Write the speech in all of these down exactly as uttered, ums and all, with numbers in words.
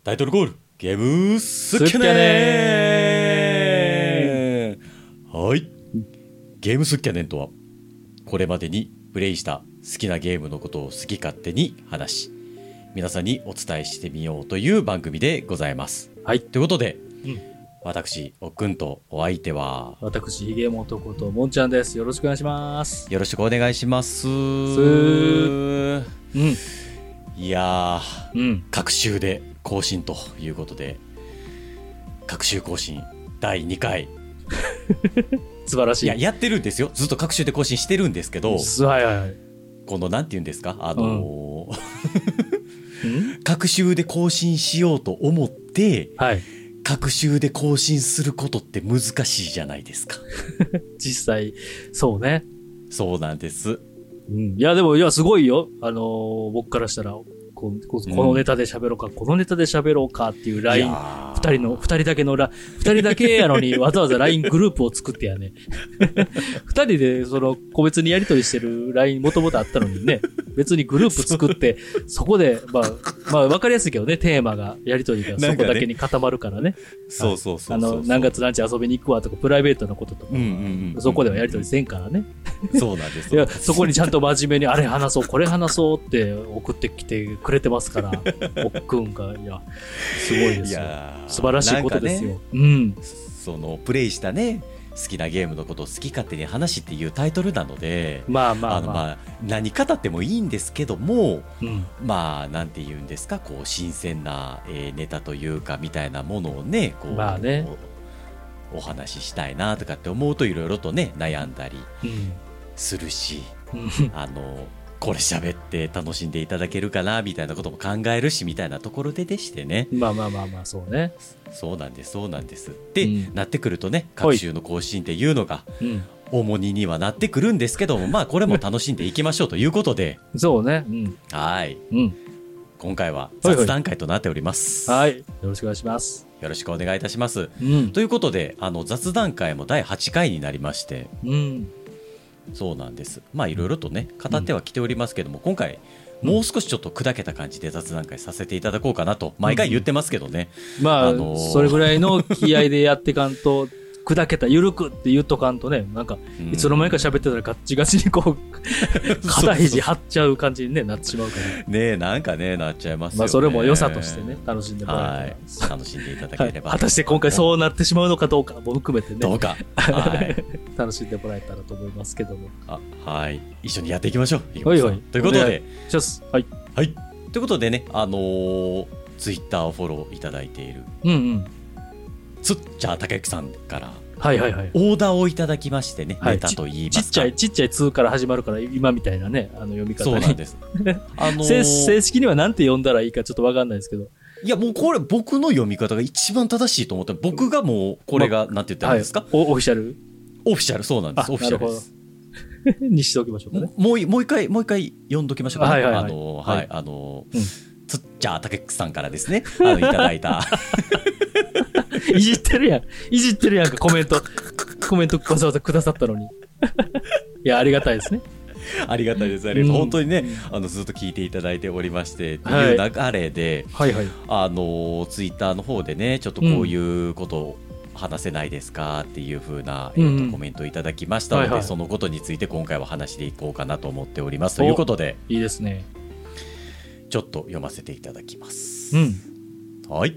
タイトルコールゲームスッキャネン。はい、ゲームスッキャネンとはこれまでにプレイした好きなゲームのことを好き勝手に話し皆さんにお伝えしてみようという番組でございます。 はい、 ということで、 うん、 私おっくんとお相手は私ヒゲモトこともんちゃんです。よろしくお願いします。 よろしくお願いします。 うんいやー、 うん、 各週で更新ということで各週更新だいにかい素晴らしい。 いややってるんですよ。ずっと各週で更新してるんですけど、 はいはいはい、 このなんて言うんですか、あのーうん、 各週で更新しようと思って、 はい、 各週で更新することって難しいじゃないですか実際そうね。 そうなんです、 うん、いやでもいやすごいよ。あのー、僕からしたらこ, このネタで喋ろうか、うん、このネタで喋ろうかっていうラインふたりのふたりだけのラふたりだけやのにわざわざ ライン グループを作ってやねふたりでその個別にやり取りしてる ライン もともとあったのにね、別にグループ作ってそこでまあまあわかりやすいけどね、テーマがやり取りがそこだけに固まるからね。 そうそうそうそう、 あの何月何日遊びに行くわとかプライベートなこととか、うんうんうん、そこではやり取りせんからね。 そうなんです。 いやそこにちゃんと真面目にあれ話そうこれ話そうって送ってきてくれてますからおっくんがいやすごいですよ。いや素晴らしいことですよ、ね、うん、 そのプレイしたね好きなゲームのことを好き勝手に話っていうタイトルなので、 まあまあまあ、 あのまあ何語ってもいいんですけども、 うん、 まあなんて言うんですか、こう新鮮な、えー、ネタというかみたいなものをねこう、 まあね、 お, お話ししたいなとかって思うといろいろとね悩んだりするし、 うん、 あのこれ喋って楽しんでいただけるかなみたいなことも考えるしみたいなところででしてね。 まあまあまあまあそうね。 そうなんですそうなんです。で、うん、なってくるとね各週の更新っていうのが重荷にはなってくるんですけども、まあこれも楽しんでいきましょうということでそうね、うん、 はい、 うん、 今回は雑談会となっております。 はい、はい、よろしくお願いします。 よろしくお願いいたします、 うん、 ということであの雑談会もだいはちかいになりまして、 うん、 そうなんです。まあいろいろとね語ってはきておりますけども、うん、今回もう少しちょっと砕けた感じで雑談会させていただこうかなと毎回言ってますけどね、 うん、まあ、あのー、それぐらいの気合でやってかんと砕けたゆるくって言っとかんとね、なんかいつの間にか喋ってたらガッチガチにこう肩肘張っちゃう感じに、ね、なってしまうからねえなんかねなっちゃいますよね。 まあそれも良さとしてね楽しんでもらえれば、はい、 楽しんでいただければ、 はい、果たして今回そうなってしまうのかどうかも含めてねどうか、はい、 楽しんでもらえたらと思いますけども、 あはい一緒にやっていきましょう。 はいはい、 ということではい、 はい、ということでねあのー、ツイッターをフォローいただいている、 うんうん、 つっちゃたけきさんからはいはいはい、 オーダーをいただきましてね、はい、ネタと言いますか、 ち, ちっちゃいちっちゃいつから始まるから今みたいなねあの読み方にそうなんです、 あのー、正式にはなんて読んだらいいかちょっと分かんないですけど、 いやもうこれ僕の読み方が一番正しいと思って、僕がもうこれがなんて言ったらいいですか、 はい、オフィシャルオフィシャルそうなんです。オフィシャルですにしておきましょうかね。 もうもう一回もう一回読んどきましょうかね。 はいはいはい、 あのはい、はい、あの、うん、つっちゃたけくさんからですねあのいただいたいじってるやんいじってるやんかコメントコメントわざわざくださったのにいやありがたいですね。 ありがたいですありがとう、うん、本当にねあのずっと聞いていただいておりましてという流れで、 はいはいはい、 あのツイッターの方でねちょっとこういうことを話せないですかっていう風な、うんえー、とコメントをいただきましたので、はいはい、そのことについて今回は話していこうかなと思っておりますということで、 いいですね、 ちょっと読ませていただきます、 うん、 はい。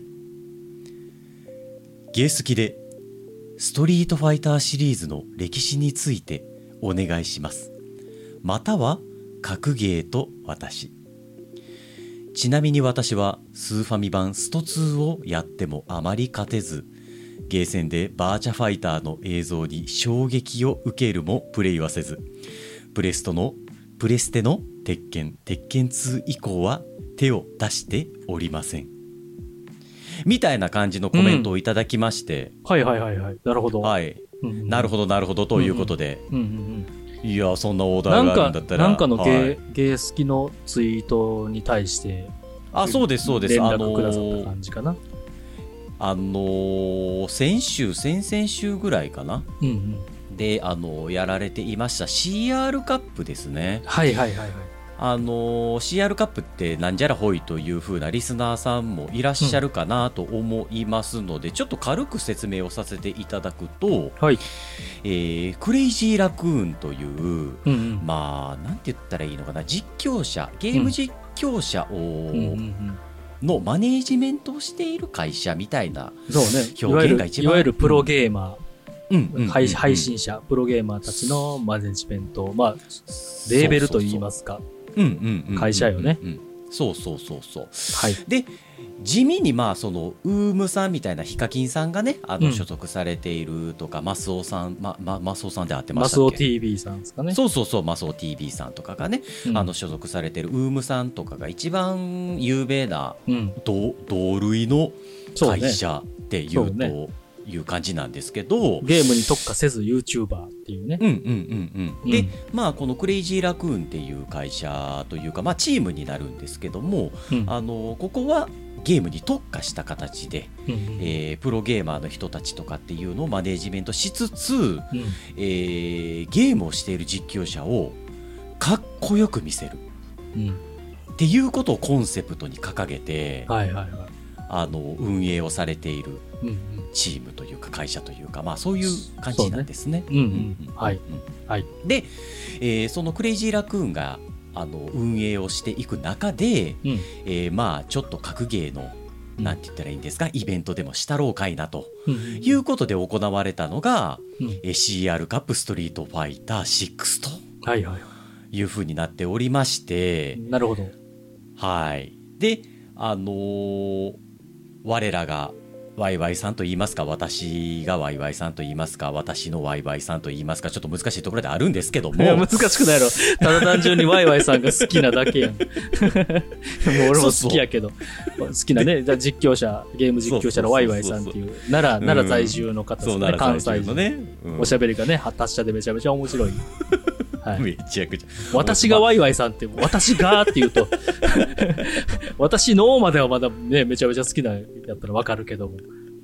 ゲー好きでストリートファイターシリーズの歴史についてお願いします。または格ゲーと私。ちなみに私はスーファミ版ストツーをやってもあまり勝てず、ゲーセンでバーチャファイターの映像に衝撃を受けるもプレイはせず、プレストのプレステの鉄拳鉄拳ツー以降は手を出しておりませんみたいな感じのコメントをいただきまして、 うん、はいはいはいはいなるほど、 はい、うんうん、なるほどなるほどということで、 うんうんうんうん、 いやそんなオーダーがあるんだったらなんかのゲー、 はい、 ゲー好きのツイートに対してあそうですそうです連絡くださった感じかな。 あのー、先週先々週ぐらいかな、 うんうん、 で、あのー、やられていました シーアール カップですね。 はいはいはいはいあのー、シーアール カップってなんじゃらほいという風なリスナーさんもいらっしゃるかなと思いますので、うん、ちょっと軽く説明をさせていただくと、はい、えー、クレイジーラクーンという、うんうん、まあなんて言ったらいいのかな、実況者ゲーム実況者を、うんうんうんうんのマネージメントをしている会社みたいな表現が一番、 いわゆるプロゲーマー、うんうんうんうん、配, 配信者プロゲーマーたちのマネージメント、まあレーベルといいますか、会社よね。 そうそうそうそう。はい。で地味にまあそのウームさんみたいなヒカキンさんがねあの所属されているとか、うん、マスオさん、まま、マスオさんで合ってましたっけ？ マスオ ティービー さんですかね。 そうそうそう、マスオ ティービー さんとかがね、うん、あの所属されているウームさんとかが一番有名な、うん、同, 同類の会社っていうとそうねいう感じなんですけど、 ゲームに特化せず YouTuber っていうね。 うんうんうんうん。で、まあこのクレイジーラクーンっていう会社というかまあチームになるんですけども、うん、あのここはゲームに特化した形で、うんうんえー、プロゲーマーの人たちとかっていうのをマネージメントしつつ、うんえー、ゲームをしている実況者をかっこよく見せる、うん、っていうことをコンセプトに掲げて、はいはいはい、あの運営をされているチームというか会社というか、まあ、そういう感じなんですね。で、えー、そのクレイジーラクーンがあの運営をしていく中で、うんえー、まあちょっと格ゲーのなんて言ったらいいんですか、イベントでもしたろうかいなということで行われたのが、うん、シーアール カップストリートファイターシックスというふうになっておりまして、はいはい、 なるほど。 はい。で、あのー、我らがワイワイさんと言いますか、私がワイワイさんと言いますか、私のワイワイさんと言いますか、ちょっと難しいところであるんですけども、いや難しくないの、ただ単純にワイワイさんが好きなだけやん。もう俺も好きやけど、そうそう好きなね、実況者、ゲーム実況者のワイワイさんっていう奈良、奈良在住の方ですね、関西人のね、うん、おしゃべりがね達者でめちゃめちゃ面白い。はい、めちゃくちゃ私がワイワイさんって私がって言うと私のまではまだねめちゃめちゃ好きなやったらわかるけども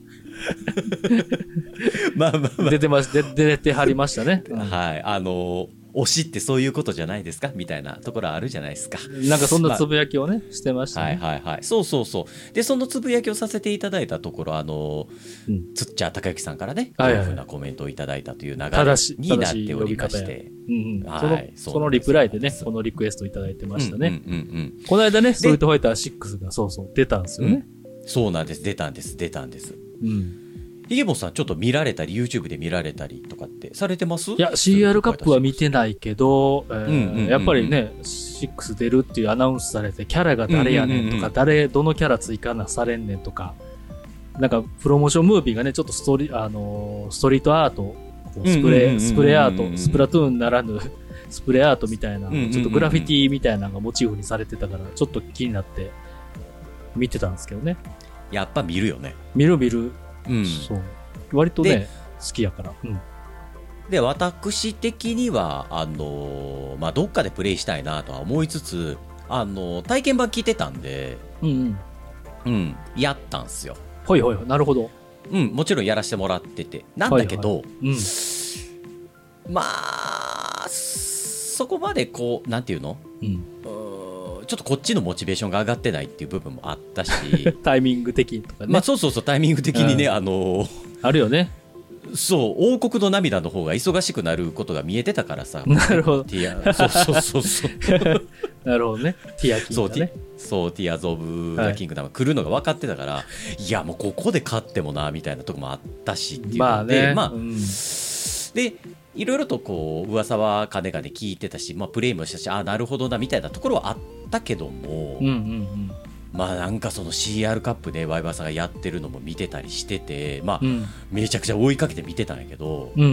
まあまあまあ出てまし出出てはりましたね、 うん、はいあの推しってそういうことじゃないですかみたいなところあるじゃないですか。 なんかそんなつぶやきをね、まあ、してましたね。 はいはいはい。そうそうそう。でそのつぶやきをさせていただいたところあの、うん、つっちゃ高之さんからねこういうふうなコメントをいただいたという流れになっておりまして、 うんうんはい、そのそのリプライでねこのリクエストいただいてましたね。うんうんうんうん、この間ねストリートファイターシックスがそうそう出たんですよね、 うん。そうなんです出たんです出たんです。うんひげぼさんちょっと見られたり YouTube で見られたりとかってされてます？ いや シーアール カップは見てないけど、えーうんうんうん、やっぱりねシックス出るっていうアナウンスされてキャラが誰やねんとか、うんうんうん、誰どのキャラ追加なされんねんとかなんかプロモーションムービーがねちょっとストリ、あのー、ストリートアートスプレー、スプレーアートスプラトゥーンならぬスプレーアートみたいな、うんうんうんうん、ちょっとグラフィティみたいなのがモチーフにされてたからちょっと気になって見てたんですけどね。 やっぱ見るよね。 見る見る、うん、そう割とね好きやから、うん、 で私的にはあのー、まあどっかでプレイしたいなとは思いつつあのー、体験版聞いてたんでうん、うんうん、やったんすよ。 はいはいなるほど。 うんもちろんやらせてもらっててなんだけど、はいはいうん、まあそこまでこうなんていうの、うん、ちょっとこっちのモチベーションが上がってないっていう部分もあったしタイミング的とかね、 まあ、そうそうそうタイミング的にね、うん、あのあるよね。 そう王国の涙の方が忙しくなることが見えてたからさなるほどティアそうそうそうそうなるほどねティアキングだねそうティアーズ・オブ・ザ・キングダム来るのが分かってたから、はい、いやもうここで勝ってもなみたいなとこもあったしっていうのでまあね、まあうん、でいろいろとこう噂はかねがね聞いてたし、まあ、プレイもしたしあなるほどなみたいなところはあったけども、うんうんうんまあなんかその シーアール カップでワイバーさんがやってるのも見てたりしててまあ、うん、めちゃくちゃ追いかけて見てたんやけど、うんうん、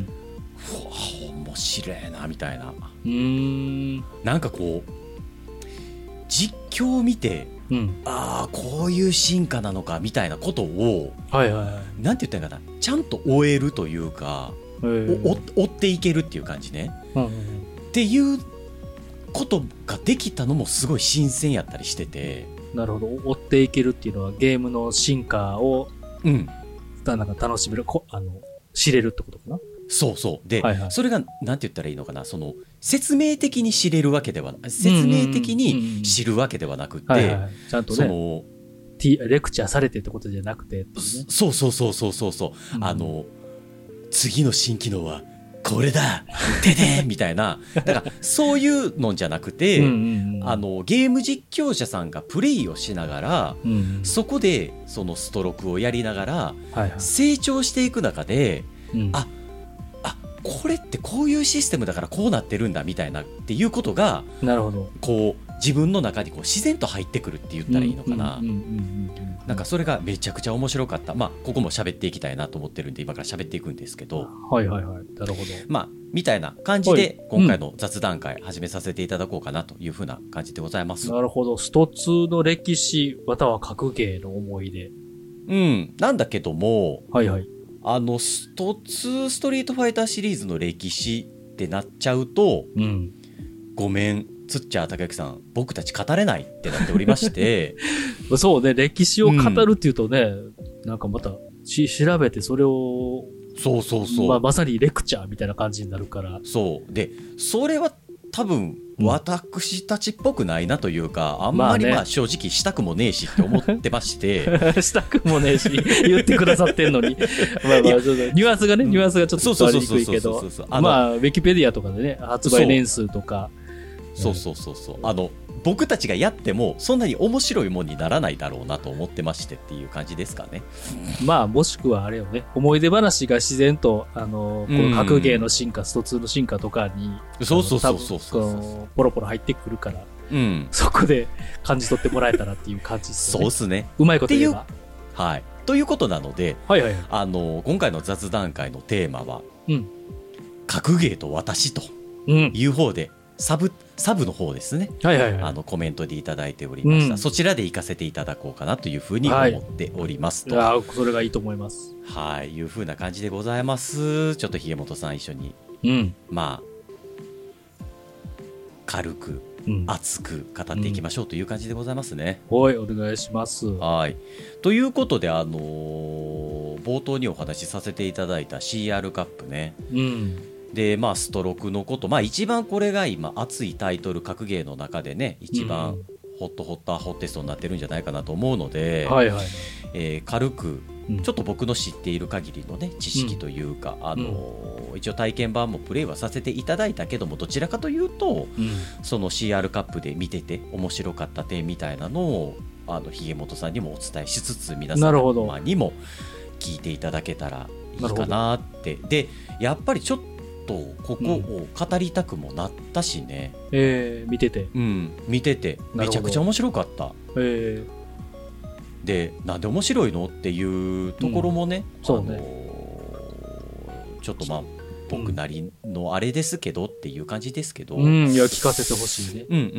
うわ面白いなみたいなうーんなんかこう実況を見て、うん、ああこういう進化なのかみたいなことを、はいはいはい、なんて言ったらいいかなちゃんと追えるというか、お追っていけるっていう感じね、うんうんうん、っていうことができたのもすごい新鮮やったりしてて。 なるほど追っていけるっていうのはゲームの進化を、うん、なんか楽しめるこあの知れるってことかな。 そうそうで、 はいはい、 それがなんて言ったらいいのかな、その説明的に知れるわけでは説明的に知るわけではなくて、 ちゃんとね、そのレクチャーされてってことじゃなくて、ね、 そうそうそうそうそうそう、うん、あの次の新機能はこれだででみたいな、だからそういうのじゃなくて、うんうんうん、あのゲーム実況者さんがプレイをしながら、うんうん、そこでそのストロークをやりながら、はいはい、成長していく中で、うん、ああこれってこういうシステムだからこうなってるんだみたいなっていうことが、 なるほど、 こう自分の中にこう自然と入ってくるって言ったらいいのかな、なんかそれがめちゃくちゃ面白かった。まあここも喋っていきたいなと思ってるんで今から喋っていくんですけど、 はいはいはい、なるほど、 まあみたいな感じで今回の雑談会始めさせていただこうかなというふうな感じでございます、 うん、なるほど。ストツーの歴史または格ゲーの思い出、 うんなんだけども、 はいはい、 あのストツーストリートファイターシリーズの歴史ってなっちゃうと、うん、ごめんつっちゃー高木さん僕たち語れないってなっておりましてそうね、歴史を語るっていうとね、うん、なんかまたし調べてそれをそうそうそう、 まあ、まさにレクチャーみたいな感じになるから、 そうでそれは多分私たちっぽくないなというか、うん、あんまりまあ正直したくもねえしって思ってましてしたくもねえし言ってくださってんのにまあまあちょっとニュアンスがねニュアンスがちょっと伝わりにくいけど、まあウィキペディアとかでね発売年数とか、 そうそうそうそう、あの僕たちがやってもそんなに面白いもんにならないだろうなと思ってましてっていう感じですかね。 まあもしくはあれよね、思い出話が自然とあのこの格ゲーの進化、うん、ストツーの進化とかにそうそうそうそうそうポロポロ入ってくるから、 うん、 そこで感じ取ってもらえたらっていう感じですよね。 そうですね。 うまいこと言えばはいということなので、 はいはいはい、 あの今回の雑談会のテーマは、うん、格ゲーと私という方で、うん、サブサブの方ですね、 はいはいはい、 あのコメントでいただいておりました、うん、そちらで行かせていただこうかなというふうに思っておりますと、 はい、いやそれがいいと思います。 はい、いうふうな感じでございます。ちょっとひげもとさん一緒に、 うん、 まあ軽く、うん、熱く語っていきましょうという感じでございますね、 うん、はいお願いします。 はいということで、あのー、冒頭にお話しさせていただいた シーアール カップね、 うんでまあ、ストロークのこと、まあ、一番これが今熱いタイトル格ゲーの中でね一番ホットホッターホッテストになってるんじゃないかなと思うので、 はいはいえー、軽くちょっと僕の知っている限りのね知識というか、うん、あのー、一応体験版もプレイはさせていただいたけども、どちらかというと、うん、その シーアール カップで見てて面白かった点みたいなのをあのひげもとさんにもお伝えしつつ、皆さんにも聞いていただけたらいいかなって。でやっぱりちょっとここを語りたくもなったしね、 うん、えー、見てて、 うん、見ててめちゃくちゃ面白かった、 えー、でなんで面白いのっていうところもね、 うん、そうね、 あのー、ちょっとまあ僕なりのあれですけどっていう感じですけど、 うん、いや聞かせてほしいね。 うんうんうん。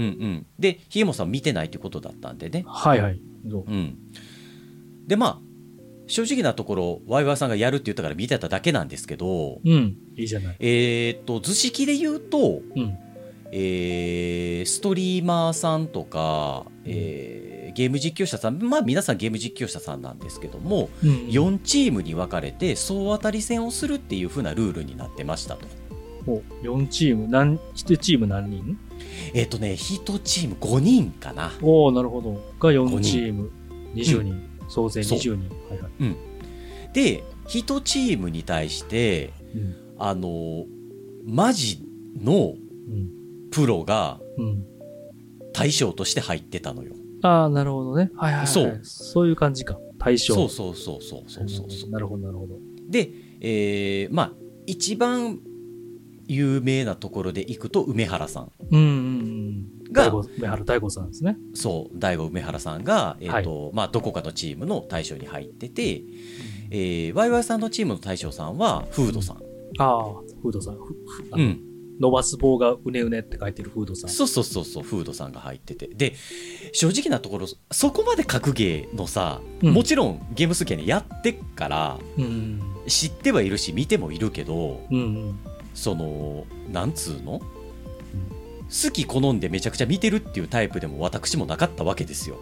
でひげもさん見てないってことだったんでね、 はいはい、 うん、でまあ正直なところワイワイさんがやるって言ったから見てただけなんですけど、 うん、いいじゃない。 えー、っと図式で言うと、 うん、 えー、ストリーマーさんとか、えー、ゲーム実況者さん、まあ皆さんゲーム実況者さんなんですけども、うん、よんチームに分かれて総当たり戦をするっていう風なルールになってましたと。 およんチーム何いちチーム何人？ えー、っとねいちチームごにんかな。 おーなるほど。がよんチームにじゅうにん、うん、総勢にじゅうにん、はいはい、 うん、でいちチームに対して、うん、あのマジのプロが対象として入ってたのよ、 うん、ああなるほどね、はいはいはい、そうそういう感じか、対象。 そうそうそうそうそうそうそう、 なるほどなるほど。 で、えー、まあ一番有名なところでいくと梅原さん、 うんうんうん、が梅原大吾さんですね。 そう大吾梅原さんが、えーとはい、まあ、どこかのチームの対象に入ってて、うん、えー、ワイワイさんのチームの対象さんはフードさん、うん、 ああフードさん、うん、伸ばす棒がうねうねって書いてるフードさん、 そうそうそうそうフードさんが入ってて、で正直なところそこまで格ゲーのさ、うん、もちろんゲーム好きはねやってっから、うん、知ってはいるし見てもいるけど、 うんうん、 そのなんつうの、うん、好き好んでめちゃくちゃ見てるっていうタイプでも私もなかったわけですよ。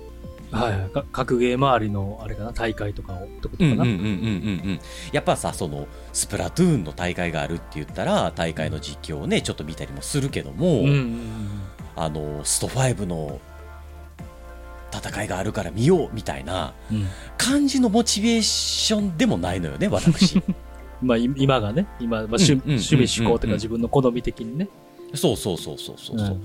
はいはい。格ゲー周りの、あれかな、大会とかを、ってことかな。 うんうんうんうんうんうん。やっぱさ、その、スプラトゥーンの大会があるって言ったら、大会の実況をね、ちょっと見たりもするけども、うんうんうん、あの、ストファイブの戦いがあるから見ようみたいな感じのモチベーションでもないのよね、私。 まあ、今がね、今、まあ、趣味趣向というか自分の好み的にね。 そうそうそうそうそう。うんうんうん、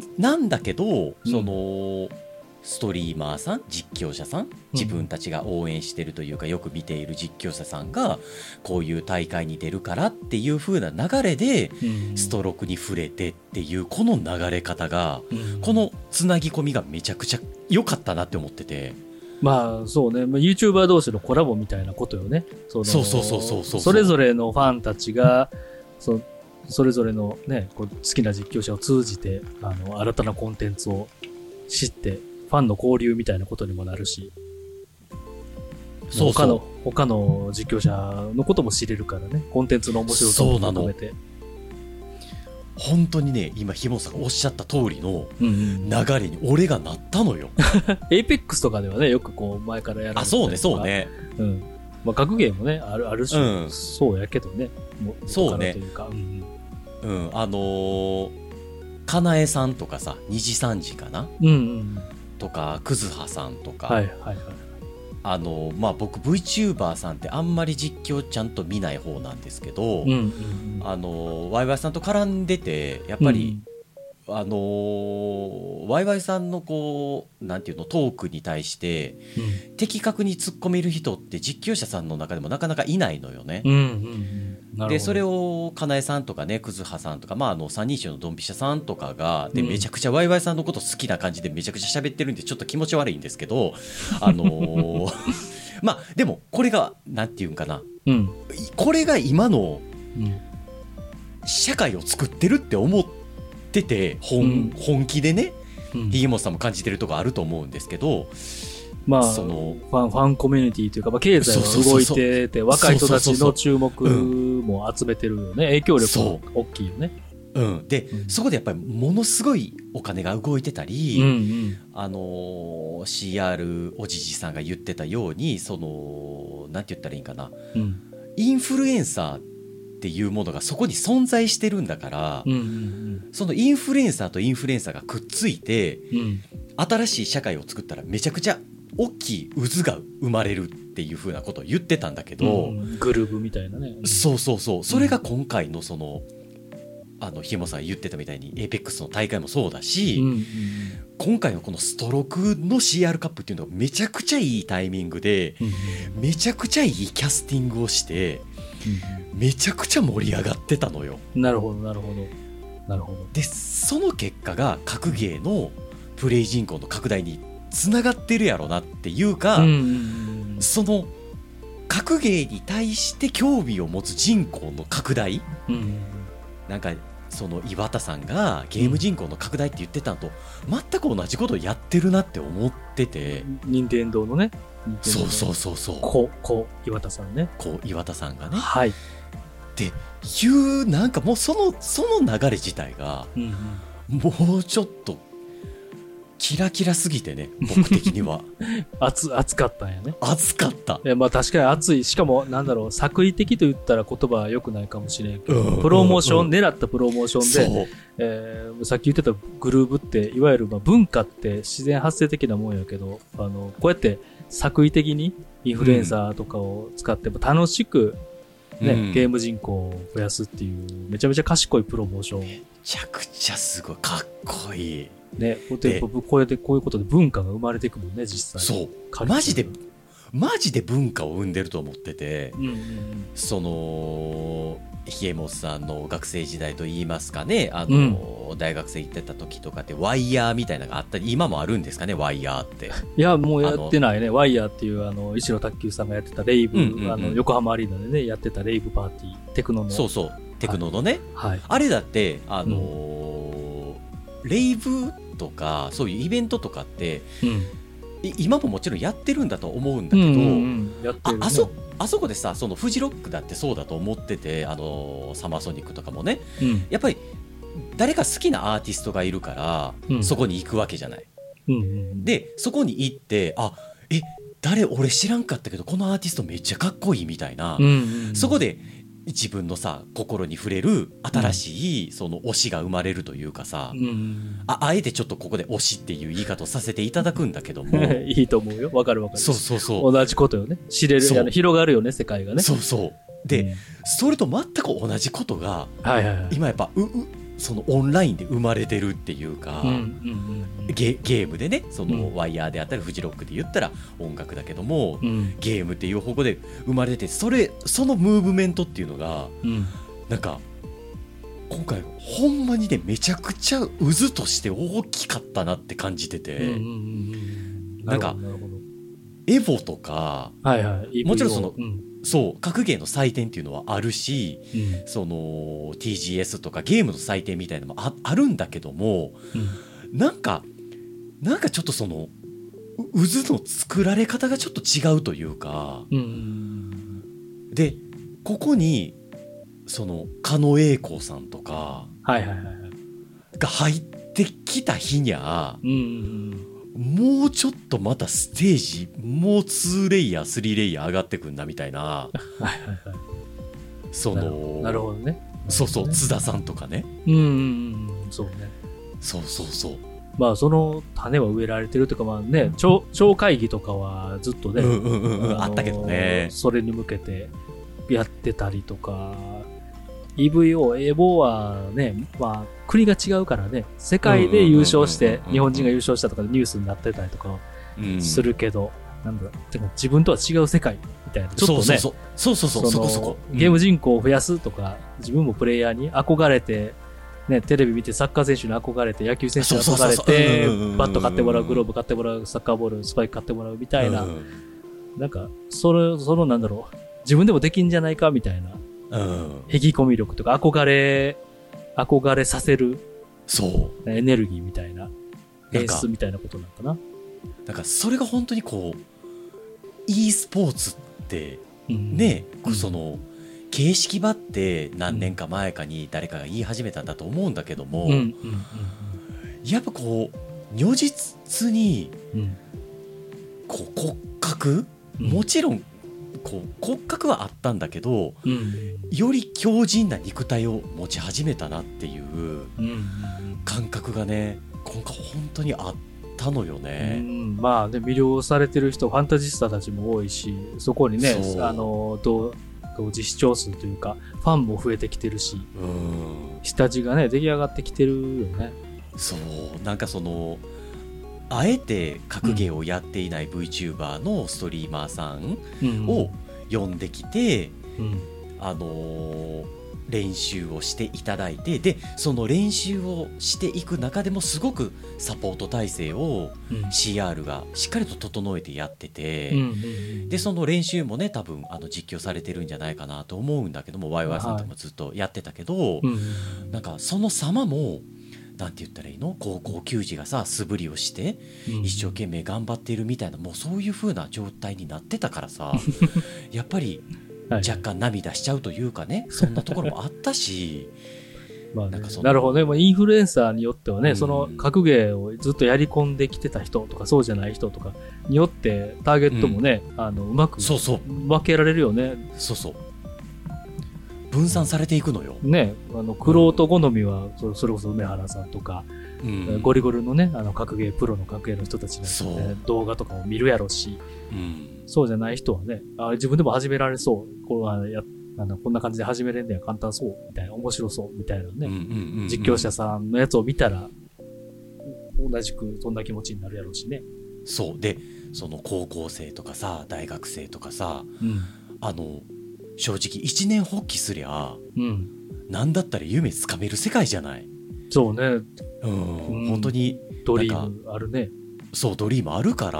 なんだけど、その、ストリーマーさん、実況者さん、自分たちが応援してるというか、よく見ている実況者さんがこういう大会に出るからっていう風な流れでストロークに触れてっていうこの流れ方が、このつなぎ込みがめちゃくちゃ良かったなって思ってて。 まあそうね、YouTuber 同士のコラボみたいなことよね。そのそうそうそうそうそう。 それぞれのファンたちがそそれぞれのね、こう好きな実況者を通じてあの新たなコンテンツを知ってファンの交流みたいなことにもなるし、そうそう、他の他の実況者のことも知れるからね、コンテンツの面白さを求めて。 本当にね、今ひもさんがおっしゃった通りの流れに俺がなったのよ。 エイペックスとかではね、よくこう前からやられてたりとか。あ、 そうねそうね。 うん。まあ格ゲーもね、あるある種、うん、そうやけどね。もそうね。 というか、うん、 うん、あのー、かなえさんとかさ、にじさんじかな。 うんうん。 とかクズハさんとか、 はいはいはい、 あのまあ僕 VTuber さんってあんまり実況ちゃんと見ない方なんですけど、うんうんうん、あのワイワイさんと絡んでてやっぱり、うん、あのワイワイさんのこうなんていうのトークに対して、うん、的確に突っ込める人って実況者さんの中でもなかなかいないのよね。 うんうんうんでそれをかなえさんとかねくずはさんとか、まあ、あの三人称のドンピシャさんとかがでめちゃくちゃワイワイさんのこと好きな感じでめちゃくちゃ喋ってるんでちょっと気持ち悪いんですけど、あのー、まあでもこれがなんていうんかな、うん、これが今の社会を作ってるって思ってて 本,、うん、本気でね、うん、ひげもとさんも感じてるとこあると思うんですけど、 まあ、そのファン、ファンコミュニティというか、まあ、経済が動いてて、若い人たちの注目も集めてるよね。影響力も大きいよね。 うん、で、うん、そこでやっぱりものすごいお金が動いてたり、うんうん、あのー、シーアール おじじさんが言ってたように、その、なんて言ったらいいんかな、うん、インフルエンサーっていうものがそこに存在してるんだから、うんうんうん、そのインフルエンサーとインフルエンサーがくっついて、うん、新しい社会を作ったらめちゃくちゃ大きい渦が生まれるっていう風なことを言ってたんだけど、うん、 グループみたいなね。 そうそうそう、それが今回のその、あのひもさん言ってたみたいにエイペックスの大会もそうだし、うんうん、今回のこのストロークの シーアール カップっていうのがめちゃくちゃいいタイミングで、うんうん、めちゃくちゃいいキャスティングをして、うんうん、めちゃくちゃ盛り上がってたのよ。 なるほどなるほどなるほど。 でその結果が格ゲーのプレイ人口の拡大につながってるやろなっていうか、うんうんうん、その格ゲーに対して興味を持つ人口の拡大、うんうん、なんかその岩田さんがゲーム人口の拡大って言ってたのと全く同じことをやってるなって思ってて、 任天堂のね、 そうそうそうそう、 ここ岩田さんね、 こ岩田さんがね、 はい、 っていうなんかもうそのその流れ自体が、うんうん、もうちょっとキラキラすぎてね、僕的には熱熱かったんやね。 熱かった。 いやまあ確かに熱い。しかもなんだろう、作為的と言ったら言葉は良くないかもしれんけど、うん、プロモーション、うん、狙ったプロモーションで、えー、さっき言ってたグルーブっていわゆるまあ文化って自然発生的なもんやけど、あのこうやって作為的にインフルエンサーとかを使っても楽しくね、うん、ゲーム人口を増やすっていうめちゃめちゃ賢いプロモーション。めちゃくちゃすごいかっこいい。 ね、こうやってこうやってこういうことで文化が生まれていくもんね、実際。 そうマジでマジで文化を生んでると思ってて、うんうんうん、そのひえもさんの学生時代といいますかね、あの、うん、大学生行ってた時とかってワイヤーみたいなのがあったり、今もあるんですかね、ワイヤーって。 いやもうやってないね。ワイヤーっていうあの石野卓球さんがやってたレイブ、うんうんうん、あの横浜アリーナでねやってたレイブパーティー、テクノの、 そうそうテクノのね、 はい、 あれだってあのーうん、レイブとかそういうイベントとかって、うん、今ももちろんやってるんだと思うんだけど、うんうんうんね、あ, あ, そあそこでさ、そのフジロックだってそうだと思ってて、あのサマーソニックとかもね、うん、やっぱり誰か好きなアーティストがいるから、うん、そこに行くわけじゃない。 うんうん、 でそこに行ってあえ誰俺知らんかったけどこのアーティストめっちゃかっこいいみたいな、 うんうんうん、 そこで自分のさ心に触れる新しいその推しが生まれるというかさ、 うんうん、 あ, あえてちょっとここで推しっていう言い方をさせていただくんだけどもいいと思うよ。わかるわかる。 そうそうそう同じことよね。知れる、あの広がるよね、世界がね。 そうそうで、うん、それと全く同じことが、 はいはいはい、 今やっぱううそのオンラインで生まれてるっていうか、 うんうんうんうん、 ゲ, ゲームでねそのワイヤーであったりフジロックで言ったら音楽だけども、うん、ゲームっていう方向で生まれてそれそのムーブメントっていうのが、うん、なんか今回ほんまにねめちゃくちゃ渦として大きかったなって感じてて、うんうんうん、なんかエボとか、 はいはい、 もちろんその、うん、そう格ゲーの祭典っていうのはあるし、うん、その ティージーエス とかゲームの祭典みたいなのも あ, あるんだけども、うん、なんかなんかちょっとその渦の作られ方がちょっと違うというか、うん、でここにその狩野英孝さんとかが入ってきた日にゃ、うん、もうちょっとまたステージもうにレイヤーさんレイヤー上がってくんなみたいなはいはい、はい、そのなるほどねそうそう津田さんとかねうんうんうんそうねそうそうそうまあその種は植えられてるというかまあね超超会議とかはずっとね、うんうんうんうん、あったけどねそれに向けてやってたりとか イーブイオー、エボはね、まあ国が違うからね、世界で優勝して日本人が優勝したとかニュースになってたりとかするけど、うん、なんだてか自分とは違う世界みたいなちょっとね、 そうそうそうそうそうそこそこ、 うん、ゲーム人口を増やすとか、自分もプレイヤーに憧れてね、テレビ見てサッカー選手に憧れて野球選手に憧れてバット買ってもらう、グローブ買ってもらう、サッカーボールスパイク買ってもらうみたいな、うん、なんかそれそのなんだろう自分でもできんじゃないかみたいな、うん、引き込み力とか憧れ憧れさせるそうエネルギーみたいな演出みたいなことなのかな。 なんかそれが本当にこう e スポーツってね、うん、その形式ばって何年か前かに誰かが言い始めたんだと思うんだけども、うんうんうんうん、やっぱこう如実に、うん、こう骨格、うん、もちろんこう骨格はあったんだけど、うん、より強靭な肉体を持ち始めたなっていう感覚がね今回本当にあったのよね、うん、 まあね魅了されてる人ファンタジスタたちも多いしそこにねあの同時視聴数というかファンも増えてきてるし、うん、下地がね出来上がってきてるよね。 そうなんかそのあえて格ゲーをやっていない VTuber のストリーマーさんを呼んできて、うんうん、あのー、練習をしていただいてでその練習をしていく中でもすごくサポート体制を シーアール がしっかりと整えてやってて、うんうんうん、でその練習もね多分あの実況されてるんじゃないかなと思うんだけども ワイワイ さんともずっとやってたけど、はい、なんかその様もなんて言ったらいいの高校球児がさ素振りをして一生懸命頑張っているみたいな、うん、もうそういう風な状態になってたからさやっぱり若干涙しちゃうというかね、はい、そんなところもあったしまあね、なんかそなるほどねインフルエンサーによってはね、うん、その格ゲーをずっとやり込んできてた人とかそうじゃない人とかによってターゲットもね、うん、あのうまくそうそう分けられるよね。 そうそう分散されていくのよ。 ね、あの玄人好みは、うん、それこそ梅原さんとか、うん、ゴリゴリのねあの格ゲープロの格ゲーの人たちの、ね、動画とかも見るやろし、うん、そうじゃない人はねあ自分でも始められそうこうやあのこんな感じで始めれんねや簡単そうみたいな面白そうみたいなね、うんうんうんうん、実況者さんのやつを見たら同じくそんな気持ちになるやろうしね。 そうでその高校生とかさ大学生とかさ、うん、あの正直一年発起すりゃ、うん、なんだったら夢つかめる世界じゃない。 そうね、 うん、うん、本当にドリームあるね。 そうドリームあるから、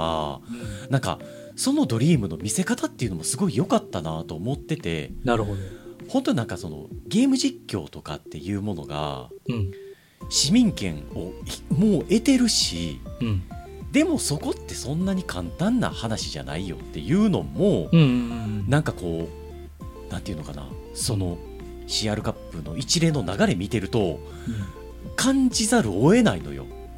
うん、なんかそのドリームの見せ方っていうのもすごい良かったなと思ってて。 なるほど。 本当になんかそのゲーム実況とかっていうものが、うん、市民権をもう得てるし、うん、でもそこってそんなに簡単な話じゃないよっていうのも、うんうんうん、なんかこうなんていうのかなその シーアール カップの一連の流れ見てると、うん、感じざるを得ないのよ。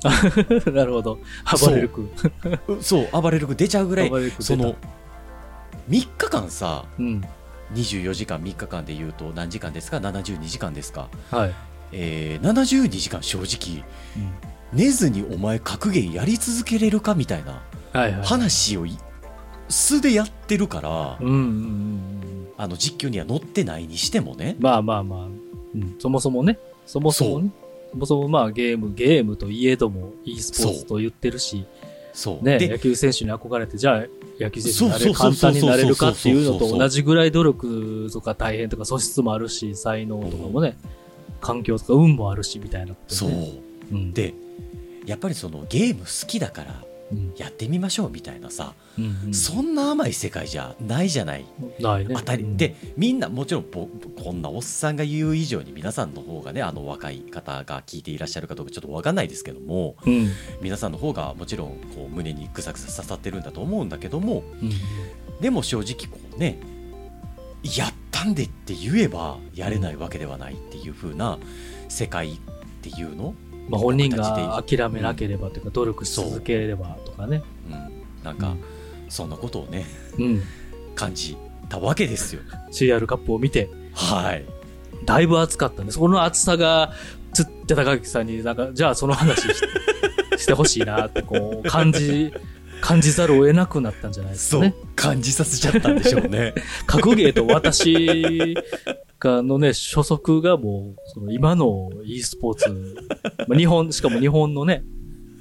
なるほど。暴れる君。 そう、暴れる君出ちゃうぐらい、 暴れる君出たその、みっかかんさ、 うん。 にじゅうよじかんみっかかんで言うと何時間ですか？ ななじゅうに 時間ですか？ はい。 えー、ななじゅうにじかん正直、寝ずにお前格ゲーやり続けれるかみたいなはいはい。 話をい素でやってるから、 うんうんうんうん。 あの実況には載ってないにしてもね。 まあまあまあ、うん、そもそもね、そもそもね、そもそもまあゲーム、ゲームといえども e スポーツと言ってるし、 そうね、 で野球選手に憧れて、じゃあ野球選手になれそうそうそうそう簡単になれるかっていうのと同じぐらい努力とか大変とか素質もあるし、才能とかもね、環境とか運もあるしみたいなことね。 そう、うん、でやっぱりそのゲーム好きだからやってみましょうみたいなさ、うんうん、そんな甘い世界じゃないじゃない。 ないね。 当たり、うん、でみんなもちろんこんなおっさんが言う以上に皆さんの方がね、あの若い方が聞いていらっしゃるかどうかちょっと分かんないですけども、うん、皆さんの方がもちろんこう胸にぐさぐさ刺さってるんだと思うんだけども、うん、でも正直こうね、やったんでって言えばやれないわけではないっていう風な世界っていうの、 まあ、本人が諦めなければというか、努力し続ければとかね、 うん、なんか、うん、そんなことをね、 うん、 感じたわけですよ。 シーアール カップを見て、 はい、 だいぶ熱かったんです。この熱さがつって高木さんになんかじゃあその話 し, してほしいなってこう感じ感じざるを得なくなったんじゃないですかね。 そう感じさせちゃったんでしょうね。 格ゲーと私がのね、初速がもう、その今の e スポーツ、まあ、日本、しかも日本のね、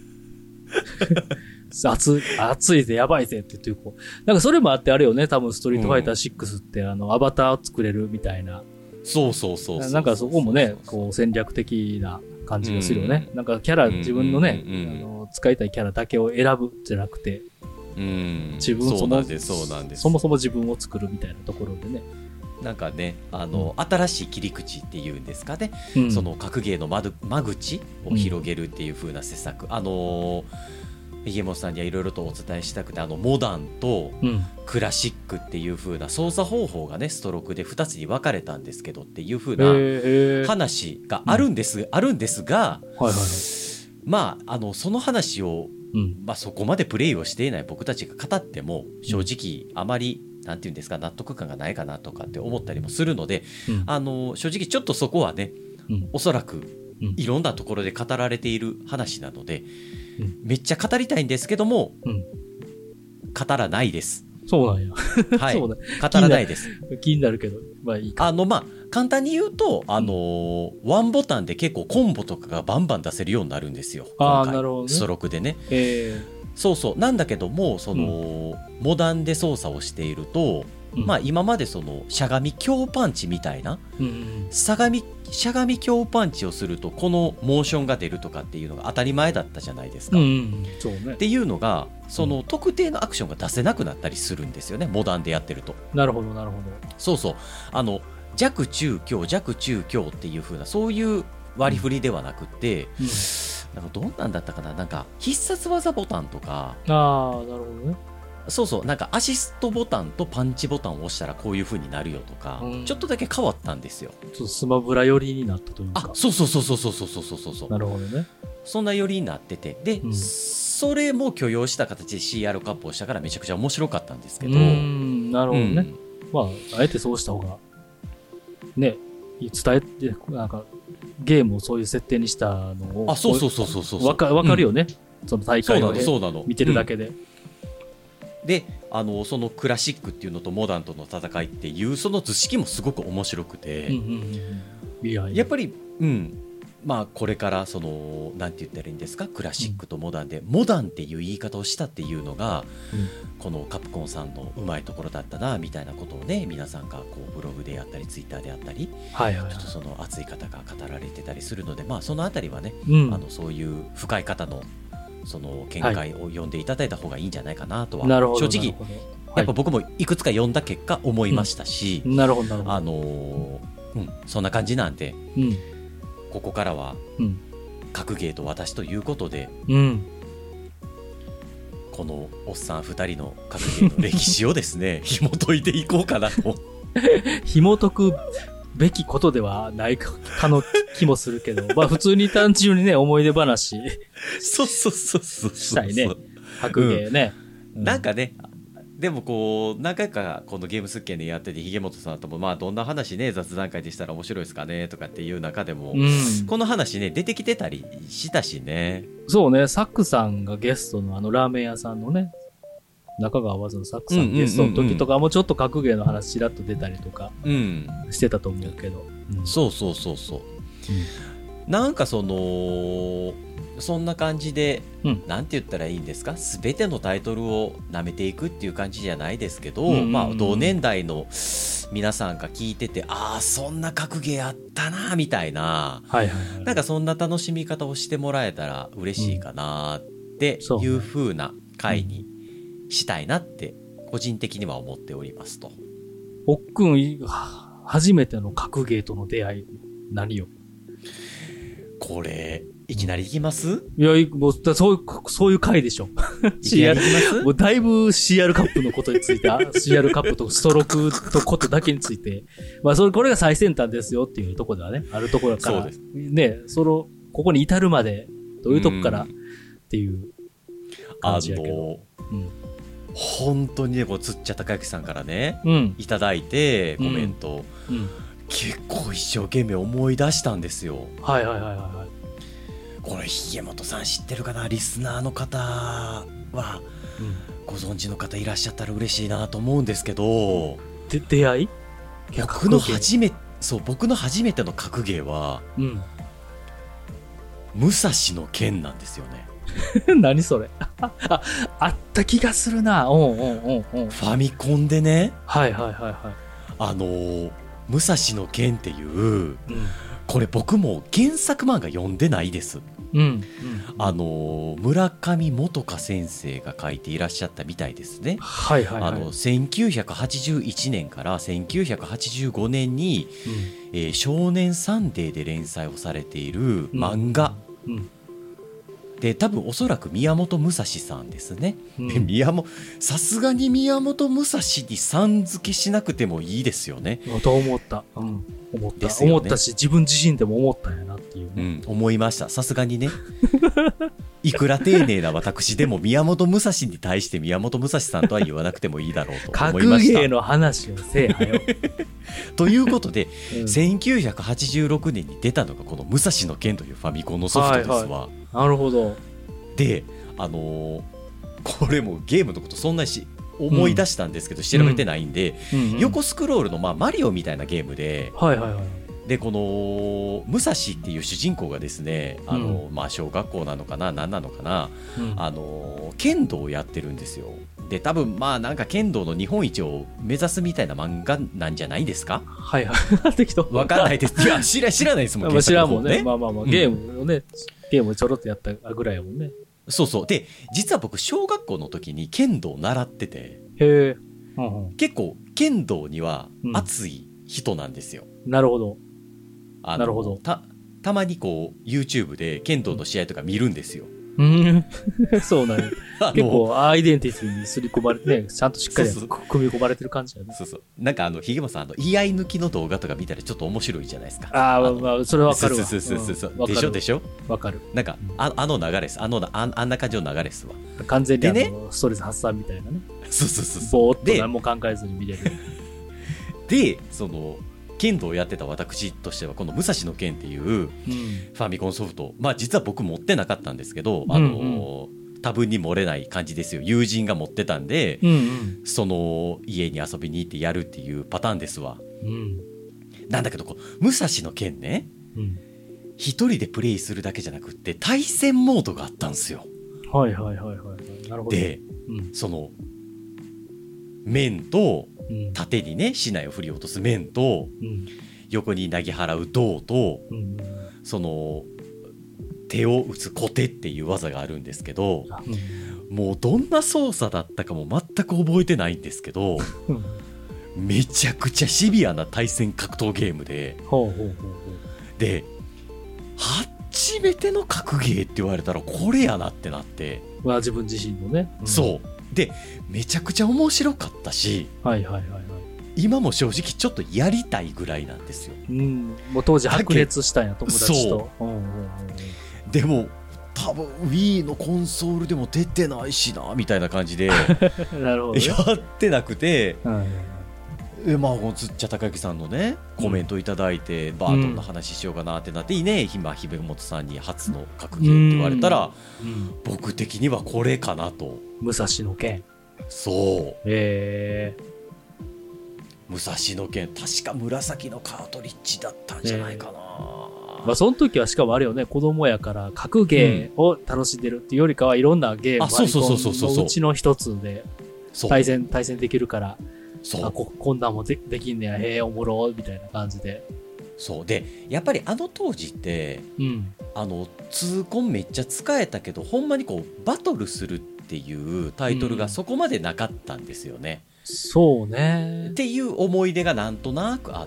熱い、熱いぜ、やばいぜって言ってこう。なんかそれもあってあれよね、多分ストリートファイターシックスって、うん、あの、アバターを作れるみたいな。 そうそうそうそう。 なんかそこもね、こう戦略的な感じがするよね。うん、なんかキャラ、自分のね、うんうんうん、あの、使いたいキャラだけを選ぶじゃなくて、 うん、 自分そうなんです、そうなんです。 そもそも自分を作るみたいなところでね。 なんかね、あの、うん、新しい切り口っていうんですかね、うん、その格ゲーの間, 間口を広げるっていう風な施策、うん、あの家元さんにはいろいろとお伝えしたくて、あのモダンとクラシックっていう風な操作方法がね、ストロークでふたつに分かれたんですけどっていう風な話があるんです、うん、あるんですが、はいはいはい、まあ、あのその話を、うんまあ、そこまでプレイをしていない僕たちが語っても正直あまり、うんなんていうんですか、納得感がないかなとかって思ったりもするので、うん、あの正直ちょっとそこはね、うん、おそらくいろんなところで語られている話なので、うん、めっちゃ語りたいんですけども、うん、語らないです。 そうなんや。 はい、 そうだ語らないです。 気になるけど、まあいいか。 あのまあ簡単に言うと、あのー、ワンボタンで結構コンボとかがバンバン出せるようになるんですよ。 ああ、なるほどね。 ストロークでね。 えーそうそうなんだけども、その、うん、モダンで操作をしていると、うん、まあ今までそのしゃがみ強パンチみたいな、うんうん、しゃがみしゃがみ強パンチをするとこのモーションが出るとかっていうのが当たり前だったじゃないですか、 うんうん、そうね、 っていうのがその特定のアクションが出せなくなったりするんですよね、モダンでやってると。 なるほどなるほど。 そうそう、あの弱中強弱中強っていう風なそういう割り振りではなくて、うんうん、なんかどんなんだったかな、なんか必殺技ボタンとか、 ああなるほどね、 そうそう、なんかアシストボタンとパンチボタンを押したらこういう風になるよとか、うん、ちょっとだけ変わったんですよ。 ちょっとスマブラ寄りになったというか。 あ、そうそうそうそうそうそうそうそうそう。 なるほどね。 そんな寄りになってて、で、うん、それも許容した形で シーアール カップをしたからめちゃくちゃ面白かったんですけど。うーん、なるほどね。うん、まああえてそうした方がね、伝えてなんかゲームをそういう設定にしたのを、 あ、そうそうそうそうそう、 わか、わかるよね、うん、その大会を見てるだけで。 うん、で、あのそのクラシックっていうのとモダンとの戦いっていうその図式もすごく面白くて、うんうんうん、いやいややっぱり、うん、まあこれからそのなんて言ったらいいんですか、クラシックとモダンで、うん、モダンっていう言い方をしたっていうのが、うん、このカプコンさんのうまいところだったなみたいなことをね、皆さんがこうブログであったりツイッターであったり、はいはいはい、ちょっとその熱い方が語られてたりするので、まあそのあたりはね、うん、あのそういう深い方のその見解を読んでいただいた方がいいんじゃないかなとは、はい、正直やっぱ僕もいくつか読んだ結果思いましたし、 なるほどなるほど、 あのーうん、そんな感じなんで、うん、ここからは、うん格ゲーと私ということで、うん、このおっさんふたりの格ゲーの歴史をですね紐解いていこうかなと。 紐解くべきことではないかの気もするけど、まあ普通に単純にね、思い出話そうそうそうそうそう。 したいね。白芸ね。 うん、なんかね、でもこう何回かこのゲームスッケンでやってて、ひげもとさんともまあどんな話ね雑談会でしたら面白いですかねとかっていう中でも、うん、この話ね出てきてたりしたしね。そうね、 サックさんがゲストのあのラーメン屋さんのね、中川わざのサックさんゲストの時とかもちょっと格ゲーの話ちらっと出たりとかしてたと思うけど、 うんうん、そうそうそうそう、うん、なんかそのそんな感じで、うん、なんて言ったらいいんですか、全てのタイトルを舐めていくっていう感じじゃないですけど、うんうんうん、まあ同年代の皆さんが聞いてて、ああそんな格ゲーあったなみたいな、はいはいはい、なんかそんな楽しみ方をしてもらえたら嬉しいかなっていう風な回にしたいなって個人的には思っておりますと。 おっくん初めての格ゲーとの出会い何よ。 これいきなりいきます？ いや、もうそういうそういう回でしょ。シーアール もうだいぶ シーアール カップのことについて、シーアール カップとストロークとことだけについて、まあそれこれが最先端ですよっていうところではね、あるところからね、そのここに至るまでどういうとこからっていう感じやけど。あのうん、 本当にね、こうつっちゃ高之さんからね、うん、いただいてコメント、うんうん、結構一生懸命思い出したんですよ。 はいはいはいはいはい。 これひげもとさん知ってるかな、リスナーの方は、うん、ご存知の方いらっしゃったら嬉しいなと思うんですけど、 で出会い僕の初めそう僕の初めての格ゲーは、うん、武蔵の剣なんですよね。 何それあ, あった気がするな。おうおうおうおう。 ファミコンでね、 はいはいはいはい、 あのー、武蔵の剣っていう、うん、これ僕も原作漫画読んでないです、うんうん、あの村上元香先生が書いていらっしゃったみたいですね、はいはいはい、あのせんきゅうひゃくはちじゅういちねんからせんきゅうひゃくはちじゅうごねんに、うんえー、少年サンデーで連載をされている漫画、うんうんで多分おそらく宮本武蔵さんですね、うん、宮本さすがに宮本武蔵にさん付けしなくてもいいですよねと思った、うん、思った、ね、思ったし自分自身でも思ったんやなっていう、 ねうん、思いました。さすがにねいくら丁寧な私でも宮本武蔵に対して宮本武蔵さんとは言わなくてもいいだろうと思いました。 格ゲーの話をせえはよということで、うん、せんきゅうひゃくはちじゅうろくねんに出たのがこの武蔵の剣というファミコンのソフトですわ、はいはい、 なるほど。 で、あのー、これもゲームのことそんなし思い出したんですけど、うん、調べてないんで、うんうんうん、横スクロールの、まあ、マリオみたいなゲームで、はいはいはい、でこの武蔵っていう主人公がですね、あの、うんまあ、小学校なのかな何なのかな、うん、あの剣道をやってるんですよ。で多分まあなんか剣道の日本一を目指すみたいな漫画なんじゃないですか。 はいはい適当わかんないです。いや知ら知らないですもん。 まあ、知らんもんね。まあまあまあゲームをね、うん、ゲームをちょろっとやったぐらいやもんね。 そうそう。で実は僕小学校の時に剣道を習ってて、 へー、 うんうん、結構剣道には熱い人なんですよ、 うん、なるほどあのなるほど。 た, たまにこう YouTube で剣道の試合とか見るんですよ。 うんそうなんや結構アイデンティティにすり込まれてね、ちゃんとしっかり組み込まれてる感じだね。 そうそう。なんかあのひげまさんあの居合抜きの動画とか見たらちょっと面白いじゃないですか。 ああ、まあそれはわかるわ。 そうそうそうそう、うん、でしょでしょ。 わかる。 なんか あ, あの流れです。あの あ, あんな感じの流れですわ。 完全にあの、ね、ストレス発散みたいなね。 そうそうそうそう。 ぼーっと何も考えずに見れる。 でその剣道をやってた私としてはこの武蔵の剣っていうファミコンソフト、うん、まあ実は僕持ってなかったんですけど、うんうん、あの多分に漏れない感じですよ。友人が持ってたんで、うんうん、その家に遊びに行ってやるっていうパターンですわ、うん、なんだけどこう武蔵の剣ね、うん、一人でプレイするだけじゃなくって対戦モードがあったんですよ。 はいはいはいはい。なるほど。 で、うん、その面と縦にね竹刀を振り落とす面と、うん、横に投げ払う銅と、うん、その手を打つ小手っていう技があるんですけど、うん、もうどんな操作だったかも全く覚えてないんですけどめちゃくちゃシビアな対戦格闘ゲームで、ほうほうほうほう。で初めての格ゲーって言われたらこれやなってなって、 まあ、自分自身のね、 うん、そうでめちゃくちゃ面白かったし、 はいはいはいはい、 今も正直ちょっとやりたいぐらいなんですよ。 うん、もう当時白熱したんや友達と。 そう、うんうんうん、でも多分 Wii のコンソールでも出てないしなみたいな感じでなるほど、ね、 やってなくて、 はいえまあずっちゃ高之さんのねコメントいただいて、うん、バートンの話しようかなってなって、うん、いいね今姫本さんに初の格ゲーって言われたら、うん、僕的にはこれかなと。 武蔵の剣。 そうへえー、武蔵の剣確か紫のカートリッジだったんじゃないかな、 まあ、その時はしかもあれよね、子供やから格ゲーを楽しんでるっていうよりかはいろんなゲームのうちの一つで対戦対戦できるから、そうあ こ, こんなんも で, できんねや、へえおもろみたいな感じで。 そうでやっぱりあの当時って、うん、あの痛恨めっちゃ使えたけどほんまにこうバトルするっていうタイトルがそこまでなかったんですよね、 うん、そうねっていう思い出がなんとなくあって、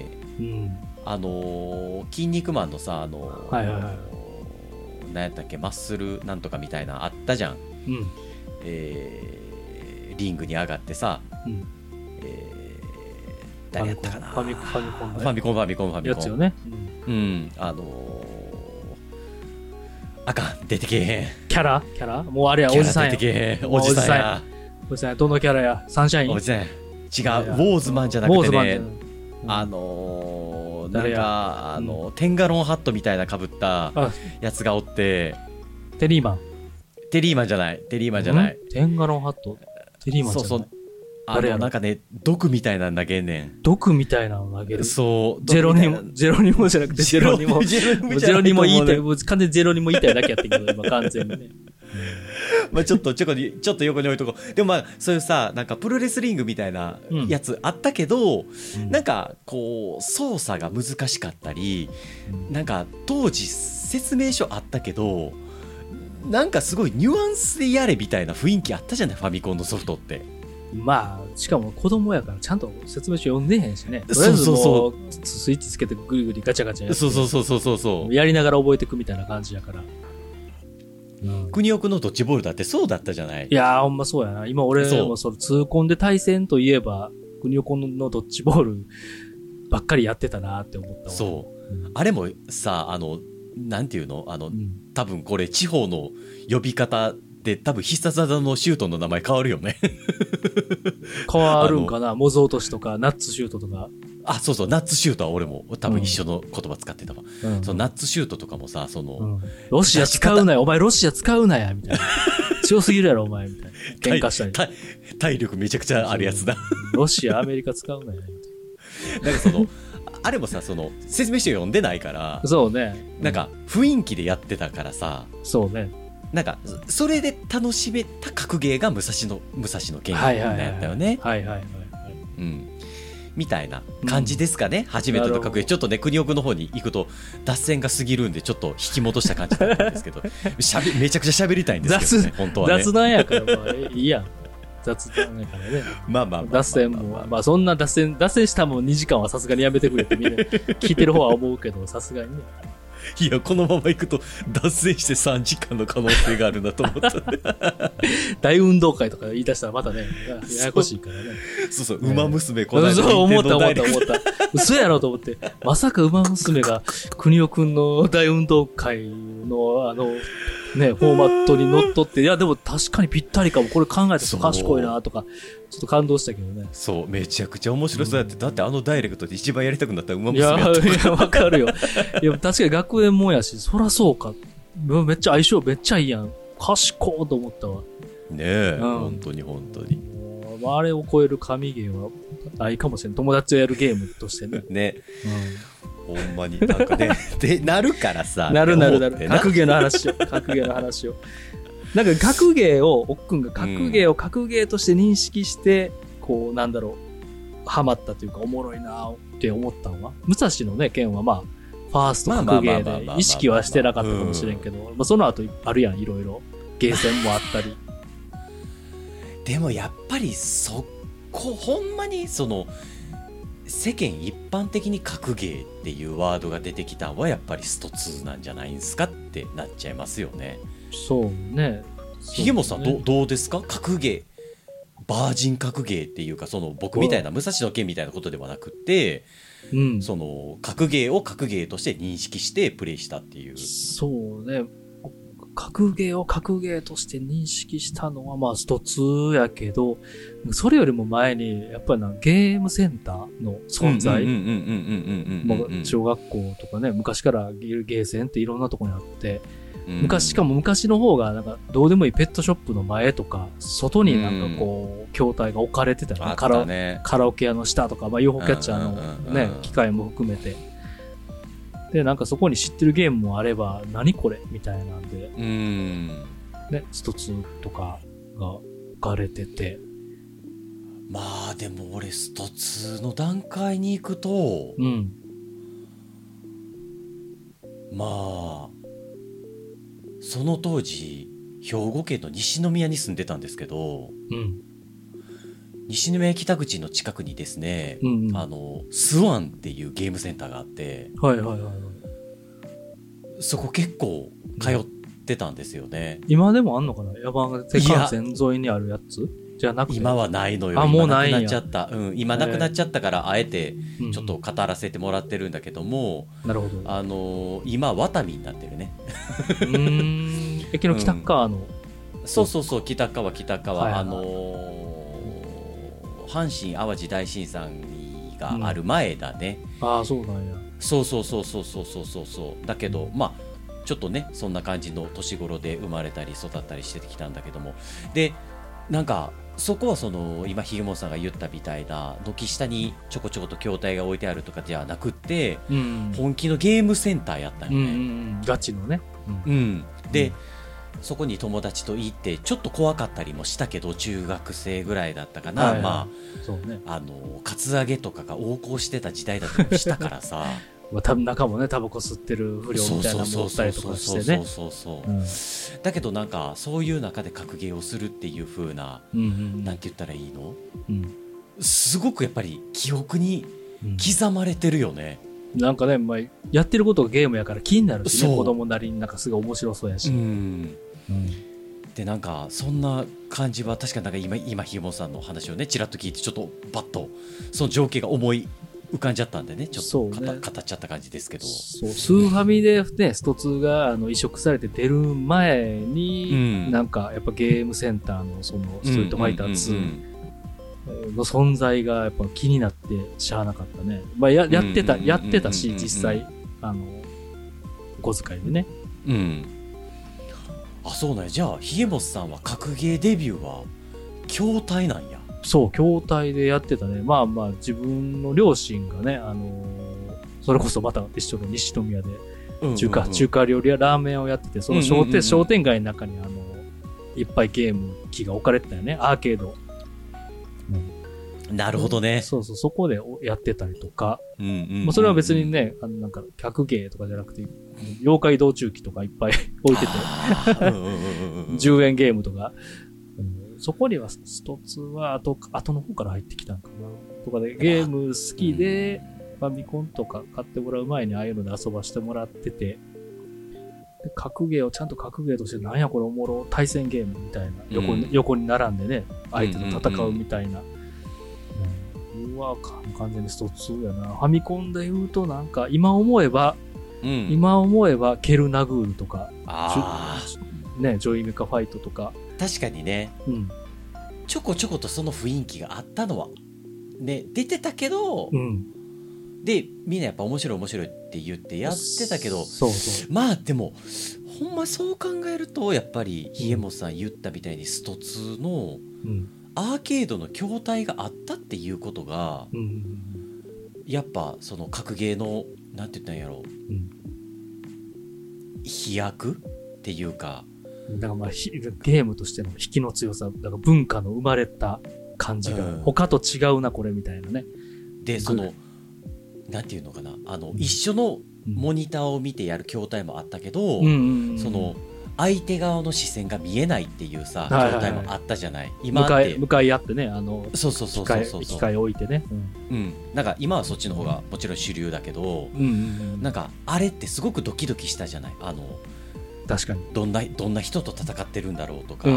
うん、 あのー、筋肉マンのさあのーはいはいはい、 何やったっけマッスルなんとかみたいなあったじゃん、 うんえー、リングに上がってさ、うんえー誰やったかなファミコンファミコンファミコンファミコンファミコンやつよね、 うん、うん、あのー、あかん出てけへんキャラキャラもうあれやおじさんや出てけへんおじさんやおじさんやどのキャラやサンシャインおじさんや違うウォーズマンじゃなくてね、うん、あのー、なんかあのーうん、テンガロンハットみたいな被ったやつがおってテリーマンテリーマンじゃないテリーマンじゃないテンガロンハットテリーマンじゃないそうそうあのなんかね毒みたいなの投げんねん毒みたいなの投げるそうジェロニモジェロニモじゃなくてジェロニモジェロニモ言いたい完全にジェロニモ言いたいだけやったけど今完全にねまあちょっとちょっとちょっと横に置いとこう。でもまあそういうさなんかプロレスリングみたいなやつあったけど、うん、なんかこう操作が難しかったり、うん、なんか当時説明書あったけどなんかすごいニュアンスでやれみたいな雰囲気あったじゃないファミコンのソフトって。 まあしかも子供やからちゃんと説明書読んでへんしね。とりあえずもうそうそうそうスイッチつけてグリグリガチャガチャやってそうそうそうそうそうそうやりながら覚えていくみたいな感じやから。 うん、国尾くんのドッジボールだってそうだったじゃない。 いやーほんまそうやな。今俺もその痛恨で対戦といえば国尾くんのドッジボールばっかりやってたなって思ったわ。 そう、うん、あれもさあのなんていうのあの、うん、多分これ地方の呼び方で多分必殺技のシュートの名前変わるよね変わるんかな模造落としとかナッツシュートとか。 あそうそうナッツシュートは俺も多分一緒の言葉使ってたわ、うん、そのナッツシュートとかもさその、うん、 ロシア使うなよお前ロシア使うなやみたいな強すぎるやろお前みたいな喧嘩したり体, 体力めちゃくちゃあるやつだロシアアメリカ使うなやみたいななんかそのあれもさその説明書読んでないからそうね、 うん、なんか雰囲気でやってたからさそうねなんかそれで楽しめた格ゲーが武蔵野武蔵野剣なんやったよね。 はいはいはい、 うん、みたいな感じですかね、うん、初めての格ゲー。ちょっとね国尾くんの方に行くと脱線が過ぎるんでちょっと引き戻した感じだったんですけどしゃべめちゃくちゃ喋りたいんですけどね本当はね。 雑談やから、まあ、いいやん雑談やからね。 まあまあまあ脱線もまあそんな脱線脱線したもんにじかんはさすがにやめてくれってみんな聞いてる方は思うけどさすがにね。 いやこのまま行くと脱線してさんじかんの可能性があるなと思った大運動会とか言い出したらまたねややこしいからね。 そうそう、馬娘こないだそう思った思った思った嘘やろと思ってまさか馬娘が国尾くんの大運動会のあのねフォーマットにのっとっていやでも確かにぴったりかもこれ考えたら賢いなとかちょっと感動したけどね。 そうめちゃくちゃ面白そうやって、うん、だってあのダイレクトで一番やりたくなったら馬娘やった。いやいやわかるよいや確かに学園もやしそらそうかめっちゃ相性めっちゃいいやん賢いと思ったわねえ、うん、本当に本当にあれを超える神ゲーはないかもしれん友達とやるゲームとしてねね、うん、ほんまになんかねでなるからさなるなるなる格ゲーの話を格ゲーの話をなんか格ゲーをおっくんが格ゲーを格ゲーとして認識して、うん、こうなんだろうハマったというかおもろいなって思ったのは武蔵のね剣はまあファースト格ゲーで意識はしてなかったかもしれんけど、まあその後あるやんいろいろゲーセンもあったりでもやっぱりそこほんまにその世間一般的に格ゲーっていうワードが出てきたのはやっぱりストツーなんじゃないんですかってなっちゃいますよね。 そうね。 ひげもさん、ね、ど, どうですか格ゲーバージン格ゲーっていうか、その僕みたいな武蔵の剣みたいなことではなくて、うん、その格ゲーを格ゲーとして認識してプレイしたっていう。 そうね。格ゲーを格ゲーとして認識したのはまあ一つやけど、それよりも前にやっぱりなゲームセンターの存在、小学校とかね、昔からゲーセンっていろんなところにあって、昔、しかも昔の方がなんかどうでもいいペットショップの前とか外になんかこう筐体が置かれてたら、ね、カラ、カラオケ屋の下とか、まあ、ユーフォー キャッチャーのね機械も含めて。で、なんかそこに知ってるゲームもあれば、何これみたいなんで、うん、ね、一つとかが置かれてて。 まあでも俺一つの段階に行くと、うん、まあ、その当時、兵庫県の西宮に住んでたんですけど、うん、西宮北口の近くにですね、うんうん、あのスワンっていうゲームセンターがあって、はいはいはいはい、そこ結構通ってたんですよね。 うん、今でもあんのかな？山手幹線沿いにあるやつじゃなくて。 今はないのよ。 あ、もうないんや。 今なくなっちゃった。うん、今なくなっちゃったからあえてちょっと語らせてもらってるんだけども、 うん、なるほど。 あのー、今ワタミになってるね。 うーん、駅の北側の、 うん、そうそうそう、北側北側、はいはい、あのー。阪神・淡路大震災がある前だね。 うん、ああ、そうなんや。 そうそうそうそうそうそうそうそうだけど、まあちょっとねそんな感じの年頃で生まれたり育ったりしてきたんだけども、でなんかそこはその今ひげもさんが言ったみたいな軒下にちょこちょこと筐体が置いてあるとかじゃなくって、うん、本気のゲームセンターやったよね。うんうん、 ガチのね。 うん、うん、で、うん、そこに友達と行ってちょっと怖かったりもしたけど、中学生ぐらいだったかな、はいはい、まあそうね、あのカツアゲとかが横行してた時代だったりしたからさまあ、多分中もねタバコ吸ってる不良みたいなの持ったりとかしてね。 そうそうそうそう、うん、だけどなんかそういう中で格ゲーをするっていう風な、うんうんうん、なんて言ったらいいの、うん、すごくやっぱり記憶に刻まれてるよね。 うん、なんかね、まあ、やってることがゲームやから気になるしね、子供なりになんかすごい面白そうやし、うんうん、でなんかそんな感じは確かになんか今今ひげもさんの話をねちらっと聞いてちょっとバッとその情景が思い浮かんじゃったんでね、ちょっと、ね、語っちゃった感じですけど、 そうスーファミでねストツーがあの移植されて出る前に、うん、なんかやっぱゲームセンターのそのストリートファイターツーの存在がやっぱ気になってしゃあなかったね。まあややってたやってたし実際あのお小遣いでね。うん。 あ、そうなんや。じゃあひげもさんは格ゲーデビューは筐体なんや。 そう、筐体でやってたね。まあまあ、自分の両親がね、あのー、それこそまた一緒の西宮で、中華、うんうんうん、中華料理やラーメンをやってて、その商店、うんうんうん、商店街の中に、あのー、いっぱいゲーム機が置かれてたよね、アーケード。 うん、なるほどね。 そうそう、そこでやってたりとか、うんうんうんうん、まあ、それは別にね、あの、なんか、客ゲーとかじゃなくて、妖怪道中機とかいっぱい置いてて、じゅうえんゲームとか、そこには一つは後、後の方から入ってきたんかな。とかで、ゲーム好きで、ファミコンとか買ってもらう前にああいうので遊ばしてもらってて、で格ゲーをちゃんと格ゲーとして、なんやこれおもろ、対戦ゲームみたいな、横に、うん、横に並んでね、相手と戦うみたいな。うんうんうん、うわ、完全に一つやな。ファミコンで言うとなんか、今思えば、うん、今思えば、ケルナグールとか、ね、ジョイメカファイトとか、 確かにね、うん、ちょこちょことその雰囲気があったのはね出てたけど、うん、でみんなやっぱ面白い面白いって言ってやってたけど、そうそうまあでもほんまそう考えるとやっぱりひげもさん言ったみたいにストツーのアーケードの筐体があったっていうことが、うん、やっぱその格ゲーのなんて言ったんやろう、うん、飛躍っていうか。 だからまあゲームとしての引きの強さ、だから文化の生まれた感じが、うん、他と違うなこれみたいなね。 でそのなんていうのかな、あの、うん、一緒のモニターを見てやる筐体もあったけど、うん、その相手側の視線が見えないっていうさ筐体もあったじゃない。 今って向かい合ってね、あのそうそうそうそうそう機械置いてね、 うん、うん、なんか今はそっちの方がもちろん主流だけど、うんうんうん、なんかあれってすごくドキドキしたじゃない。あの確かにどんなどんな人と戦ってるんだろうとか、 うん、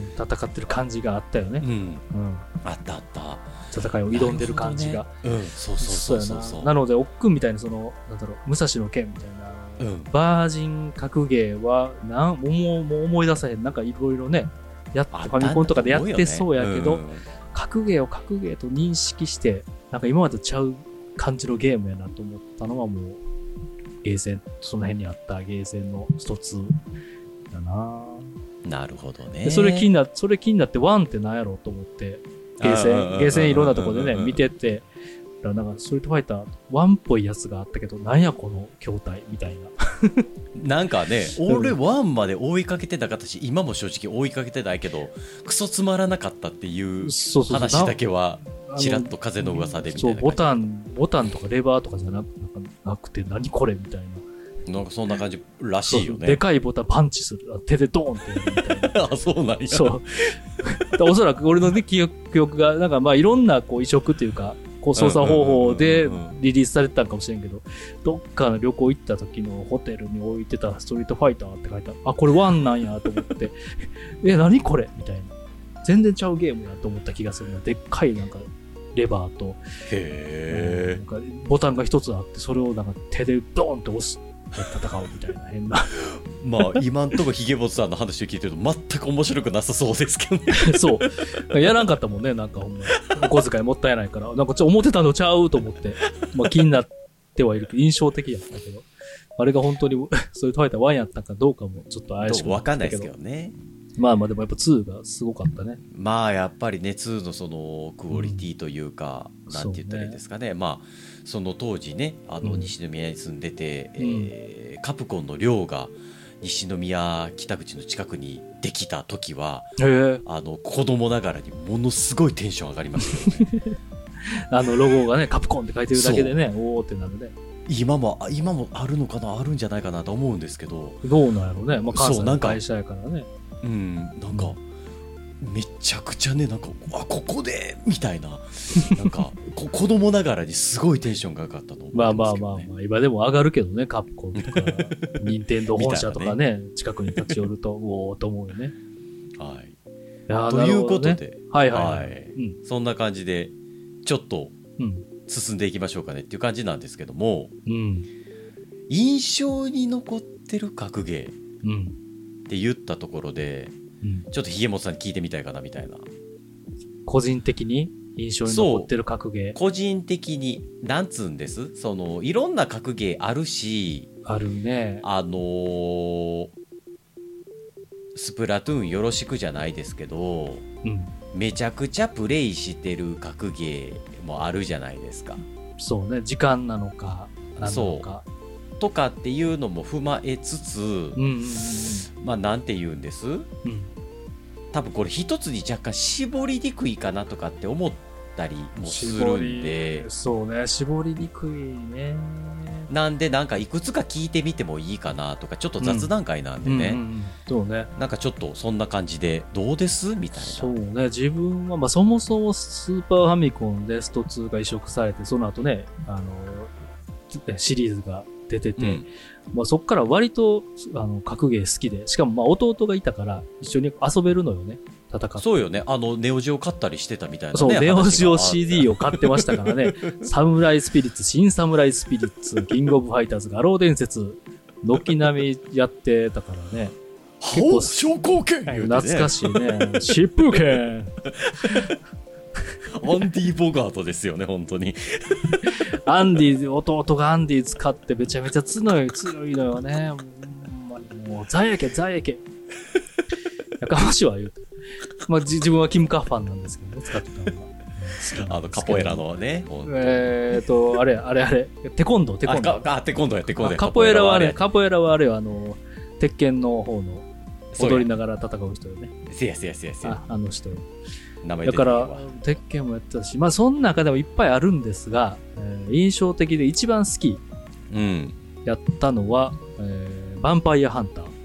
戦ってる感じがあったよね、 うんうん、 あったあった戦いを挑んでる感じが、 ね、うん、そうそうそうそうな, なのでおっくんみたいなそのなんだろう武蔵の剣みたいな、うん、バージン格ゲーはなんもうもう思い出さへんなんかいろいろねやってファミコンとかでやってそうやけど、ねうん、格ゲーを格ゲーと認識してなんか今までとちゃう感じのゲームやなと思ったのはもうゲーセンその辺にあったゲーセンの一つだな。 なるほどね。 でそれ気になそれ気になってワンって何やろうと思ってゲーセンゲーセンいろんなところでね見ててなんかストリートファイターワンっぽいやつがあったけどなんやこの筐体みたいななんかね俺ワンまで追いかけてなかったし今も正直追いかけてないけどクソつまらなかったっていう話だけはちらっと風の噂でみたいな。そうボタンボタンとかレバーとかじゃなくなくて何これみたいな。 なんかそんな感じらしいよね。 でかいボタンパンチする手でドーンってやるみたいな。 あ、そうなんや。 そうおそらく俺の、ね、記憶がなんかまあいろんなこう移植っていうかこう操作方法でリリースされてたんかもしれんけど、どっかの旅行行った時のホテルに置いてたストリートファイターって書いてある。あ、これワンなんやと思ってえ何これみたいな。全然ちゃうゲームやと思った気がするな。でっかいなんかレバーとへなんかボタンが一つあってそれをなんか手でドーンって押す戦うみたいな変なまあ今んとこヒゲボツさんの話を聞いてると全く面白くなさそうですけどねそうやらんかったもんね。なんかほんまお小遣いもったいないからなんかちょっと思ってたのちゃうと思って、まあ、気になってはいるけど印象的やったけどあれが本当にそういうトイレワンやったかどうかもちょっと怪しくなったけど分かんないですけどね。 まあまあでもやっぱツーがすごかったね。 まあやっぱりねツーのそのクオリティというか、うん、なんて言ったらいいですかね。まあその当時ねあの西宮に住んでて、うんえー、カプコンの寮が西宮北口の近くにできた時はあの子供ながらにものすごいテンション上がりましたよねあのロゴがねカプコンって書いてるだけでねおーってなるね。 今も今もあるのかなあるんじゃないかなと思うんですけどどうなんやろうね、まあ、関西の会社やからね。 うんなんか、うん、めちゃくちゃねなんかあここでみたいななんかこ子供ながらにすごいテンションが上がったと思うんですけど、ね、まあまあまあまあ今でも上がるけどねカプコンとか任天堂本社とかね近くに立ち寄るとおおと思うよね。 はいいやということで、 ね、はいはい、はいはいうん、そんな感じでちょっと進んでいきましょうかねっていう感じなんですけども、 うん、 印象に残ってる格ゲー、 うんって言ったところで、うん、ちょっとひげもとさんに聞いてみたいかなみたいな。 個人的に印象に残ってる格ゲー。 個人的になんつうんですそのいろんな格ゲーあるしあるね。 あのー、スプラトゥーンよろしくじゃないですけど、 うん、 めちゃくちゃプレイしてる格ゲーもあるじゃないですか。 そうね時間なのか何なのかとかっていうのも踏まえつつ、うんうんうん、 まあなんて言うんです、うん、多分これ一つに若干絞りにくいかなとかって思ったりもするんでそうね絞りにくいね。 なんでなんかいくつか聞いてみてもいいかなとかちょっと雑談会なんでね、 うんうんうん、そうねなんかちょっとそんな感じでどうですみたいな。 そうね自分は、まあ、そもそもスーパーファミコンでストツーが移植されてその後ねあのシリーズが出てて、うんまあ、そっから割とあの格ゲー好きでしかもまあ弟がいたから一緒に遊べるのよね戦って。 そうよねあのネオジオ買ったりしてたみたいなね。 そうネオジオ シーディー を買ってましたからねサムライスピリッツ新サムライスピリッツキングオブファイターズ画廊伝説軒並みやってたからね。 結構昇降拳、ね、 懐かしいね疾風拳アンディ・ボガートですよね本当にアンディ弟がアンディ使ってめちゃめちゃ強い強いのよね。もうザエケザエケやかましいわ言うて、まあ、自分はキムカファンなんですけどね使ってたのはあのカポエラのねえーっとあれあれあれテコンドーテコンドーあテコンドーやテコンドーカポエラはあれカポエラはあれはあの鉄拳の方の踊りながら戦う人よね。 せやせやせやせやあ, あの人名前だから鉄拳もやってたしまあその中でもいっぱいあるんですが、えー、印象的で一番好きやったのは、うんえー、ヴァンパイアハンター。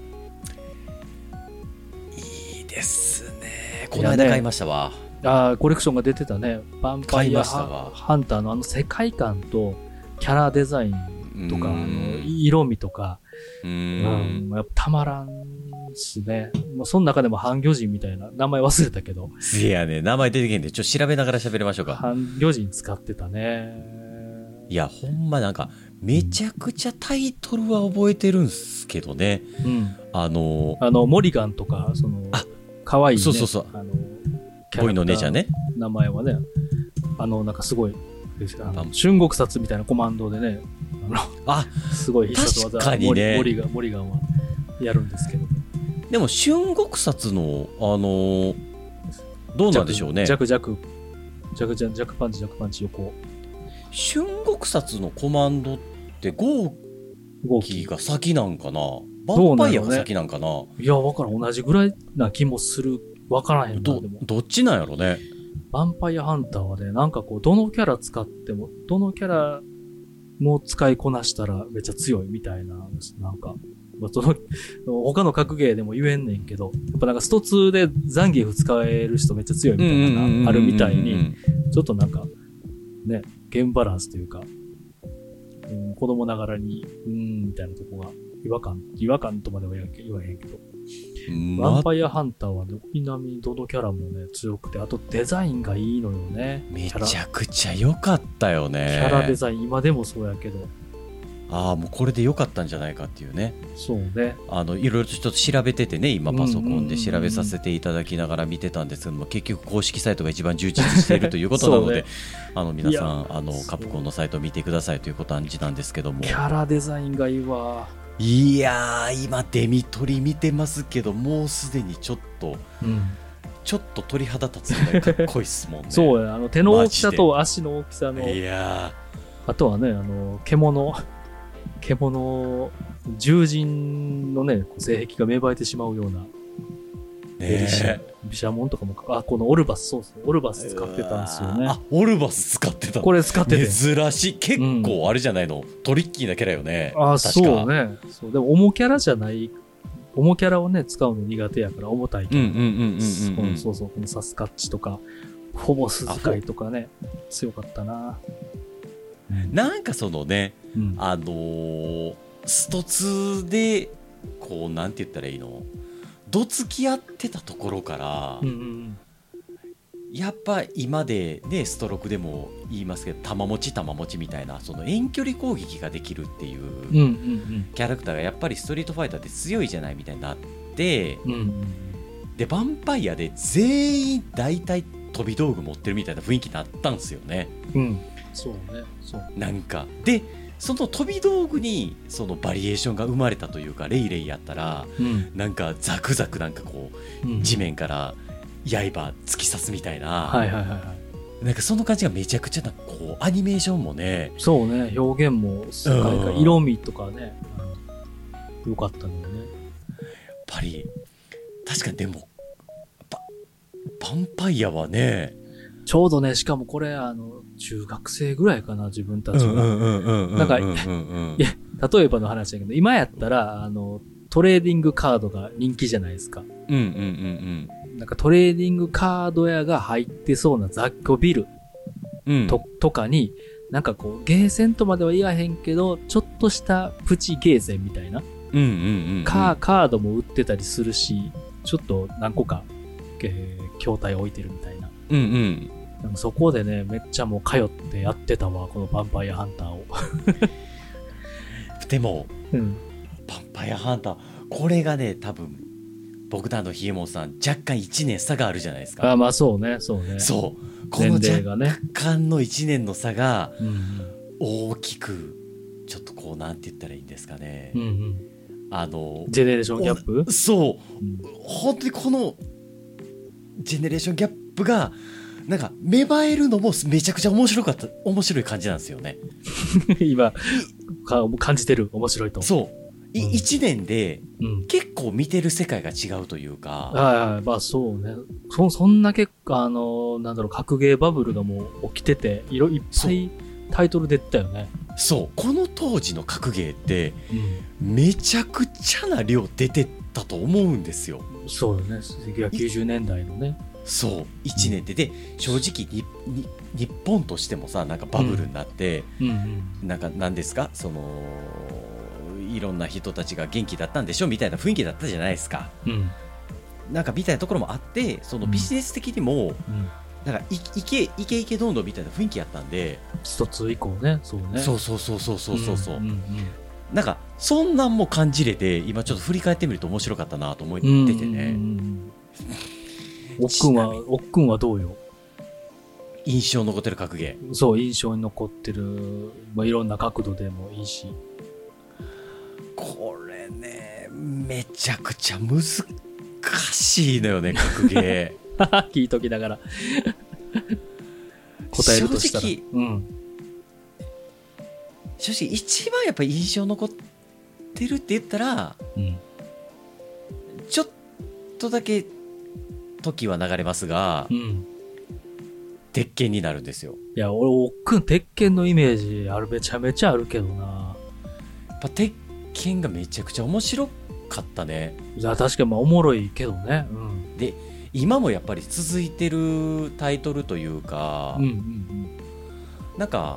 いいですねこの間買いましたわ。 あコレクションが出てたね。ヴァンパイアハンターのあの世界観とキャラデザインとか、 うんあの色味とか、 ううんん。 やっぱたまらんっすね。もうその中でも半魚人みたいな、名前忘れたけど、 せやね、名前出てけんで、ちょっと調べながら喋りましょうか。 半魚人使ってたね。 いや、ほんまなんか、めちゃくちゃタイトルは覚えてるんすけどね。 うん。 あの、 あの、モリガンとか、その、 あ可愛いね。 そうそうそうあの、 ボイの姉ちゃんね。 名前はね、あの、なんかすごい、あのあ春国殺みたいなコマンドでね、 あ、 すごい必殺技確かにねモリガン、モリガンはやるんですけど。 でも、春国殺の、あのーどうなんでしょうね。 弱弱、弱弱、弱パンチ、弱パンチ、横。 春国殺のコマンドって豪動気き。 が先なんかな、バどうンパイアがなのね先なんかな、 いや、わからん。同じぐらいな気もする。わからへんな、 どでも。 どっちなんやろね。 ヴァンパイアハンターはね、なんかこう、どのキャラ使っても、どのキャラも使いこなしたらめっちゃ強いみたいな、なんか、まあ、その、他の格ゲーでも言えんねんけど、やっぱなんかストツーでザンギエフ使える人めっちゃ強いみたいなのがあるみたいに、ちょっとなんか、ね、ゲームバランスというか、うん、子供ながらに、うーん、みたいなとこが、違和感、違和感とまでは言わ言わへんけど、ヴァンパイアハンターは軒並みどのキャラもね、強くて、あとデザインがいいのよね。 めちゃくちゃ良かったよね。 キャラデザイン、今でもそうやけど。 ああ、もうこれで良かったんじゃないかっていうね。 そうね。 あのいろいろとちょっと調べててね、今パソコンで調べさせて。 ていただきながら見てたんですけども、結局公式サイトが一番充実しているということなので、 ね、 あの皆さいんあのカプコンのサイトを見てくださいということなんですけども、 キャラデザインがいいわ。 いやー、今デミトリ見てますけど、もうすでにちょっと、 うん、 ちょっと鳥肌立つぐらいかっこいいっすもんね。 そうや、あの手の大きさと足の大きさの、 いやあとはね、あの獣、獣、獣人のね、性癖が芽生えてしまうような、 ねえ、 ビシャモンとかも、あ、このオルバス、そうそう、オルバス使ってたんですよね。 あ、オルバス使ってた。 これ使ってて。 珍しい。結構あれじゃないの、うん、トリッキーなキャラよね。 あ、そうね。そう。でも、重キャラじゃない、重キャラをね、使うの苦手やから、重たいキャラ。 うんうんうんうんうん。 そうそう、このサスカッチとか、フォボス使いとかね、強かったな。 なんかそのね、 うん、 あのー、ストツーで、こう、なんて言ったらいいの、どつき合ってたところから、 うんうん、 やっぱ今でね、ストロークでも言いますけど、玉持ち玉持ちみたいな、その遠距離攻撃ができるっていうキャラクターがやっぱりストリートファイターって強いじゃないみたいになって、 うんうん、 でヴァンパイアで全員大体飛び道具持ってるみたいな雰囲気になったんですよね。 うん、そうね、そうなんかでその飛び道具にそのバリエーションが生まれたというか、レイレイやったら、うん、なんかザクザクなんかこう、うん、地面から刃突き刺すみたいな、 はいはいはいはい、 なんかその感じがめちゃくちゃな、こうアニメーションもね、 そうね、表現もすごい、色味とかね、よかったのよね。やっぱり確かにでもバンパイアはね、 ちょうどね、しかもこれあの中学生ぐらいかな、自分たちが。なんか、いや、例えばの話だけど、今やったら、あの、トレーディングカードが人気じゃないですか。 うんうんうんうん。 なんかトレーディングカード屋が入ってそうな雑居ビルと、うん、とかに、なんかこう、ゲーセンとまでは言わへんけど、ちょっとしたプチゲーセンみたいな。 うんうんうんうん、 カー、カードも売ってたりするし、ちょっと何個か、えー、筐体置いてるみたいな。 うんうん。 なんかそこでね、めっちゃもう通ってやってたわ、このヴァンパイアハンターを。 でも、 うん、 ヴァンパイアハンター、これがね、多分、僕らのひえもんさん、若干いちねん差があるじゃないですか。 あ、まあそうね、そうね。 そう。この若干のいちねんの差が、大きく、ちょっとこう、なんて言ったらいいんですかね。 うんうん、 あの、 ジェネレーションギャップ？ そう、うん。本当にこの、ジェネレーションギャップが、なんか芽生えるのもめちゃくちゃ面白かった、面白い感じなんですよね。 今感じてる、面白いと。 そう、い、うん、いちねんで結構見てる世界が違うというか、 うん、はいはい、まあそうね、そそんな結構あのなんだろう、格ゲーバブルがもう起きてて、いろいっぱいタイトル出てたよね。 そう、この当時の格ゲーって、うん、めちゃくちゃな量出てたと思うんですよ。 そうよね、せんきゅうひゃくきゅうじゅうねんだいのね。 そういちねんでで正直にに日本としてもさなんかバブルになって、うんうんうん、なんか何ですかそのいろんな人たちが元気だったんでしょみたいな雰囲気だったじゃないですか、うん、なんかみたいなところもあってそのビジネス的にも、うんうん、なんかいいけいけいけどんどんみたいな雰囲気やったんで一つ以降ねそうねそうそうそうそうそうそうそう、うんうんうん、なんかそんなんも感じれて今ちょっと振り返ってみると面白かったなと思っててね、うんうんうんおっくんは、おっくんはどうよ印象残ってる格ゲーそう印象に残ってる、まあ、いろんな角度でもいいしこれねめちゃくちゃ難しいのよね格ゲー聞いときながら答えるとしたら正直、うん、正直一番やっぱり印象残ってるって言ったら、うん、ちょっとだけ時は流れますが、うん、鉄拳になるんですよ。 いや俺おっくん鉄拳のイメージあるめちゃめちゃあるけどなやっぱ鉄拳がめちゃくちゃ面白かったね。 いや確かにまあおもろいけどね、うん、 で今もやっぱり続いてるタイトルというか、うんうんうん、なんか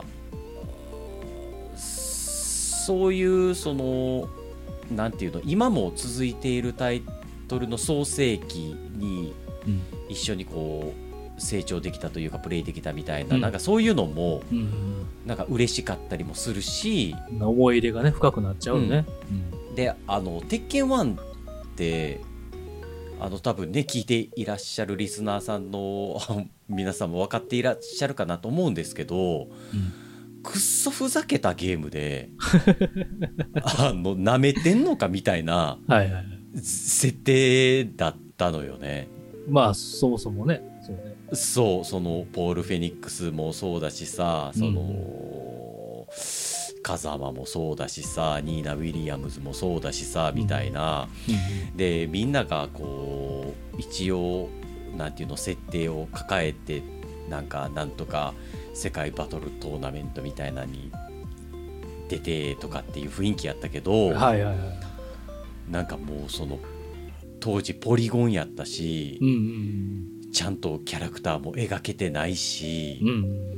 そういうそのなんていうの今も続いているタイトルの創世期に一緒にこう成長できたというかプレイできたみたいな、うん、なんかそういうのもなんか嬉しかったりもするし、 うん、思い入れがね深くなっちゃうね、 うん、であの鉄拳ワンってあの多分ね聞いていらっしゃるリスナーさんの皆さんも分かっていらっしゃるかなと思うんですけど、うん、くっそふざけたゲームであの舐めてんのかみたいな設定だったのよね。 まあそもそもねそうねそうそのポール・フェニックスもそうだしさその、うん、風間もそうだしさニーナ・ウィリアムズもそうだしさみたいな、うん、でみんながこう一応なんていうの設定を抱えてなんかなんとか世界バトルトーナメントみたいなに出てとかっていう雰囲気やったけど、はいはいはい、なんかもうその当時ポリゴンやったし、うんうんうん、ちゃんとキャラクターも描けてないし、うんうん、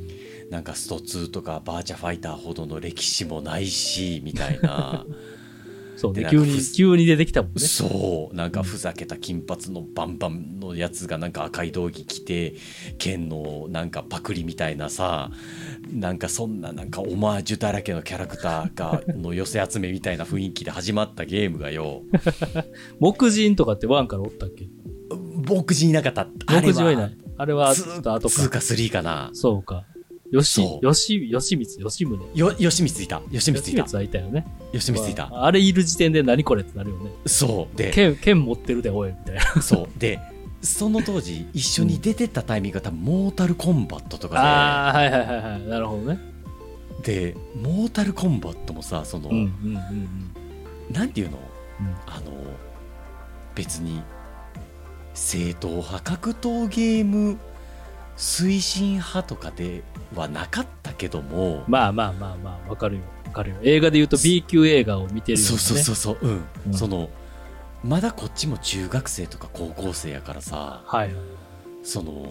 なんかストツーとかバーチャファイターほどの歴史もないしみたいなそうね急に急に出てきたもんね。 そうなんかふざけた金髪のバンバンのやつがなんか赤い道着着て剣のなんかパクリみたいなさなんかそんななんかオマージュだらけのキャラクターがの寄せ集めみたいな雰囲気で始まったゲームがよ木人とかってワンからおったっけ？ 木人いなかった。 木人はいない。あれはちょっと後かツーかスリーかな。 そうか。よし、よし、よしみつ、よしむね。 よ、よしみついた。よしみついた。 よしみつはいたよね。 よしみついた。 あれいる時点で何これってなるよね。 そう。で、 剣、剣持ってるで、おい、みたいな。 そう。で、その当時、一緒に出てたタイミングが多分、モータルコンバットとかで。 ああ、はいはいはいはい。なるほどね。 で、モータルコンバットもさ、その、うんうんうんうん、なんていうの、うん、あの、別に、正統派格闘ゲーム推進派とかではなかったけどもまあまあまあまあわかるよわかるよ映画で言うと B 級映画を見てるよね。 そうそうそうそううん、うん、そのまだこっちも中学生とか高校生やからさ、はい、その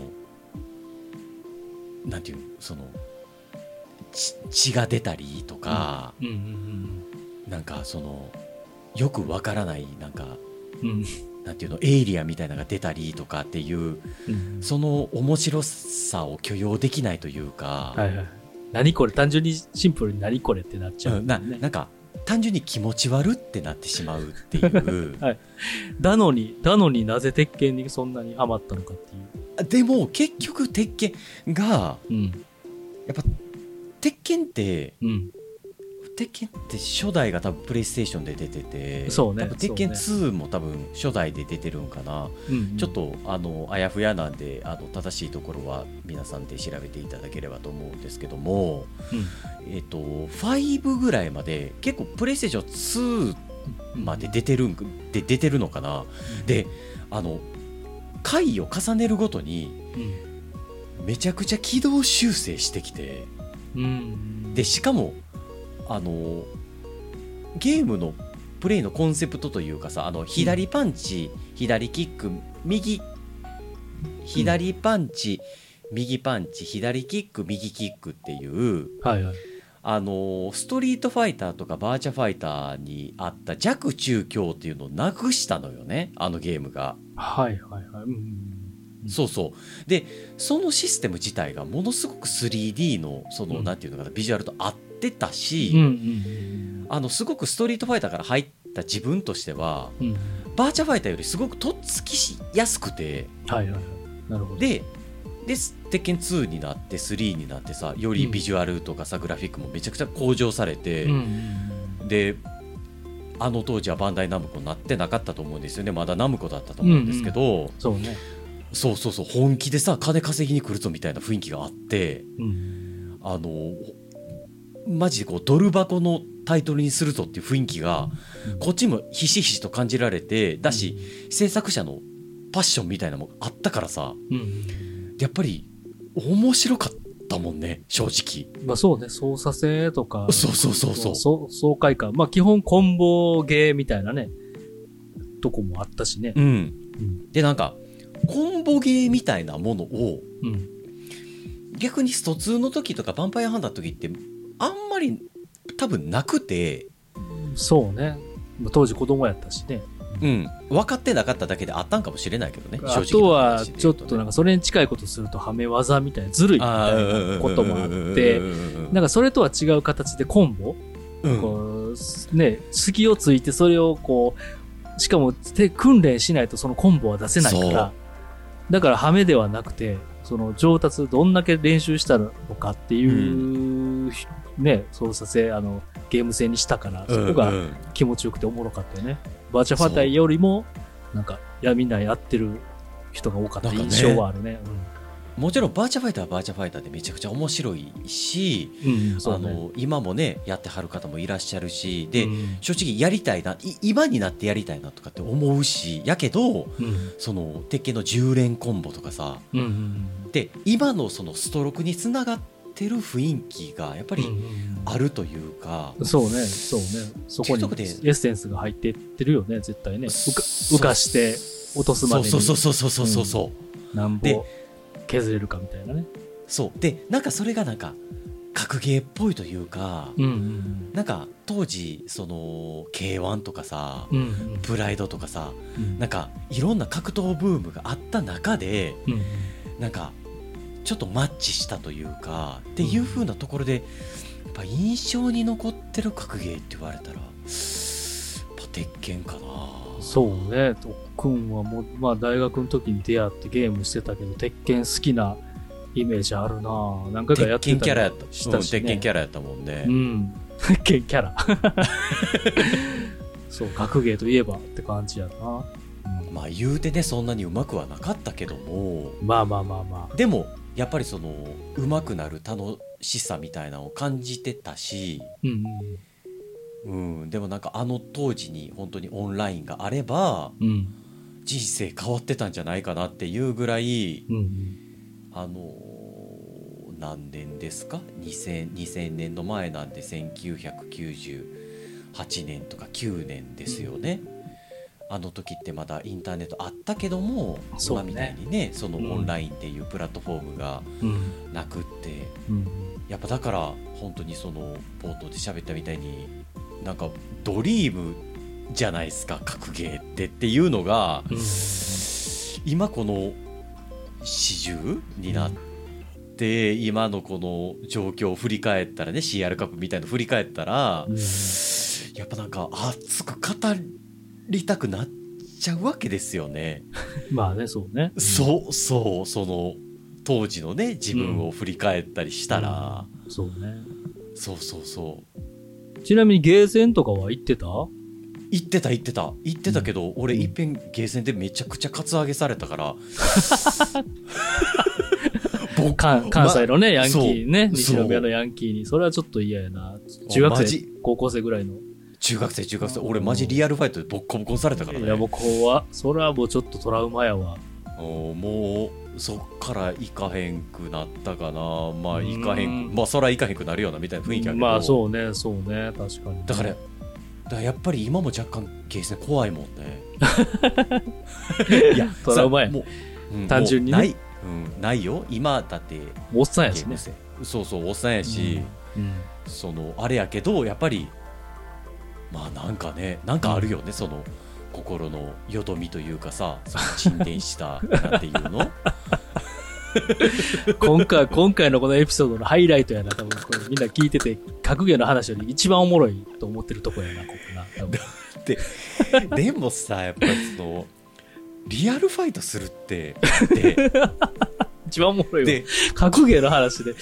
なんていうその血が出たりとか、うんうんうんうん、なんかそのよくわからないなんか、うんなんていうのエイリアンみたいなのが出たりとかっていう、うん、その面白さを許容できないというか、はいはい、 何これ単純にシンプルに何これってなっちゃう、 うん、な, なんか単純に気持ち悪ってなってしまうっていう、はい、 だのにだのになぜ鉄拳にそんなにハマったのかっていう。 でも結局鉄拳が、うん、やっぱ鉄拳って、うん鉄拳って初代が多分プレイステーションで出てて、そうね、多分鉄拳ツーも多分初代で出てるんかな、うんうん、ちょっとあのあやふやなんであの正しいところは皆さんで調べていただければと思うんですけども、うん、えっとごぐらいまで結構プレイステーションツーまで出てるんで出てるのかな、うん、であの回を重ねるごとに、うん、めちゃくちゃ軌道修正してきて、うん、でしかもあのゲームのプレイのコンセプトというかさあの左パンチ、うん、左キック右左パンチ、うん、右パンチ、左キック、右キックっていう、 はいはい、 あのストリートファイターとかバーチャファイターにあった弱中強っていうのをなくしたのよね、あのゲームが。 はいはいはい、うん、 そうそう。でそのシステム自体がものすごく スリーディー のその、うん、なんていうのかな、ビジュアルと合ってたし、うんうんうん、あのすごくストリートファイターから入った自分としては、うん、バーチャファイターよりすごくとっつきしやすくて、はいはいはい、なるほど。でで鉄拳ツーになってスリーになってさ、よりビジュアルとかさ、うん、グラフィックもめちゃくちゃ向上されて、うんうん、であの当時はバンダイナムコになってなかったと思うんですよね。まだナムコだったと思うんですけど、うんうん、そうね、そうそうそう、本気でさ金稼ぎに来るぞみたいな雰囲気があって、うん、あのマジでこうドル箱のタイトルにするぞっていう雰囲気が、うん、こっちもひしひしと感じられてだし、うん、制作者のパッションみたいなのもあったからさ、うん、やっぱり面白かったもんね、正直。まあそうね、操作性とか、そうそうそうそう、そう爽快感、まあ基本コンボゲーみたいなねとこもあったしね。うん。うん、でなんかコンボゲーみたいなものを、うん、逆にストツーの時とかヴァンパイアハンターの時ってあんまり多分なくて、そうね、当時子供やったしね。うん、分かってなかっただけであったんかもしれないけどね、正直。あとはちょっとなんかそれに近いことするとはめ技みたいなずるいみたいなこともあって、なんかそれとは違う形でコンボ、うん、こうね、隙をついてそれをこうしかも訓練しないとそのコンボは出せないから、だからはめではなくてその上達どんだけ練習したのかっていう、うん、ね、操作性あのゲーム性にしたから、そこが気持ちよくておもろかったよね。バーチャファイターよりもなんかいやみんなやってる人が多かった印象はあるね。うん、もちろんバーチャファイターはバーチャファイターでめちゃくちゃ面白いし、うんそうね、あの今もねやってはる方もいらっしゃるしで、うん、正直やりたいな、今になってやりたいなとかって思うし、やけど、うん、その鉄拳のじゅう連コンボとかさ、うんうんうん、で今のそのストロークにつながってる雰囲気がやっぱりあるというか、うんうん、そうねそうね、そこにエッセンスが入ってってるよね絶対ね。浮かして落とすまでにそうそうそうそうそうそうそう、うん、なんぼ削れるかみたいなね。そうでなんかそれがなんか格ゲーっぽいというか、うんうんうん、なんか当時その ケーワン とかさ、うんうん、プライドとかさ、うん、なんかいろんな格闘ブームがあった中で、うんうん、なんかちょっとマッチしたというかっていう風なところで、やっぱ印象に残ってる格ゲーって言われたらやっぱ鉄拳かな。そうね、特訓はもう、まあ、大学の時に出会ってゲームしてたけど鉄拳好きなイメージあるな。何回かやってたりしたし、ね、鉄拳キャラやった、うん、鉄拳キャラやったもんね。うん、鉄拳キャラそう格ゲーといえばって感じやな。うん、まあ言うてねそんなにうまくはなかったけども、まあまあまあまあでもやっぱりその上手くなる楽しさみたいなのを感じてたし、うんうんうん、でもなんかあの当時に本当にオンラインがあれば、うん、人生変わってたんじゃないかなっていうぐらい、うんうん、あの何年ですか にせん, にせんねんの前なんでせんきゅうひゃくきゅうじゅうはちねんとかきゅうねんですよね。うんあの時ってまだインターネットあったけども、今みたいにねそのオンラインっていうプラットフォームがなくって、うんうん、やっぱだから本当にその冒頭で喋ったみたいになんかドリームじゃないですか格ゲーってっていうのが、うん、今この四十になって、うん、今のこの状況を振り返ったらね シーアール カップみたいなの振り返ったら、うん、やっぱなんか熱く語りたくなっちゃうわけですよね。まあねそうね、うん、そうそうその当時のね自分を振り返ったりしたら、うんうん、そうねそうそうそう。ちなみにゲーセンとかは行ってた？行ってた行ってた行ってたけど、うん、俺いっぺんゲーセンでめちゃくちゃカツアゲされたから関西のね、ま、ヤンキーね西宮のヤンキーにそれはちょっと嫌やな。中学生高校生ぐらいの中学生中学生俺マジリアルファイトでボッコボコにされたからね。いやもう怖っ。それはもうちょっとトラウマやわ。おもうそっから行かへんくなったかな。まあ行かへんまあそら行かへんくなるようなみたいな雰囲気あるけど、まあそうねそうね確かに。だからだからやっぱり今も若干ゲーセン怖いもんねいやトラウマやもううん、 単純にね。 ない、うん、ないよ。今だって。 おっさんやしね。 そうそう、おっさんやし、うんうん、その、あれやけど、やっぱり、まあなんかね、なんかあるよね、うん、その、心のよどみというかさ、その沈殿した、なんていうの今回、今回のこのエピソードのハイライトやな、多分これみんな聞いてて、格言の話より一番おもろいと思ってるとこやな、ここな。多分で, でもさ、やっぱりその、リアルファイトするって、で一番おもろいわ。格言の話で。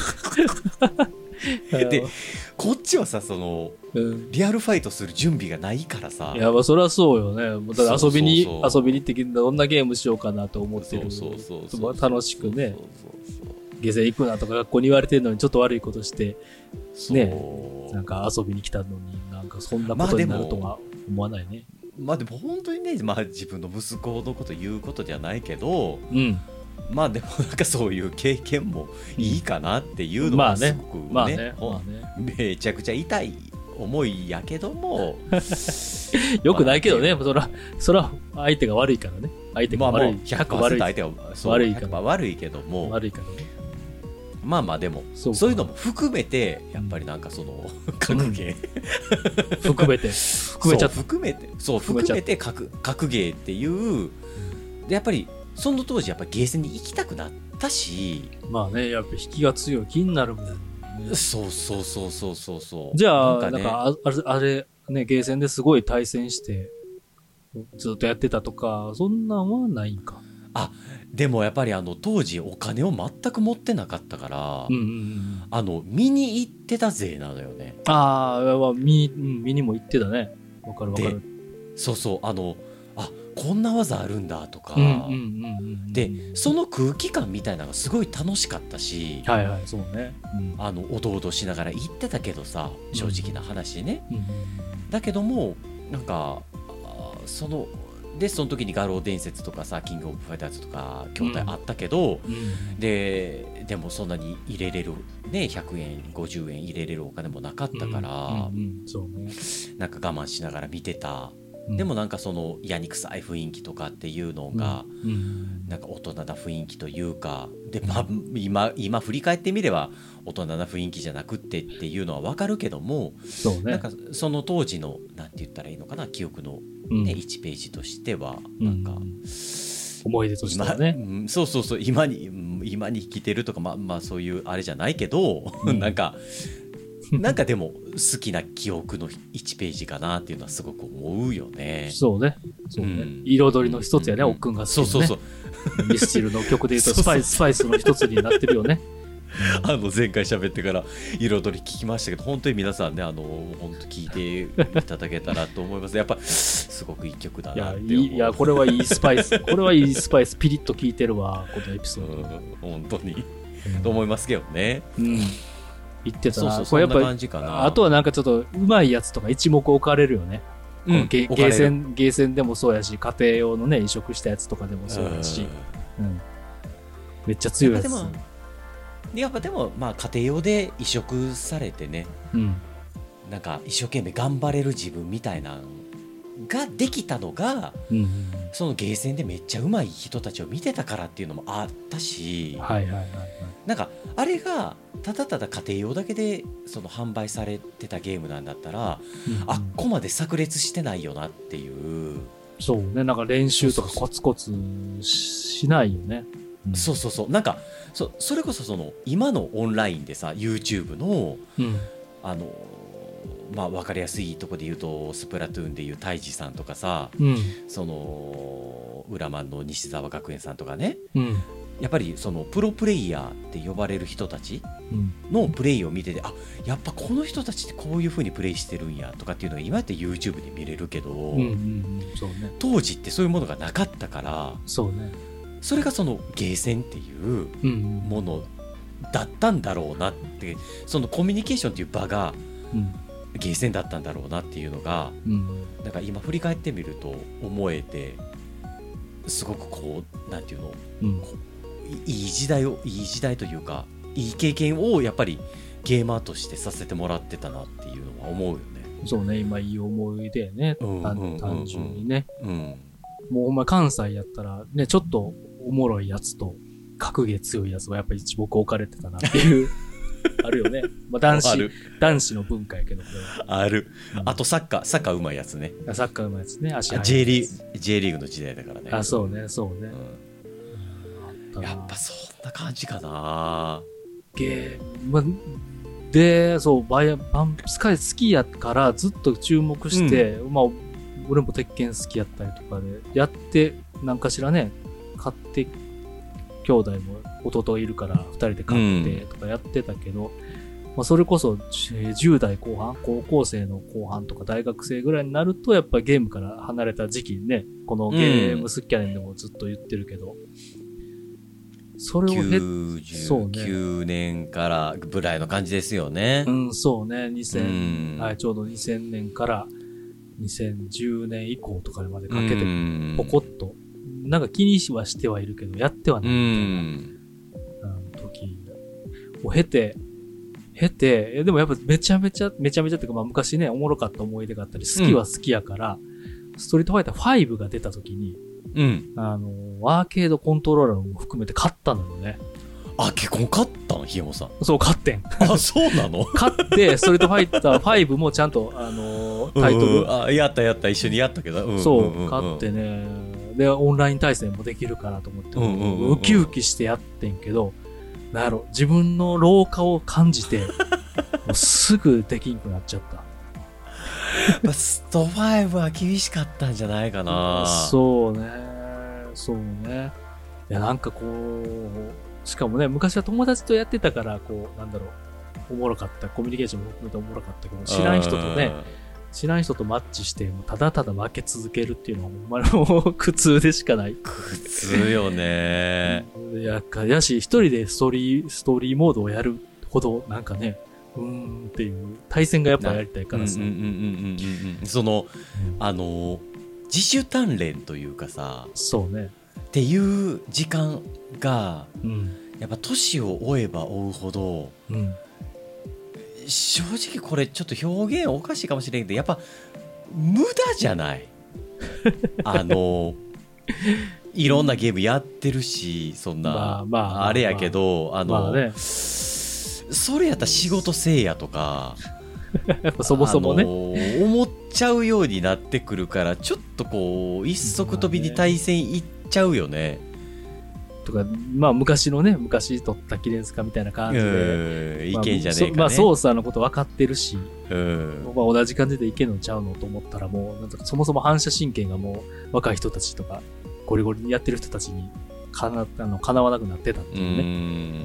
で、こっちはさ、その、うん、リアルファイトする準備がないからさ。 いや、まあ、そりゃそうよね。だから遊びに、そうそうそう、遊びに行ってどんなゲームしようかなと思ってる。そうそうそうそう、楽しくね。ゲーセン行くなとか学校に言われてるのにちょっと悪いことして、ね。なんか遊びに来たのに、なんかそんなことになるとは思わないね。 まあでも、まあ、でも本当にね、まあ自分の息子のこと言うことじゃないけど、 うん。 まあでもなんかそういう経験もいいかなっていうのはすごくね、まあねまあね、めちゃくちゃ痛い思いやけどもよくないけどね、まあ、そらそら相手が悪いからね、相手が悪い、まあ、もうひゃくパーセント相手が悪いから悪いけども、 悪いからね、 まあまあでもそう、そういうのも含めてやっぱりなんかその格ゲー、 うん、含めて含めちゃった含めてそう含めて格格ゲーっていうでやっぱりその当時やっぱゲーセンに行きたくなったし、 まあね、やっぱ引きが強い気になるもんね。 そうそうそうそうそうそう。 じゃあなんか、ね、なんかあれあれね、ゲーセンですごい対戦してずっとやってたとかそんなんはないんか。 あ、でもやっぱりあの当時お金を全く持ってなかったから、 うんうんうん、 あの見に行ってたぜなのよね。 ああ、見、うん、見にも行ってたね。わかるわかる。 そうそう、あのあこんな技あるんだとか、でその空気感みたいなのがすごい楽しかったし、 はいはい、そうね、 うん、あのおどおどしながら行ってたけどさ、正直な話ね、 うんうん、 だけどもなんかそのでその時に画廊伝説とかさ、キングオブファイターズとか筐体あったけど、 うんうん、 ででもそんなに入れれるね、ひゃくえんごじゅうえん入れれるお金もなかったから、 うんうんうん、そうね、 なんか我慢しながら見てた。でもなんかそのやにくさい雰囲気とかっていうのがなんか大人な雰囲気というかで、まあ、今, 今振り返ってみれば大人な雰囲気じゃなくってっていうのは分かるけども、 そうね、 なんかその当時のなんて言ったらいいのかな、記憶の、ね、うん、いちページとしてはなんか、うん、 思い出としてはね、 今、そうそうそう、今に今に生きてるとか、まあまあそういうあれじゃないけど、うん、なんかなんかでも好きな記憶のいちページかなっていうのはすごく思うよね。 そうね。そうね。うん、彩りの一つやね、おっくんが好きなね。そうそうそう。ミスチルの曲で言うとスパイス、スパイスの一つになってるよね。 あの前回喋ってから彩り聞きましたけど、本当に皆さんね、あの本当聞いていただけたらと思います。やっぱすごくいい曲だなって思う。 いや、いやこれはいいスパイス。これはいいスパイス。ピリッと聞いてるわ、このエピソード。 うん、本当に、うん、と思いますけどね。 うん。言ってたな。 そうそう、これやっぱそんな感じかな。 あとはなんかちょっとうまいやつとか一目置かれるよね。うん、ゲ, ゲーセンゲーセンでもそうやし、家庭用のね移植したやつとかでもそうやし、うん、めっちゃ強いやつ。 やっぱでもまあ家庭用で移植されてね、 うん、 なんか一生懸命頑張れる自分みたいなができたのが、 うんうん、 そのゲーセンでめっちゃうまい人たちを見てたからっていうのもあったし、 はいはいはいはい、 なんかあれがただただ家庭用だけでその販売されてたゲームなんだったら、うんうん、あっこまで炸裂してないよなっていう。 そうね、なんか練習とかコツコツしないよね。 うん、そうそうそう、なんか そ, それこそその今のオンラインでさ YouTube の、 うん、 あのまあ分かりやすいところで言うとスプラトゥーンでいうタイジさんとかさ、 うん、 その裏マンの西澤学園さんとかね、 うん、 やっぱりそのプロプレイヤーって呼ばれる人たちのプレイを見てて、あ、やっぱこの人たちってこういう風にプレイしてるんやとかっていうのが今やって YouTube で見れるけど、 うんうんうん、そうね、 当時ってそういうものがなかったから、 そうね、 それがそのゲーセンっていうものだったんだろうなって、そのコミュニケーションっていう場がゲーセンだったんだろうなっていうのが、 うん、 なんか今振り返ってみると思えて、すごくこうなんていうの、 うん、 いい時代をいい時代というかいい経験をやっぱりゲーマーとしてさせてもらってたなっていうのは思うよね。 そうね、今いい思い出ね、うんうんうんうん、単純にね、 うん、 もうほんま関西やったらね、ちょっとおもろいやつと格ゲー強いやつはやっぱり一目置かれてたなっていうあるよね。まあ男子男子の文化やけどこれはある、 うん、 あとサッカーサッカーうまいやつね。 サッカーうまいやつね。足速いやつ。 J リーグ J リーグの時代だからね。 あ、そうねそうね、 うん、やっぱそんな感じかな。 ゲーム、まあ、でそうバイアバンスカイ好きやからずっと注目して、うん、まあ俺も鉄拳好きやったりとかでやってなんかしらね買って兄弟も弟いるからふたりで買ってとかやってたけど、うんまあ、それこそじゅう代後半高校生の後半とか大学生ぐらいになるとやっぱゲームから離れた時期にねこのゲーム好きやねんでもずっと言ってるけど、うん、それを経てきゅうじゅうきゅうねんからぐらいの感じですよね。 うんそうねにせん、 うんはい、ちょうどにせんねんからにせんじゅうねん以降とかまでかけてポコッとなんか気にはしてはいるけどやってはないみたいな、うん時を経て経てでもやっぱめちゃめちゃめちゃめちゃっていうかまあ昔ねおもろかった思い出があったり好きは好きやから、うん、ストリートファイターファイブが出た時に、うん、あのアーケードコントローラーも含めて買ったのよね。 あ、結婚買ったのひやもさん。 そう買ってん。 あ、そうなの買ってストリートファイターファイブもちゃんとあのタイトル、 うんうん、あやったやった一緒にやったけど、うん、 そう、うんうんうん、買ってねでオンライン対戦もできるかなと思って、うんうんうんうん、ウキウキしてやってんけどなんやろ自分の老化を感じてもうすぐできんくなっちゃったストファイブは厳しかったんじゃないかな。 そうねそうねいやなんかこうしかもね昔は友達とやってたからこうなんだろうおもろかったコミュニケーションも含めておもろかったけど知らん人とね知らん人とマッチしてもうただただ負け続けるっていうのはほんまにもう苦痛でしかない。 苦痛よね。 やかやし一人でストーリーストーリーモードをやるほどなんかねうーんっていう対戦がやっぱやりたいからさ。 その、うん、あの自主鍛錬というかさ。 そうね。 っていう時間が、 うん、 やっぱ年を追えば追うほど。 うん正直これちょっと表現おかしいかもしれんけどやっぱ無駄じゃないあのいろんなゲームやってるしそんな、まあまあ、あれやけど、まあ、あの、まあね、それやったら仕事せいやとかやっぱそもそもね思っちゃうようになってくるからちょっとこう一足飛びに対戦いっちゃうよね。 とかまあ昔のね昔取った記念塚みたいな感じでいけんじゃねえかね。 まあ操作のこと分かってるし、 うんまあ、同じ感じでいけんのちゃうのと思ったらもうなんかそもそも反射神経がもう若い人たちとかゴリゴリにやってる人たちにかなあの叶わなくなってたっていうね。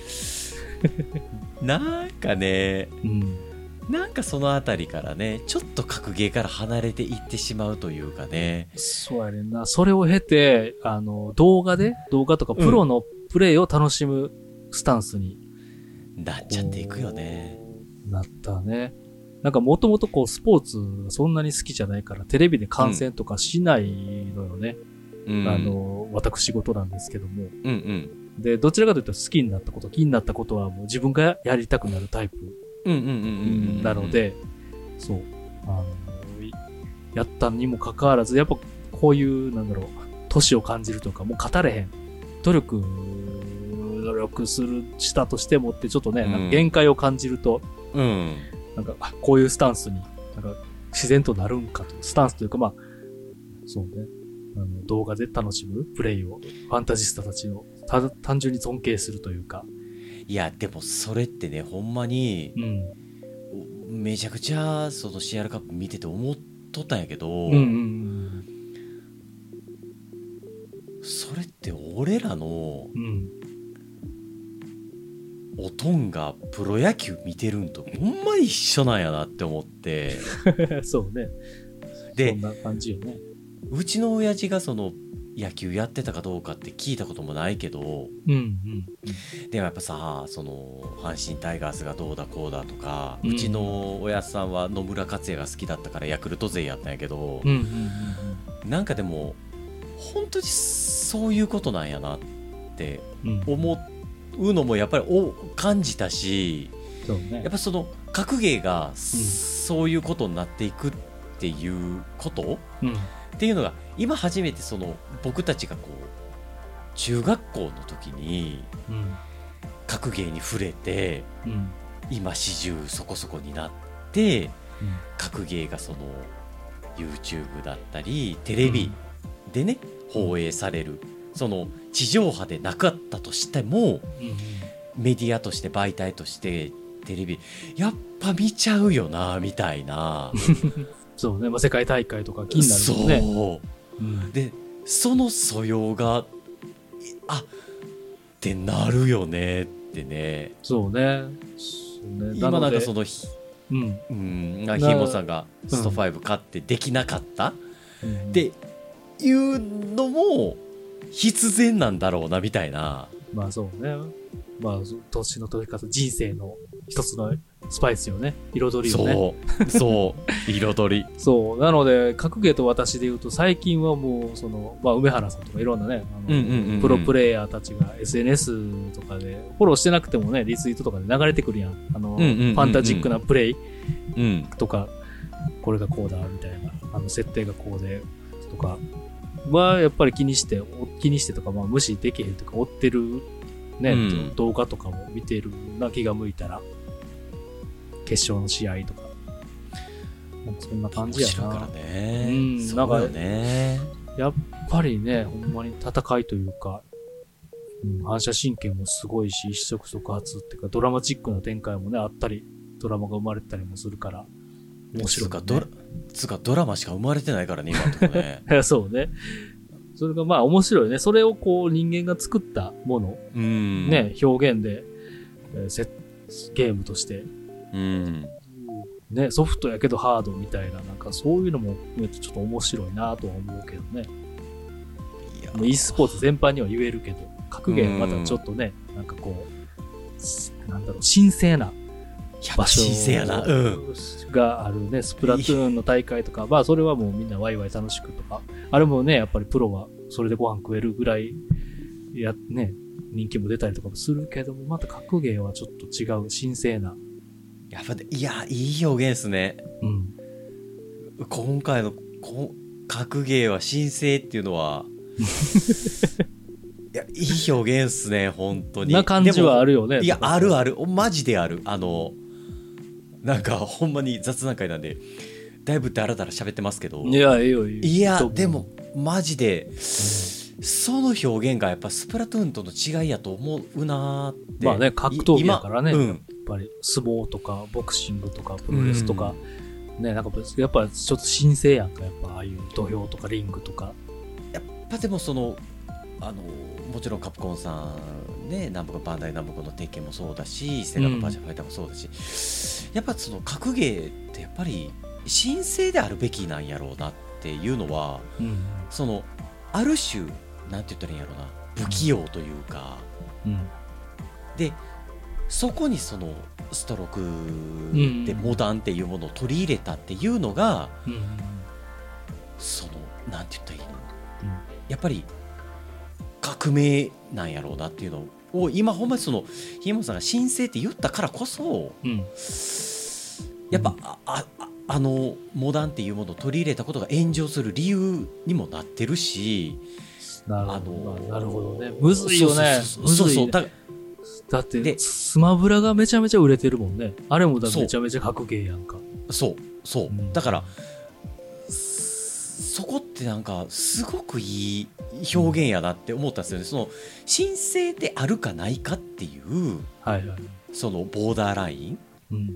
うんなんかね、 うん、 なんかそのあたりからねちょっと格ゲーから離れていってしまうというかね。 そうやねんな。それを経てあの動画で動画とかプロのプレイを楽しむスタンスに、 うん、なっちゃっていくよね。 なったね。なんかもともとこうスポーツそんなに好きじゃないからテレビで観戦とかしないのよね、うん、あの私事なんですけども、 うんうん、 でどちらかというと好きになったこと気になったことはもう自分がやりたくなるタイプなのでそうあのやったにもかかわらずやっぱこういうなんだろう年を感じるとかもう語れへん努力努力するしたとしてもってちょっとね、うん、なんか限界を感じると、 うん、 なんかこういうスタンスになんか自然となるんかとスタンスというかまあそうねあの動画で楽しむプレイをファンタジスタたちのた単純に尊敬するというか。 いやでもそれってねほんまに、うん、めちゃくちゃその シーアール カップ見てて思っとったんやけど、 うんうんうん、 それって俺らの、 うん、 おとんがプロ野球見てるんとほんまに一緒なんやなって思ってそうねでそんな感じよね。 うちの親父がその野球やってたかどうかって聞いたこともないけど、 うんうん、 でもやっぱさその阪神タイガースがどうだこうだとか、うん、うちの親さんは野村克也が好きだったからヤクルト勢やったんやけど、 うんうんうんうん、 なんかでも本当にそういうことなんやなって思うのもやっぱりお感じたし、 そうね、 やっぱその格ゲーがそういうことになっていくっていうこと、 うん、 っていうのが今初めてその僕たちがこう中学校の時にうん格ゲーに触れて、 うん、 今始終そこそこになって、 うん、 格ゲーがその YouTube だったりテレビでね、うん、放映される、その地上波でなかったとしても、うん、メディアとして媒体としてテレビやっぱ見ちゃうよなみたいなそうね、まあ、世界大会とか気になるもんね。 そう、うん、でその素養があってなるよねってね。 そうね。そうね、 今なんかそのうん、 うん、ひもさんがストファイブ買ってできなかった、うん、っていうのも必然なんだろうなみたいな。 まあそうね。まあ年の取り方、人生の一つのスパイスよね。彩りよね。 そうそう彩り。 そうなので格ゲーと私で言うと最近はもうそのまあ梅原さんとかいろんなね、あの、うんうんうんうん、プロプレイヤーたちが エスエヌエス とかでフォローしてなくてもねリツイートとかで流れてくるやん。あの、うんうんうんうん、ファンタジックなプレイとか、うん、これがこうだみたいな、あの設定がこうでとかはやっぱり気にして気にしてとか、まあ無視できへんとか追ってるね、うん、動画とかも見てるな、気が向いたら決勝の試合とかそんな感じやな。 面白いからね、 うん、 そうだよね。 やっぱりねほんまに戦いというか、うん、反射神経もすごいし一触即発っていうかドラマチックな展開もねあったりドラマが生まれたりもするから面白い、ね、つかドラつかドラマしか生まれてないからね今のとこねそうね。それがまあ面白いね。それをこう人間が作ったもの、うん、ね、表現で、えー、ゲームとして、うん、ね、ソフトやけどハードみたいな、なんかそういうのも含めてちょっと面白いなとは思うけどね。いや e スポーツ全般には言えるけど、格ゲーはまたちょっとね、うん、なんかこう、なんだろう、神聖な場所があるね、スプラトゥーンの大会とか、まあそれはもうみんなワイワイ楽しくとか、あれもね、やっぱりプロはそれでご飯食えるぐらい、や、ね、人気も出たりとかもするけども、また格ゲーはちょっと違う、神聖な。 やっぱ、いや、いい表現ですね。うん。今回のこ格ゲーは神聖っていうのは、いや、いい表現ですね、本当に。 な感じはあるよね。 いや、あるある。マジである。あの、なんか、ほんまに雑談会なんで、だいぶダラダラ喋ってますけど。 いや、いいよ、いいよ。 いや、でも、マジで、うん、その表現がやっぱスプラトゥーンとの違いやと思うなーって。 まあね、格闘技だからね。うん、やっぱり、相撲とか、ボクシングとか、プロレスとか、うん、ね、なんか、やっぱちょっと神聖やんか、やっぱ、ああいう土俵とかリングとか。 やっぱでもその、あの、もちろんカプコンさんね、ナムコバンダイナムコの鉄拳もそうだし、セガのパーシャファイターもそうだし、うん、やっぱその格ゲーってやっぱり神聖であるべきなんやろうなっていうのは、うん、そのある種なんて言ったらいいんやろうな、不器用というか、うん、でそこにそのストロークでモダンっていうものを取り入れたっていうのが、うん、そのなんて言ったらいいの、うん、やっぱり革命なんやろうなっていうのを今ほんまにそのひもさんが神聖って言ったからこそ、うん、やっぱ、うん、あ, あ, あのモダンっていうものを取り入れたことが炎上する理由にもなってるし、 なるほど、あのなるほどね、むずいよね。そうそうそう、だ, だってスマブラがめちゃめちゃ売れてるもんね。あれもだめちゃめちゃ格ゲーやんか。 そうそう、うん、だからそこってなんかすごくいい表現やなって思ったんですよね。その神聖であるかないかっていう、はいはい、そのボーダーライン、うんうん、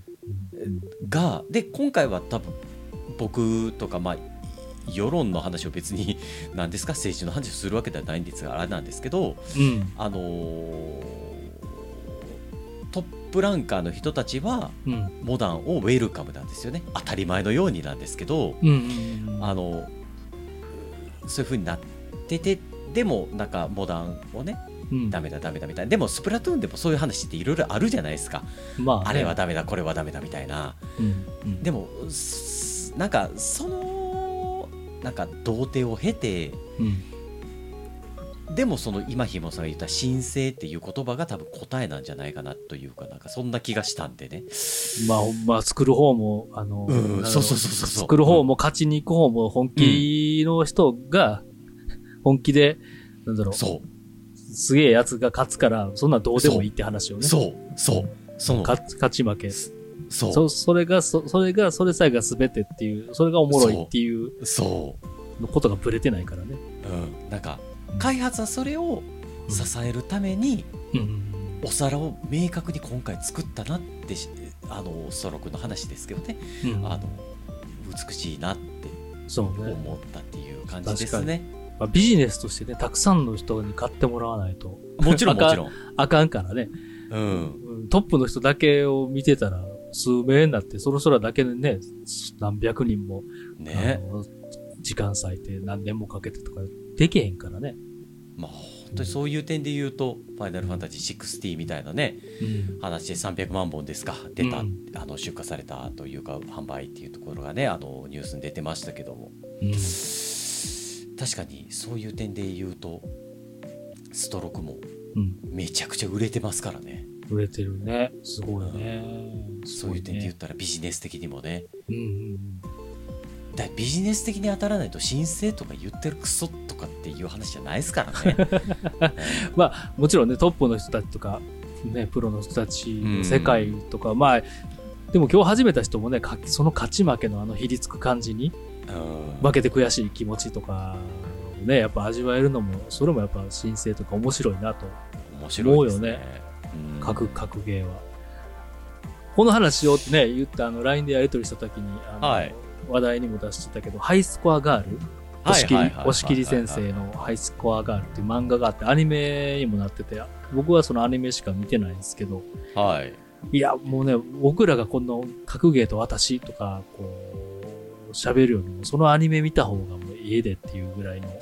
がで今回は多分僕とかまあ世論の話を別に何ですか政治の話をするわけではないんですがあれなんですけど、うん、あのー、トップランカーの人たちはモダンをウェルカムなんですよね。当たり前のようになんですけど、うんうんうん、あのそういう風になってて、でもなんかモダンをね、うん、ダメだダメだみたいな。でもスプラトゥーンでもそういう話っていろいろあるじゃないですか、まあね、あれはダメだこれはダメだみたいな、うんうん、でもなんかそのなんか童貞を経て、うん、でもその今ひもさんが言った神聖っていう言葉が多分答えなんじゃないかなというか、なんかそんな気がしたんでね。 まあほんま作る方もあの、 うん、そうそうそうそう、 作る方も勝ちに行く方も本気の人が本気でなんだろう、 そうすげえやつが勝つから、そんなどうでもいいって話をね。 そう、そう、その。 勝勝ち負け。 そう。 そ、それが、そ、それが、それさえが全てっていう、それがおもろいっていう。 そう。 のことがブレてないからね。 うん。なんか、開発はそれを支えるために、うんうん、お皿を明確に今回作ったなって、あの、ストロークの話ですけどね。うん、あの、美しいなって思ったっていう感じですね。 まあ、ビジネスとしてね、たくさんの人に買ってもらわないと。 もちろんもちろん。 あかんからね。うん。トップの人だけを見てたら、数名になって、その空だけでね、何百人も、ね、時間割いて何年もかけてとかできへんからね。 まあ本当にそういう点で言うと、うん、ファイナルファンタジーシックスティーみたいなね、うん、話でさんびゃくまんぼんですか出た、うん、あの出荷されたというか販売っていうところがね、あのニュースに出てましたけども、うん、確かにそういう点で言うとストロークもめちゃくちゃ売れてますからね。 売れてるね。すごいね。 うん、そういう点で言ったらビジネス的にもね。 うんうんうん、 だビジネス的に当たらないと申請とか言ってるクソとかっていう話じゃないですからね。 まあもちろんねトップの人たちとかねプロの人たちの世界とか、うん、まあでも今日始めた人もねその勝ち負けのあのひりつく感じに、うん、負けて悔しい気持ちとかをねやっぱ味わえるのもそれもやっぱ申請とか面白いなと思うよね。各格ゲーはこの話をね言ってあの ライン でやり取りした時にあの、はい、話題にも出してたけどハイスコアガール押切先生のハイスコアガールっていう漫画があってアニメにもなってて僕はそのアニメしか見てないんですけど、 はい、 いやもうね僕らがこの格ゲーと私とかこう喋るよりもそのアニメ見た方がもう家でっていうぐらいの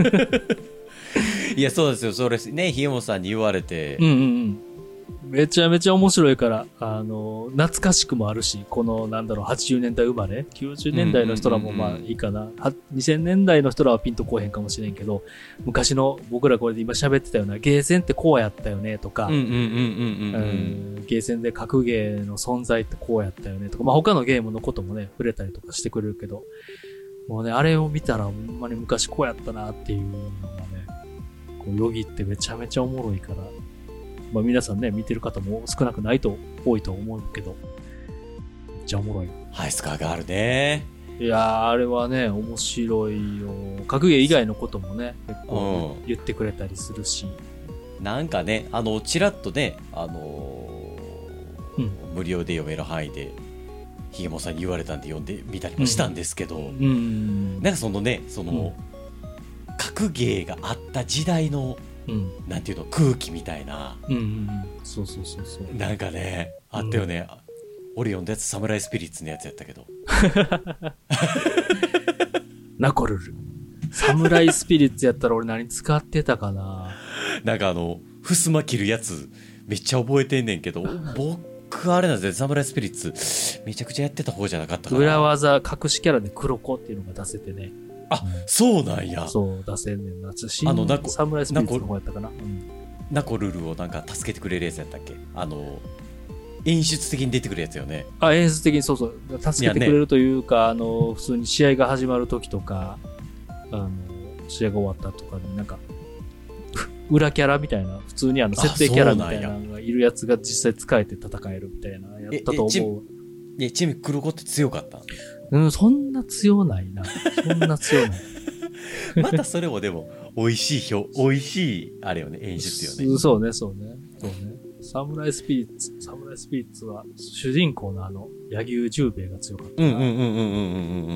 いやそうですよそれねひえもさんに言われてうんうんうんめちゃめちゃ面白いから、あの、懐かしくもあるし、この、なんだろう、はちじゅうねんだい生まれ ?きゅうじゅうねんだいの人らもまあいいかな。にせんねんだいの人らはピンとこうへんかもしれんけど、昔の僕らこれで今喋ってたような、ゲーセンってこうやったよねとか、ゲーセンで格ゲーの存在ってこうやったよねとか、まあ他のゲームのこともね、触れたりとかしてくれるけど、もうね、あれを見たらほんまに昔こうやったなっていうのがね、こうよぎってめちゃめちゃおもろいから、まあ皆さんね、見てる方も少なくないと、多いと思うけど、めっちゃおもろい。 ハイスカーがあるね。 いやー、あれはね、面白いよ。格ゲー以外のこともね、結構言ってくれたりするし。 うん、なんかね、あの、ちらっとね、あのーうん、無料で読める範囲で、ひげもさんに言われたんで読んでみたりもしたんですけど、うんうん、なんかそのね、その、うん、格ゲーがあった時代の、うん、なんていうの空気みたいな、 うんうんうん、そうそうそうそうなんかねあったよね、うん、俺読んだやつサムライスピリッツのやつやったけどナコルルサムライスピリッツやったら俺何使ってたかななんかあの襖切るやつめっちゃ覚えてんねんけど僕あれなんですよサムライスピリッツめちゃくちゃやってた方じゃなかったかな。 裏技隠しキャラで黒子っていうのが出せてねあ、うん、そうなんや。 そう出せんねんな。あのナコサムライスピリッツの方やったかな。うん、 ナコルルをなんか助けてくれるやつやったっけ？あの演出的に出てくるやつよね。 あ、演出的にそうそう助けてくれるというか、ね、あの普通に試合が始まる時とか、あの試合が終わったとかになんか裏キャラみたいな普通にあの設定キャラみたいなのがいるやつが実際使えて戦えるみたいなやったと思う。 え、えちなみに黒子って強かった？ うん、そんな強ないな。そんな強ない。 またそれもでも、美味しい表、美味しい、あれよね、演出よね。 そうね、そうね。そうね。サムライスピリッツ、サムライスピリッツは、主人公のあの、柳生十兵衛が強かった。 うんうんうんうんうんうんうん。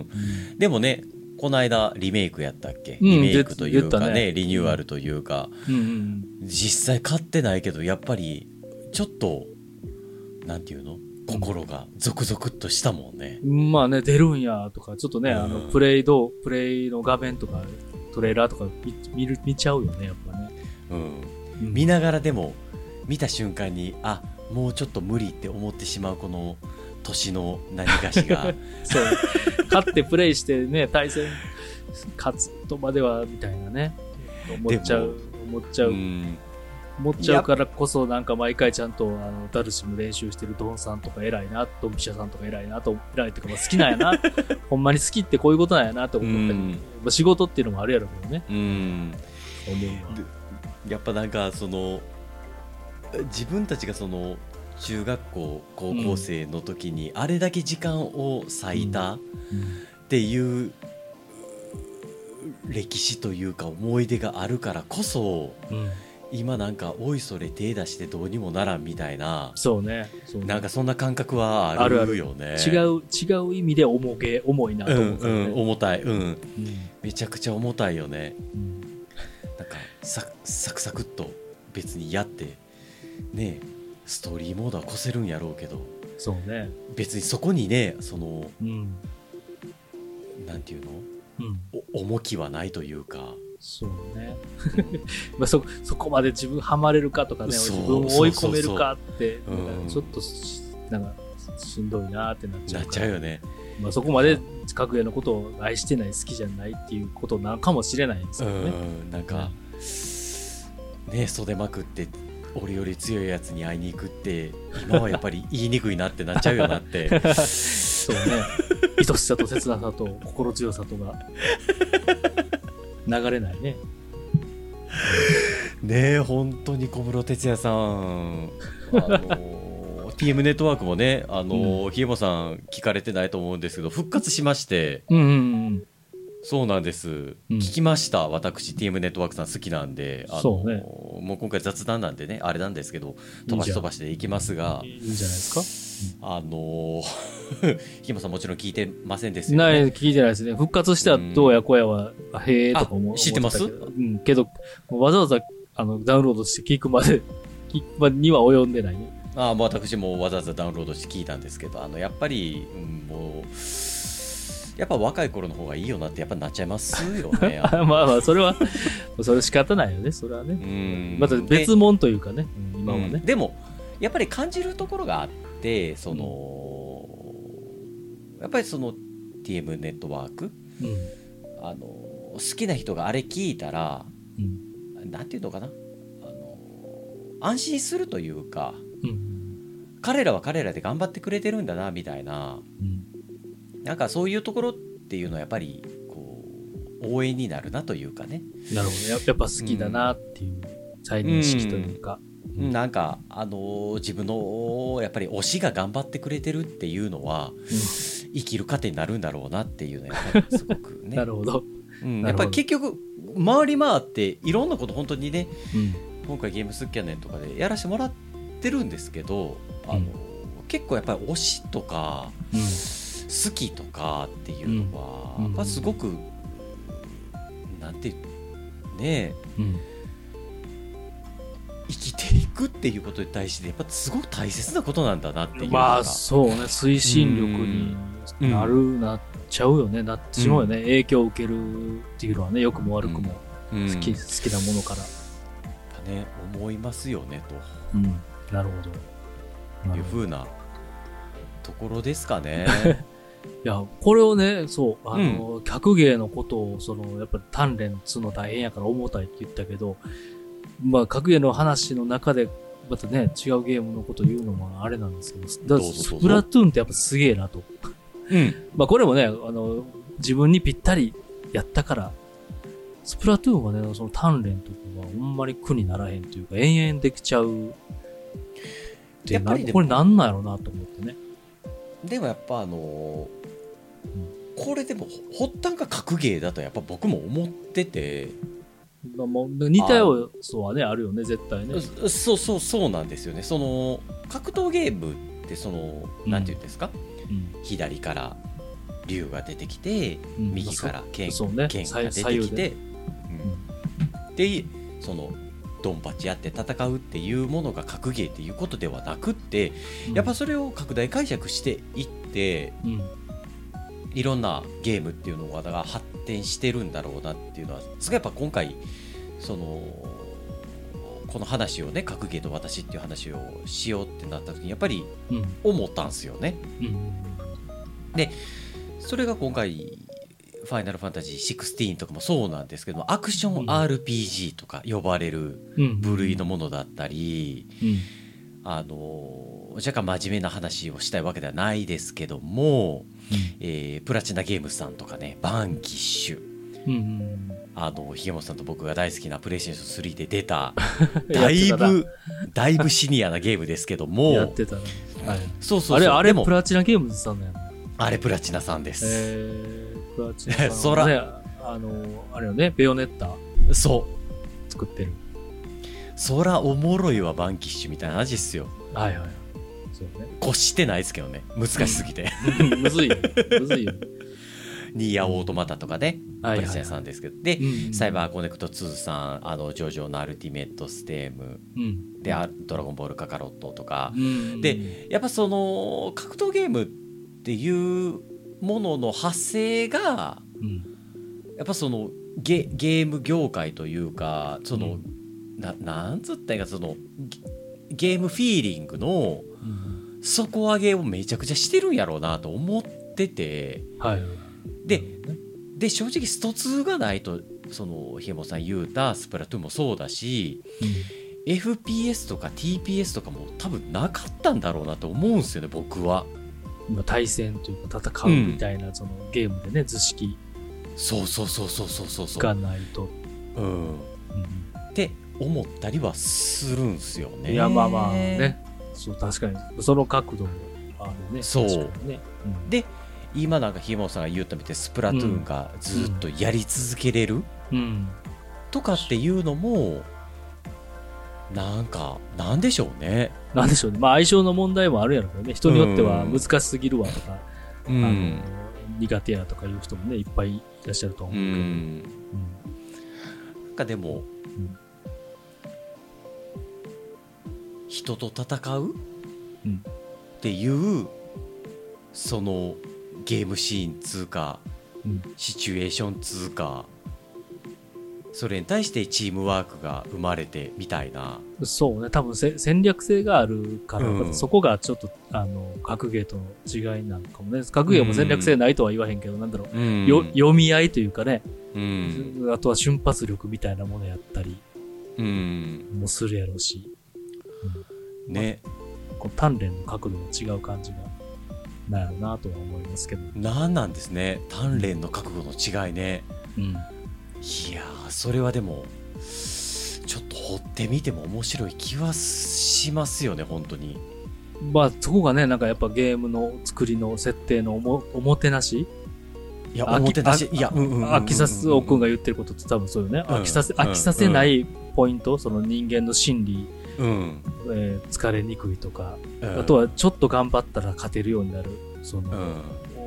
でもね、この間リメイクやったっけ、うん、リメイクというか ね, ね、リニューアルというか、うんうんうん、実際買ってないけど、やっぱり、ちょっと、なんていうの心がゾクゾクっとしたもんね。 まあね、出るんやとか、ちょっとね、うん、あの、プレイどう、プレイの画面とか、トレーラーとか 見, 見る、見ちゃうよね、やっぱね。 うん。うん、見ながらでも、見た瞬間に、あ、もうちょっと無理って思ってしまう、この、年の何がしが。 そう。勝ってプレイしてね、対戦、勝つとまでは、みたいなね。思っちゃう、思っちゃう。うん持っちゃうからこそなんか毎回ちゃんとあのダルシム練習してるドンさんとか偉いなドンピシャさんとか偉いなと偉いっていうか好きなんやなほんまに好きってこういうことなんやなと思ったり、まあ、仕事っていうのもあるやろうけどね。 うん思うわ。 やっぱなんかその自分たちがその中学校高校生の時にあれだけ時間を割いたっていう歴史というか思い出があるからこそ、うん、今なんかおいそれ手出してどうにもならんみたいな、 そうね、そうね、 なんかそんな感覚はあるよね。 あるある。違う違う意味で重げ重いなと思う、ね、 うんうん、重たい、うん、うん、めちゃくちゃ重たいよね、うん、なんかササクサクっと別にやってね、ストーリーモードは越せるんやろうけど、 そうね、 別にそこにねその、うん、なんていうの、うん、重きはないというか、 そうねまあ そ, そこまで自分ハマれるかとかね、自分を追い込めるかってちょっとなんかしんどいなってなっちゃうなっちゃうよね。 まあ、そこまで格ゲーのことを愛してない、好きじゃないっていうことなのかもしれないですけどね。 うん、なんか、うん、ね、袖まくって俺より強いやつに会いに行くって今はやっぱり言いにくいなってなっちゃうよなってそうね、愛しさと切なさと心強さとが流れないね。 ねえ、本当に小室哲哉さん、あのティーエム ネットワークもね、あの、うん、ひえもさん聞かれてないと思うんですけど復活しまして、うんうんうん、そうなんです、うん、聞きました。私 ティーエム ネットワークさん好きなんで、あのそう、ね、もう今回雑談なんでねあれなんですけど飛ばし飛ばしでいきますが、 いいんじゃないですか。 あのひえもさんもちろん聞いてませんですよね。 ない聞いてないですね。復活したらどうやこうやは、うん、へえとか思知ってます。 うん、けどわざわざあのダウンロードして聞くまで聞くまでには及んでないね。 ああ、もう私もわざわざダウンロードして聞いたんですけど、あのやっぱり、うん、もうやっぱ若い頃の方がいいよなってやっぱなっちゃいますよね。 まあまあそれはそれ仕方ないよね、それはね。うん、また別物というかね、今はね、うん。 でもやっぱり感じるところがあって、その、うん、やっぱりその ティーエム ネットワーク、うん、あの好きな人があれ聞いたら、うん、なんていうのかな、あの安心するというか。うん、彼らは彼らで頑張ってくれてるんだなみたいな、うん、なんかそういうところっていうのはやっぱりこう応援になるなというかね。 なるほど、やっぱ好きだなっていう再認識というか、 うんうん、なんかあのー、自分のやっぱり推しが頑張ってくれてるっていうのは、うん、生きる糧になるんだろうなっていうのはやっぱりすごくねなるほど、 うん、やっぱり結局回り回っていろんなこと本当にね、うん、今回ゲームスキャネンとかでやらせてもらってるんですけど、あの、うん、結構やっぱり推しとか、うん、好きとかっていうのは、うん、やっぱすごく、うん、なんてね、うん、生きていくっていうことに対してやっぱすごく大切なことなんだなっていう。 まあそうね、推進力になる、うん、なっちゃうよね、なってしまうよね、うん、影響を受けるっていうのはね、良くも悪くも、うん、好き、好きなものからね、思いますよねと、 うん、なるほどいう風なところですかね。 いやこれをね、そうあの、うん、格ゲーのことをそのやっぱり鍛錬するの大変やから重たいって言ったけど、まあ格ゲーの話の中でまたね違うゲームのこと言うのもあれなんですけど、だからスプラトゥーンってやっぱすげえなと、うん、まあこれもねあの自分にぴったりやったから。スプラトゥーンはね、その鍛錬とかはほんまに苦にならへんというか、延々できちゃうってな、これなんなんやろうなと思ってね。 でもやっぱあのーうん、これでも発端が格ゲーだとやっぱ僕も思ってて、 まあ、もう似た要素はねあるよね、絶対ね。 そうそうそうなんですよね。その格闘ゲームってその、うん、なんていうんですか、うん、左から竜が出てきて、うん、右から剣、ね、剣が出てきて、うん、でそのドンパチやって戦うっていうものが格ゲーっていうことではなくって、うん、やっぱそれを拡大解釈していって、うん、いろんなゲームっていうのが発展してるんだろうなっていうのはすごいやっぱ今回そのこの話をね、格ゲーと私っていう話をしようってなった時にやっぱり思ったんですよね、うんうん、でそれが今回ファイナルファンタジーじゅうろくとかもそうなんですけど、アクション アールピージー とか呼ばれる部類のものだったり、うんうん、あの若干真面目な話をしたいわけではないですけども、うん、えー、プラチナゲームズさんとかね、バンキッシュ、 うんうん、 あのひげもとさんと僕が大好きなプレイステーションスリーで出ただいぶだいぶシニアなゲームですけどもやってたね、はい、 そうそうそう、 あれあれでもプラチナゲームズさんだよね。 あれプラチナさんです。 えー、プラチナさん、ね、そらあのあれよね、ベヨネッタそう作ってる。 そらおもろいわバンキッシュみたいな味っすよ。 はいはい、そうね。 越してないですけどね、難しすぎてむずいよむずいよニーヤオートマタとかね、 はいはいはい、 プレステさんですけど、で、 うんうん、 サイバーコネクトツーさん、あのジョジョのアルティメットステーム、うん、でドラゴンボールカカロットとか、うん、でやっぱその格闘ゲームっていうものの派生が、うん、やっぱその ゲ, ゲーム業界というか、その、うん、な, なんつったんか、そのゲームフィーリングの底上げをめちゃくちゃしてるんやろうなと思ってて、はい、で, で正直ストツーがないと、そのひげもさん言うたスプラトゥーンもそうだし、うん、エフピーエス とか ティーピーエス とかも多分なかったんだろうなと思うんですよね、僕は。 対戦というか戦うみたいな、うん、そのゲームでね、図式そうそうそうそうそうそうそうがないと、 うん、うん、って思ったりはするんすよね。 いやまあまあね、そう確かにその角度もあるね。 そう、 ね、 うん、で今なんかひげもさんが言ったみたいにスプラトゥーンがずっとやり続けれる、うんうん、とかっていうのもなんかなんでしょうね。 なんでしょうね。まあ相性の問題もあるやろうけどね。人によっては難しすぎるわとか、うん、あの苦手やとかいう人もねいっぱいいらっしゃると思うけど、うんうん、 なんかでも、うん、人と戦う、うん、っていうそのゲームシーンつうか、うん、シチュエーションつうか、それに対してチームワークが生まれてみたいな。 そうね、多分せ戦略性があるから、うん、そこがちょっとあの格ゲーとの違いなのかもね。格ゲーも戦略性ないとは言わへんけど、うん、なんだろう、うん、よ読み合いというかね、うん、あとは瞬発力みたいなものやったりもするやろうし、うん、ね、こう鍛錬の角度が違う感じがなんやろうなとは思いますけど。 なんなんですね、鍛錬の角度の違いね。うん、いやー、それはでもちょっと掘ってみても面白い気はしますよね、本当に。 まあそこがね、なんかやっぱゲームの作りの設定のお も, おもてなし、 いやおもてなし、いや飽きさすおくんが言ってることって多分そうよね、うん、飽きさせ飽きさせないポイント、うん、その人間の心理、うん、えー、疲れにくいとか、うん、あとはちょっと頑張ったら勝てるようになるその、うん、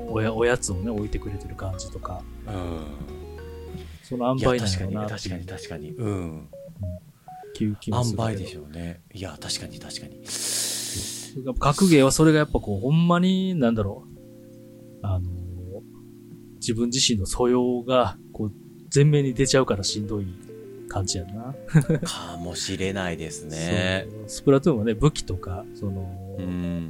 お, やおやつをね置いてくれてる感じとか、うん、その塩梅なのかな。 確かに確かに確かに、うん、うん、塩梅でしょうね。いや確かに確かに。 格ゲーはそれがやっぱこうほんまになんだろう、あの自分自身の素養がこう前面に出ちゃうからしんどい感じやなかもしれないですね。 スプラトゥーンはね、武器とかその、うん、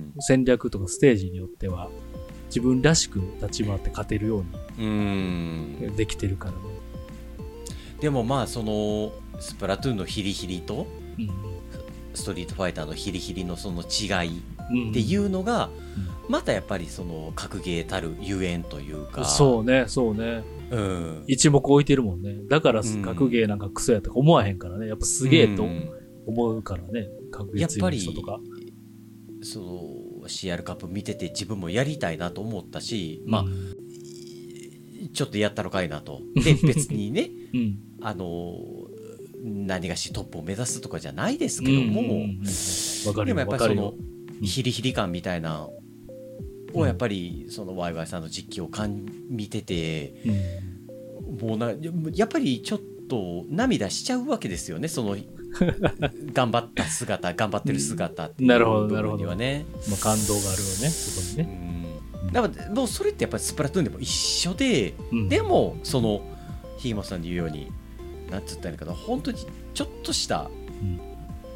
戦略とかステージによっては自分らしく立ち回って勝てるようにできてるからね。 うん、でもまあそのスプラトゥーンのヒリヒリと、うん、ストリートファイターのヒリヒリのその違いっていうのが、うん、またやっぱりその格ゲーたるゆえんというか。 そうねそうね、うん、一目置いてるもんね。だから格ゲーなんかクソやとか思わへんからね、やっぱすげえと思うからね、うん、格ゲー強い人とか。 その シーアール カップ見てて自分もやりたいなと思ったし、うん、まあちょっとやったのかいなと。で別にね、うん、あの何がしトップを目指すとかじゃないですけども、うんうんうん、でもやっぱりそのヒリヒリ感みたいなをやっぱりそのワイワイさんの実況をかん見てて、うん、もうなやっぱりちょっと涙しちゃうわけですよね、その頑張った姿頑張ってる姿っていう部分にはね、 まあ、感動があるよねそこにね、 うん、だからもうそれってやっぱりスプラトゥーンでも一緒で、うん、でもそのひげもさんで言うようになんつったらいいかな、本当にちょっとした、うん、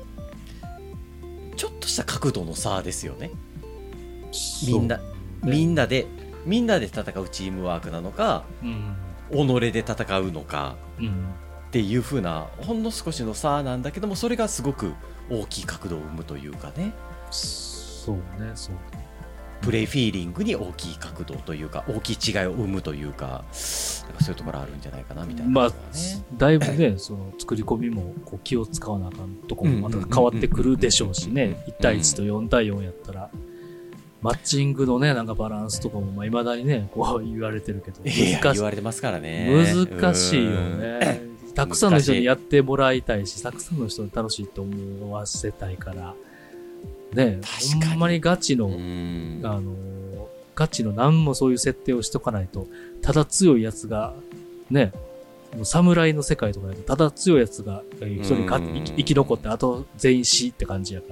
ちょっとした角度の差ですよね。みんな、ね、みんなでみんなで戦うチームワークなのか、うん、己で戦うのか、うん、っていう風なほんの少しの差なんだけども、それがすごく大きい角度を生むというかね。 そうねそうね。 プレイフィーリングに大きい角度というか大きい違いを生むというか、なんかそういうところあるんじゃないかなみたいな、ね。 まあだいぶねその作り込みもこう気を使わなあかんとこもまた変わってくるでしょうしね、いち対いちとよん対よんやったら。マッチングのね、なんかバランスとかも、まあ、未だにね、こう言われてるけど。難しい。 いや言われてますからね。 難しいよね。たくさんの人にやってもらいたいし、たくさんの人に楽しいと思わせたいから。ね、ほんまにガチの、あの、ガチの何もそういう設定をしとかないと、ただ強いやつが、ね、もう侍の世界とかだと、ただ強いやつが一人か生き、生き残って、あと全員死って感じやから。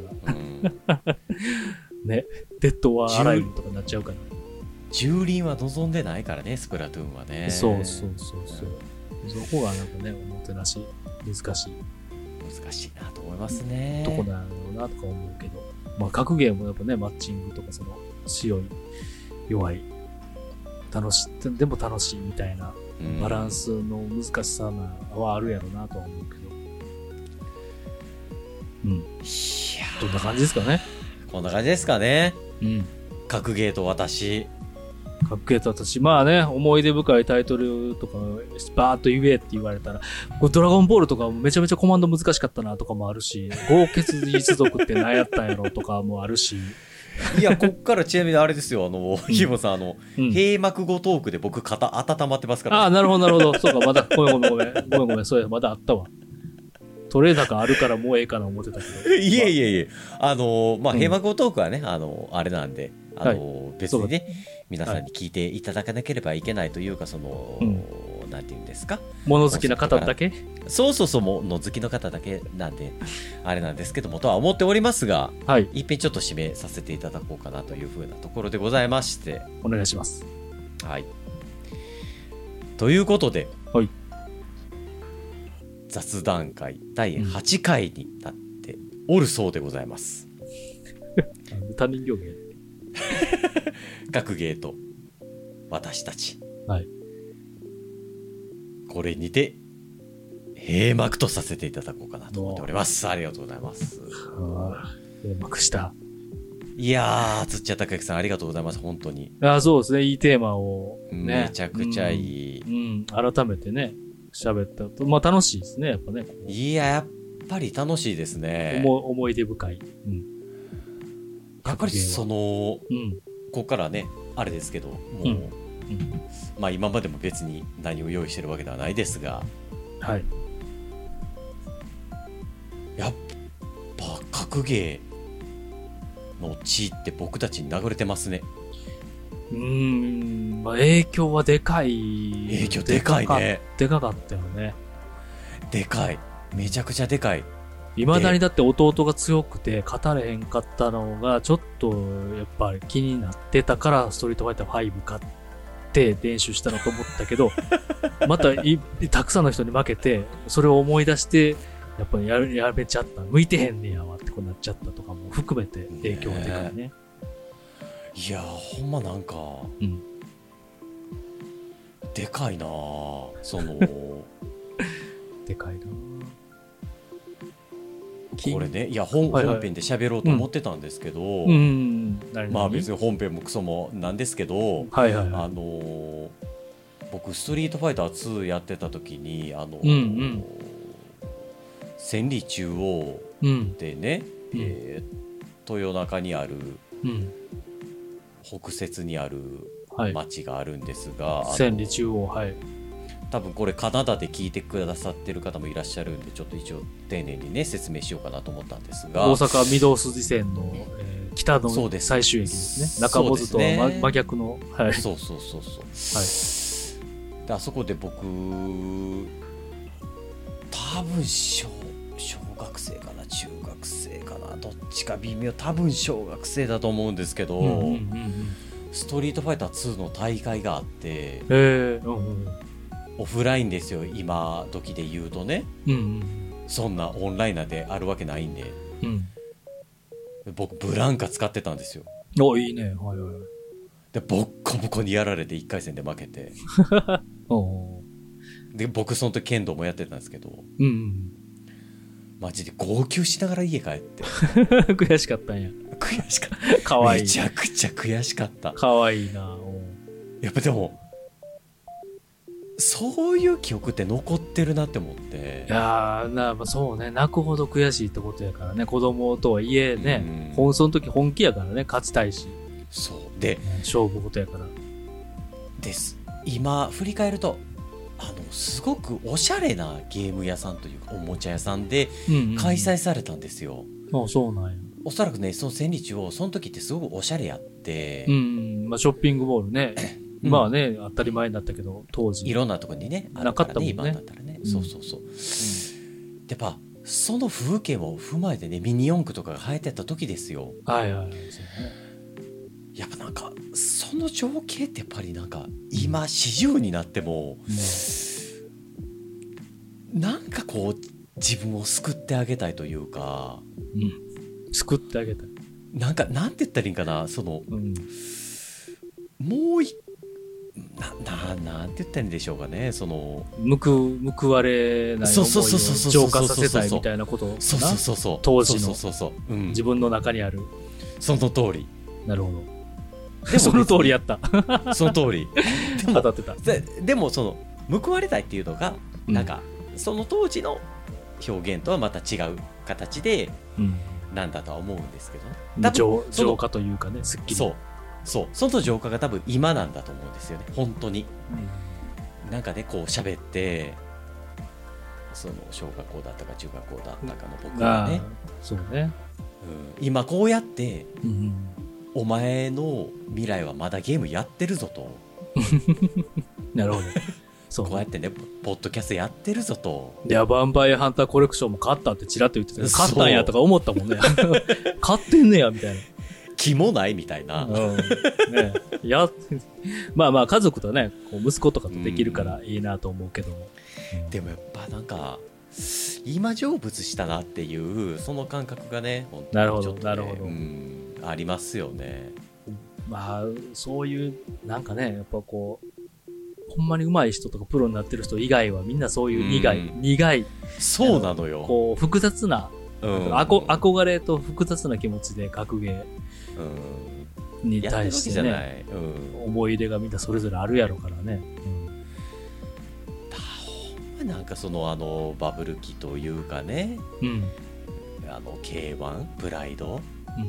ね、デッドはアライブとかになっちゃうから。 蹂躙は望んでないからね、スプラトゥーンはね。 そうそうそうそう。うん、そこがなんかね、おもてなし、難しい。 難しいなと思いますね。 とこなんやろうなとか思うけど。まあ、格ゲーもやっぱね、マッチングとかその、強い、弱い、楽しい、でも楽しいみたいな、バランスの難しさなはあるやろうなとは思うけど。うん。いやどんな感じですかね。 こんな感じですかね。 うん。 格ゲーと私。 格ゲーと私。まあね、思い出深いタイトルとか、バーっと言えって言われたら、ドラゴンボールとかめちゃめちゃコマンド難しかったなとかもあるし、豪傑一族って何やったんやろとかもあるし。 いや、こっからちなみにあれですよ、あの、ヒーモさん、あの、うん、閉幕後トークで僕肩温まってますから、ね。 ああ、なるほど、なるほど。そうか、まだ、ごめんごめんごめん。ごめんごめん、そうや、まだあったわ。トレーダーがあるからもうええかな思ってたけど。 いえいえいえ、あの、まあ、閉幕後トークはね、あの、あれなんで、あの、はい、別にね、皆さんに聞いていただかなければいけないというか、その、うん、なんていうんですか。 物好きな方だけそうそうそう、物好きの方だけなんで、あれなんですけども、とは思っておりますが、はい。いっぺんちょっと締めさせていただこうかなというふうなところでございまして。 お願いします。 はい。ということで、 はい。 雑談会だいはちかいになっておるそうでございます。 うん、他人行儀格ゲーと私たち。 はい。 これにて閉幕とさせていただこうかなと思っております。ありがとうございます。 閉幕した。 いやー、つっちゃたかきさんありがとうございます。本当に。 あ、そうですね。いいテーマを、ね。 めちゃくちゃいい。 うん。うん、改めてね。喋ったと。まあ楽しいですね、やっぱね。 いや、やっぱり楽しいですね。 思思い出深い。うん。 やっぱりその、 うん、 ここからね、あれですけど、もう、うんうん、まあ今までも別に何を用意してるわけではないですが、 はい。 やっぱ格ゲーの地って僕たちに流れてますね。 うーん、まあ、影響はでかい。 影響でかいね。 でかかったよね。 でかい。めちゃくちゃでかい。 未だにだって弟が強くて語れへんかったのがちょっとやっぱり気になってたからストリートファイターファイブ買って練習したのと思ったけどまたいたくさんの人に負けてそれを思い出してやっぱり や, やめちゃった向いてへんねやわってこうなっちゃったとかも含めて影響がでかいね。ねいやほんまなんか、うん、でかいなそのでかいなこれね、いや 本,、はいはい、本編で喋ろうと思ってたんですけど、うんうんうん、まあ別に本編もクソもなんですけど、 はいはいはい、 あのー、僕ストリートファイターツーやってた時にあのー、 うんうん、 千里中央でね、うんえー、豊中にある、うん、北摂にある町があるんですが、 はい、千里中央はい多分これカナダで聞いてくださってる方もいらっしゃるんでちょっと一応丁寧にね説明しようかなと思ったんですが大阪御堂筋線の、えー、北の最終駅ですね中本とは、ね、真逆の、はい、 そうそうそうそう、はい、であそこで僕多分小小学生かな中学生かなどっちか微妙多分小学生だと思うんですけど、うんうんうんうん、ストリートファイターツーの大会があって、 えーうんうんオフラインですよ今時で言うとね、 うんうん、 そんなオンラインなんてあるわけないんで、 うん、 僕ブランカ使ってたんですよ。 おいいねはいはいでボッコボコにやられていっかい戦で負けておで僕その時剣道もやってたんですけど、 うんうん、 マジで号泣しながら家帰って悔しかったんや悔悔しかったかわいい。 めちゃくちゃ悔しかった。 かわいいな。 やっぱでもそういう記憶って残ってるなって思って。 いやーな、まあ、そうね、泣くほど悔しいってことやからね、子供とはいえね、うん、その時本気やからね、勝ちたいし。 そうで、 勝負事やからです。今振り返ると、あのすごくおしゃれなゲーム屋さんというかおもちゃ屋さんで開催されたんですよ。 うんうん、あ、そうなんや。 おそらくね、その千里中央その時ってすごくおしゃれやって、 うん、まあ、ショッピングモールね。まあね、当たり前になったけど、当時。 いろんなとこにね、 あるからね、なかったもんね。 今だったらね。うん、そうそうそう。うん、やっぱ、その風景を踏まえてね、ミニ四駆とかが生えてた時ですよ。 はいはいはい。 やっぱなんか、その情景ってやっぱりなんか、今、四十になっても、うん、なんかこう、自分を救ってあげたいというか、 うん、救ってあげたい。 なんか、なんて言ったらいいんかな、その、うん、もう一な、な、なんて言ったらいいんでしょうかね、その報、報われない思いを浄化させたいみたいなことかな。 そうそうそうそう、 当時のそうそうそう、うん、自分の中にある。 その通り。 なるほど。でもその通りやった。 その通り。 でも当たってた。 で、でもその報われたいっていうのが、うん、なんかその当時の表現とはまた違う形で、うん、なんだとは思うんですけどね。 多分浄化というかね、すっきり。 そう。そう、その浄化が多分今なんだと思うんですよね、本当に。うん、なんかね、こう喋って、その小学校だったか中学校だったかの僕がね、 そうね、 うん、今こうやって、うん、お前の未来はまだゲームやってるぞと。 なるほど。 そうこうやってね、ポッドキャストやってるぞと。 いや、ヴァンパイアハンターコレクションも買ったってちらっと言ってたけど、買ったんやとか思ったもんね。買ってんねやみたいな。 気もないみたいな、 うんね、やまあまあ家族とね、こう息子とかとできるからいいなと思うけども、 うん、でもやっぱなんか今成仏したなっていうその感覚がね、本当にちょっと、ね、なるほどなるほど、うん、ありますよね。 まあそういうなんかね、やっぱこうほんまに上手い人とかプロになってる人以外はみんなそういう苦い、うん、苦い、 そうなのよ、 こう複雑な、うん、あこ憧れと複雑な気持ちで格ゲーに対してね、うん、思い入れがみんなそれぞれあるやろからね、 うん、なんかそのあのバブル期というかね、うん、あの ケーワン プライド、うん、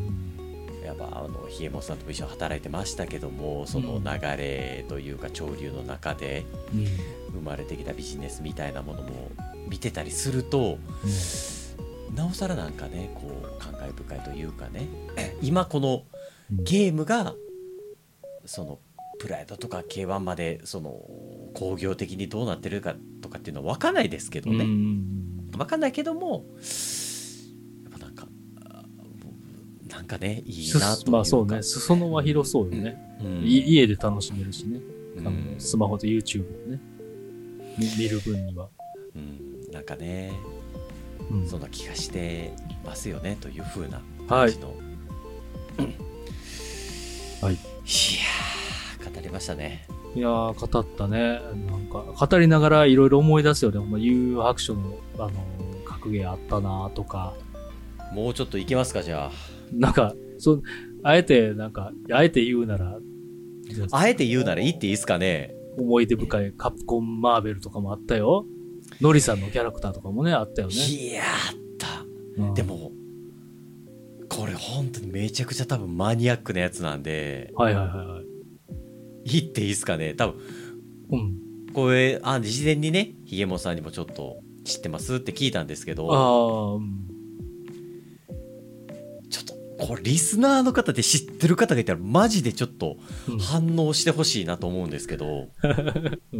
やっぱあのひえもさんとも一緒に働いてましたけども、その流れというか潮流の中で生まれてきたビジネスみたいなものも見てたりすると、うん、なおさらなんかね、こう感慨深いというかね、今このゲームがそのプライドとか ケーワン までその工業的にどうなってるかとかっていうのは分かんないですけどね、分かんないけども、やっぱなんかなんかね、いいなというか、 まあそうね、裾野は広そうよね、うん、家で楽しめるしね、うん、スマホと YouTube でね見る分には、 うん、なんかね、うん、そんな気がしてますよねという風な感じの、はいはい、いやー語りましたね。 いやー語ったね。なんか語りながらいろいろ思い出すよね。有白書のあの格言あったなとか。 もうちょっといきますか、じゃあ。 なんかそあえてなんかあえて言うならあえて言うなら言っていいですかね。 思い出深いカプコンマーベルとかもあったよ。ノリさんのキャラクターとかもねあったよね。 いやあった、うん、でもこれ本当にめちゃくちゃ多分マニアックなやつなんで、 はいはいはいはい、 言っていいですかね。多分、うん、これあ事前にね、ひげもさんにもちょっと知ってますって聞いたんですけど、 あ、うん、 ちょっとこれリスナーの方で知ってる方がいたらマジでちょっと反応してほしいなと思うんですけど、うん、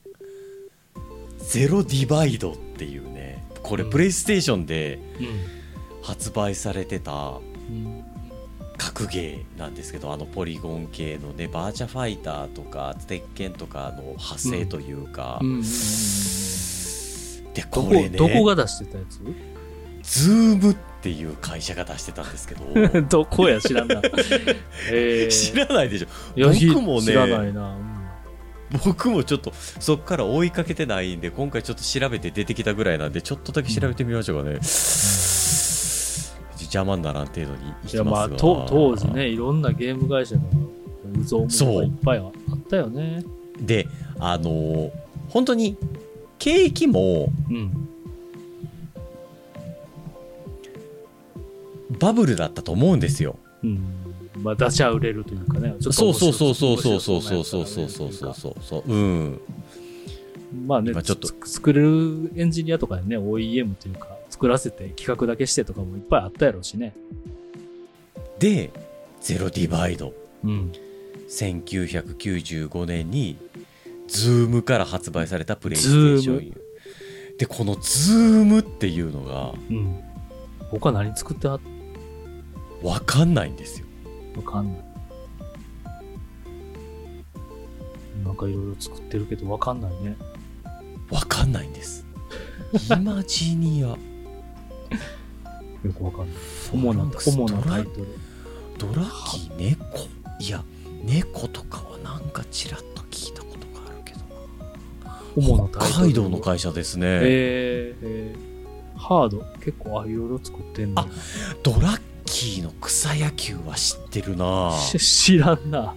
ゼロディバイドっていうね、これプレイステーションで、うんうん、発売されてた格ゲーなんですけど、あのポリゴン系のね、バーチャファイターとか鉄拳とかの派生というか、うんうんうん、でこれね、 どこ、どこが出してたやつ？ズームっていう会社が出してたんですけどどこや知らんな、 えー、知らないでしょ。僕もね知らないな、うん、僕もちょっとそっから追いかけてないんで、今回ちょっと調べて出てきたぐらいなんで、ちょっとだけ調べてみましょうかね、うん、 邪魔にならん程度にいいや、 きますが、 まあ、と当時ね、いろんなゲーム会社が、うぞうむぞうがいっぱいあったよね。 で、あのー本当に景気もうん。 バブルだったと思うんですよ。 うん。まあ、出しゃ売れるというかね。ちょっとそうそうそう面白そうそうそうそう面白そうそうそうなやつだからねそうそううんまあね、 今ちょっとつ作れるエンジニアとかでね、オーイーエム というか、作らせて企画だけしてとかもいっぱいあったやろうしね。 でゼロディバイドうん。 せんきゅうひゃくきゅうじゅうごねんにズームから発売されたプレイステーションで、このズームっていうのがうん。他何作ってはっ分かんないんですよ。 わかんない。なんかいろいろ作ってるけどわかんないね。 分かんないんです。イマジニアよくわかんない。主な、主なタイトル。 ドラキ猫、いや猫とかはなんかちらっと聞いたことがあるけど主なタイトル。 北海道の会社ですね。 えー、えー、ハード。結構、あ、いろいろ作ってんの。 あドラッキーの草野球は知ってるな。 し知らんな。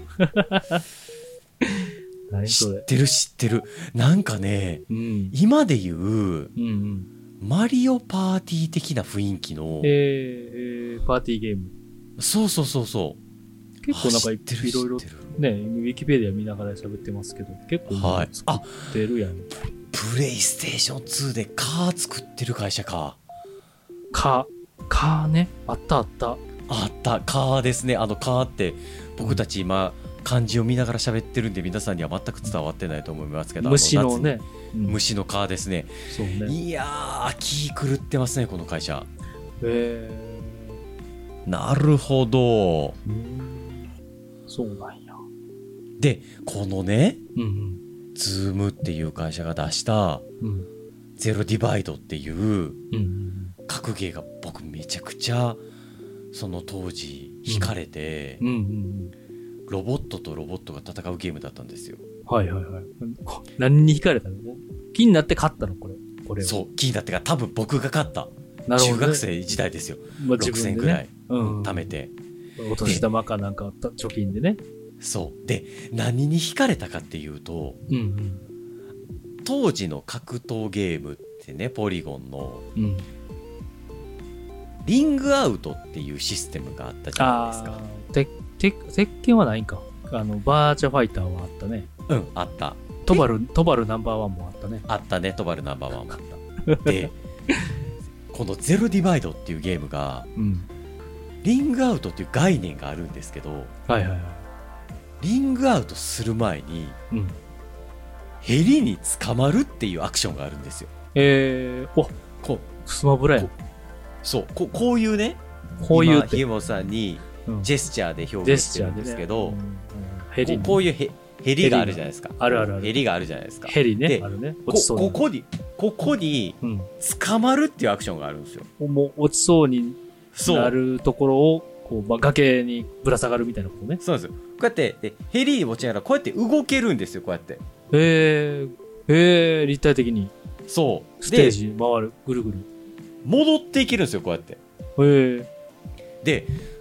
何知それ。 ってる知ってる。なんかねうん。 今で言ううんうん。 マリオパーティー的な雰囲気の、 えー、えー、パーティーゲーム。 そうそうそうそう結構なんかいあ知ってるいろいろ知ってるね、ウィキペディア見ながら喋ってますけど、結構はい作ってるやん。 プレイステーションツーでカー作ってる会社か。 か、かね。あったあった。 あったカーですね。あのカーって僕たち今漢字を見ながら喋ってるんで皆さんには全く伝わってないと思いますけど、 虫のあね。うん夏に虫のカーですね。 そうね。 いやー気狂ってますねこの会社。 えなるほど。 ー、うんそうなんや。 でこのねうんズームっていう会社が出したうん。うん。 ゼロディバイドっていううんうん格ゲーが僕めちゃくちゃその当時惹かれて、 うん。うんうんうん。 ロボットとロボットが戦うゲームだったんですよ。 はいはいはい。何に惹かれたの？気になって勝ったのこれ。これは。 そう気になってから多分僕が勝った。 なるほどね中学生時代ですよ。 まあ、 ろくせん自分でねぐらいうん、 貯めて、 お年玉かなんか貯金でね。 そうで何に惹かれたかっていうと、 うん当時の格闘ゲームってねポリゴンのうん。うん。 リングアウトっていうシステムがあったじゃないですか。 ああ、て、て、鉄拳はないんか。あの、バーチャファイターはあったね。 うんあったトバル、トバルナンバーワンもあったね。 あったねトバルナンバーワンもあったでこのゼロディバイドっていうゲームがうん。 リングアウトっていう概念があるんですけど、 はいはいはい。 リングアウトする前にうん。 ヘリに捕まるっていうアクションがあるんですよ。 えー、お、 こうスマブラやん。 そうここういうねこういうって。 今ひげもさんにうんジェスチャーでジェ表現してるんスチャーでねですけど、 うんうんヘリこねこういうヘヘリがあるじゃないですか。 あるあるあるヘリがあるじゃないですか。 ヘリねで。 あるね。 こ落ちそうに。 ここにここにうん。 捕まるっていうアクションがあるんですよ。 もう落ちそうにそうなるところを、こう、まあ、崖にぶら下がるみたいなことね。 そうなんですよ。こうやってでヘリに持ちながらこうやって動けるんですよ。こうやってえー、えー、立体的にそうステーでジ回る。ぐるぐる。 戻っていけるんですよ。こうやってえー、 で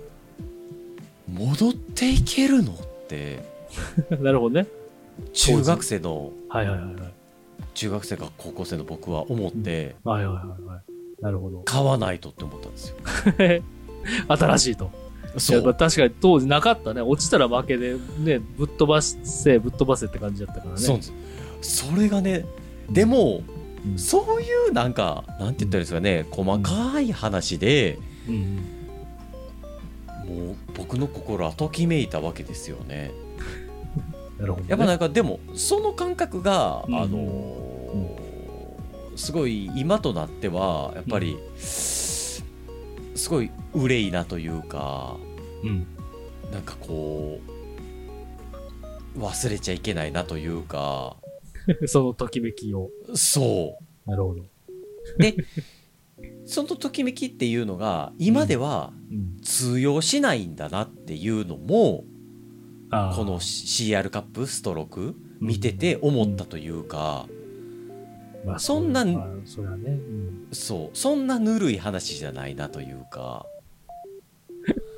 戻っていけるのってなるほどね。 中学生のはいはいはいはい。 中学生か高校生の僕は思ってはいはいはいはい。なるほど。 買わないとって思ったんですよ。 新しいと。 そいやまあう確かに当時なかったね。落ちたら負けで、ね、ぶっ飛ばせ、ぶっ飛ばせって感じだったからね。 そうなんです。それがねでも、 うんそういうなんかなんて言ったらいいですかね細かい話で、 うんうん、 もう僕の心はときめいたわけですよね。 なるほど、ね。 やっぱなんかでもその感覚が、 うんあのーすごい今となってはやっぱり、すごい憂いなというかうん。 なんかこう忘れちゃいけないなというかそのときめきを。 そなるほど。 うでそのときめきっていうのが今ではうん。 通用しないんだなっていうのも、 あーこの シーアール カップストローク見てて思ったというか、 まあ、 そんなまあ、それはね。うん。 そうそんなぬるい話じゃないなというか、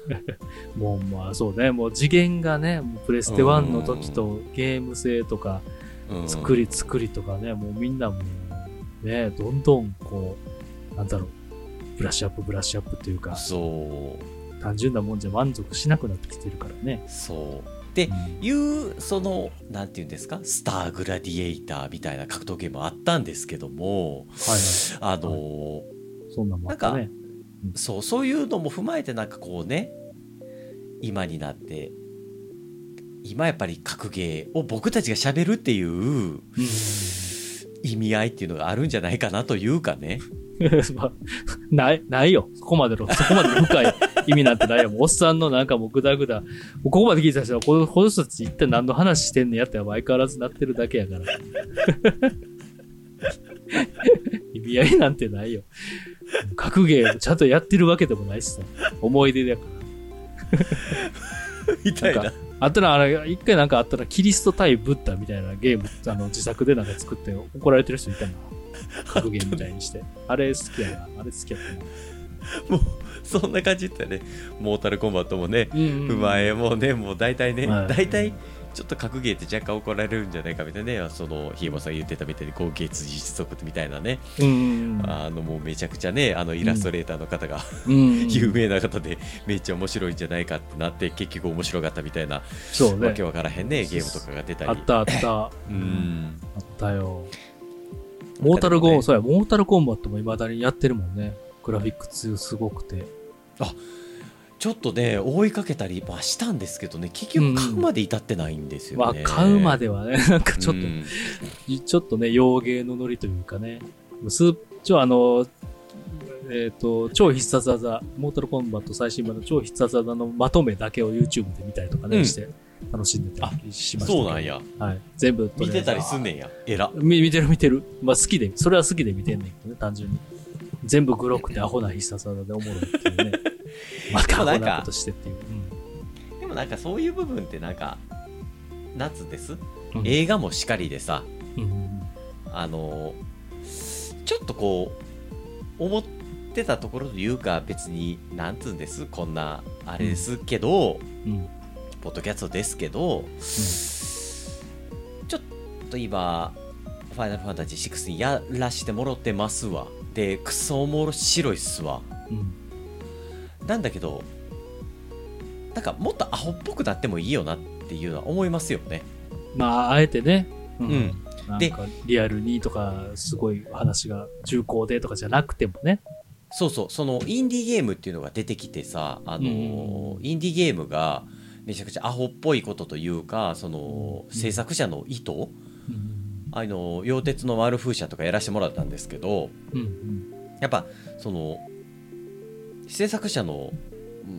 もうまあそうね、もう次元がね、もうプレステワンの時とゲーム性とか、作り作りとかね、もうみんなもうね、どんどんこう、なんだろう、ブラッシュアップブラッシュアップというか、 そう。 単純なもんじゃ満足しなくなってきてるからね。 そう。っていう、うん、そのなんていうんですか、スターグラディエイターみたいな格闘ゲームあったんですけども、はいはい、あのーはい、 そんなもんあったね。 なんか、うん、そうそういうのも踏まえてなんかこうね、今になって今やっぱり格ゲーを僕たちが喋るっていう、うん、意味合いっていうのがあるんじゃないかなというかね。 まあ、ない、ないよ。そこまでの、そこまで深い意味なんてないよ。もうおっさんのなんかもうグダグダ。もうここまで聞いた人は、この、この人たち一体何の話してんねやって相変わらずなってるだけやから。意味合いなんてないよ。格ゲーちゃんとやってるわけでもないしさ。思い出だから。 みたいな。 あったら、あれ、一回なんかあったら、キリスト対ブッダみたいなゲーム、あの、自作でなんか作って怒られてる人いたな。格ゲーみたいにして。あれ好きやな。あれ好きやったな。もう、そんな感じだったよね。モータルコンバットもね、うんうん、踏まえもね、もう大体ね、はい、大体、ちょっと格ゲーって若干怒られるんじゃないかみたいなね、その、ひいもさん言ってたみたいに、高月実属みたいなね、うんうんうん、あの、もうめちゃくちゃね、あの、イラストレーターの方が、うん、有名な方で、めっちゃ面白いんじゃないかってなって、結局面白かったみたいな、そうね、わけわからへんね、ゲームとかが出たり。 あったあった。うん。あったよ。モータルコン、ね、そうや、モータルコンバットも未だにやってるもんね。グラフィックスすごくて。 あ、ちょっとね、追いかけたりはしたんですけどね、結局買うまで至ってないんですよね。 うん、まあ、買うまではね、なんかちょっと、うん、ちょっとね、洋芸のノリというかね。スーちょ、あの、えっ、ー、と、超必殺技、モータルコンバット最新版の超必殺技のまとめだけを YouTube で見たりとかね、うん、して。楽しんでたりしました、ね。 そうなんや。 はい。全部見てたりすんねんや。えら。 見、見てる見てる。まあ好きで、それは好きで見てんねんけどね、単純に。全部グロくてアホな必殺技でおもろいっていうね。またアホなことしてっていう。 うん、でもなんかそういう部分ってなんか、夏です、うん、映画もしかりでさ、うん、あの、ちょっとこう、思ってたところというか、別に、なんつうんです、こんな、あれですけど、うんうんポッドキャストですけど、うん、ちょっと今ファイナルファンタジーシックスにやらしてもろってますわ。でクソおもしろいっすわ、うん、なんだけどなんかもっとアホっぽくなってもいいよなっていうのは思いますよね。 まああえてね、うん、うん、なんかリアルにとかすごい話が重厚でとかじゃなくてもね。 そうそう、そのインディーゲームっていうのが出てきてさ、あのーうん、インディーゲームがめちゃくちゃアホっぽいことというか、その制作者の意図、うん、あの溶鉄の悪風車とかやらせてもらったんですけど、うんうん、やっぱその制作者の、うん、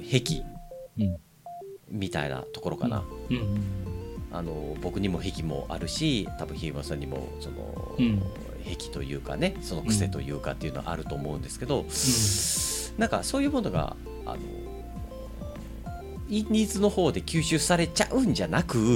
癖、うん、みたいなところかな、うんうんうん、あの僕にも癖もあるし、多分ひいまさんにもその、うん、癖というかね、その癖というかっていうのはあると思うんですけど、うん、なんかそういうものがあのインディーズの方で吸収されちゃうんじゃなく、うん、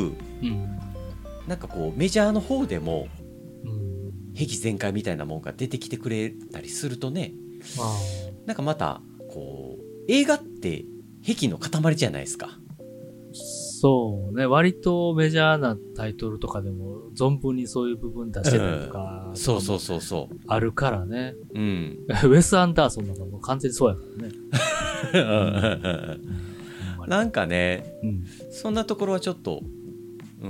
なんかこうメジャーの方でも癖全開みたいなもんが出てきてくれたりするとね、なんかまたこう映画って癖の塊じゃないですか。 そうね、割とメジャーなタイトルとかでも存分にそういう部分出してたりとか、うん、 そうそうそうそうあるからね、うん、ウェス・アンダーソンなんかもう完全にそうやからねなんかね、うん、そんなところはちょっと、うん。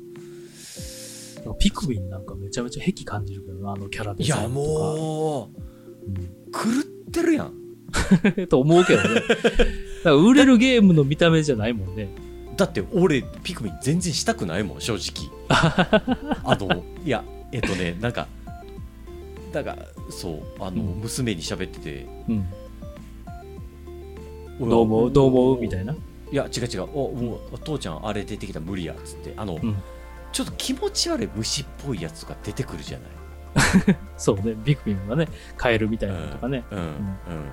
ピクミンなんかめちゃめちゃ癖感じるけどな、あのキャラデザインとか。いやもう、うん、狂ってるやん。 と思うけどね。だから売れるゲームの見た目じゃないもんね。 だって俺ピクミン全然したくないもん、正直。あの、いや、えっとね、なんか、だから、そう、あの、うん、娘に喋ってて、うんどう思うどう思うみたいな。 いや違う違う、おもう父ちゃんあれ出てきたら無理やっつって、あの、うん、ちょっと気持ち悪い虫っぽいやつとか出てくるじゃない。 そうね、ビクミンがねカエルみたいなのとかね、うんうんうん、うん、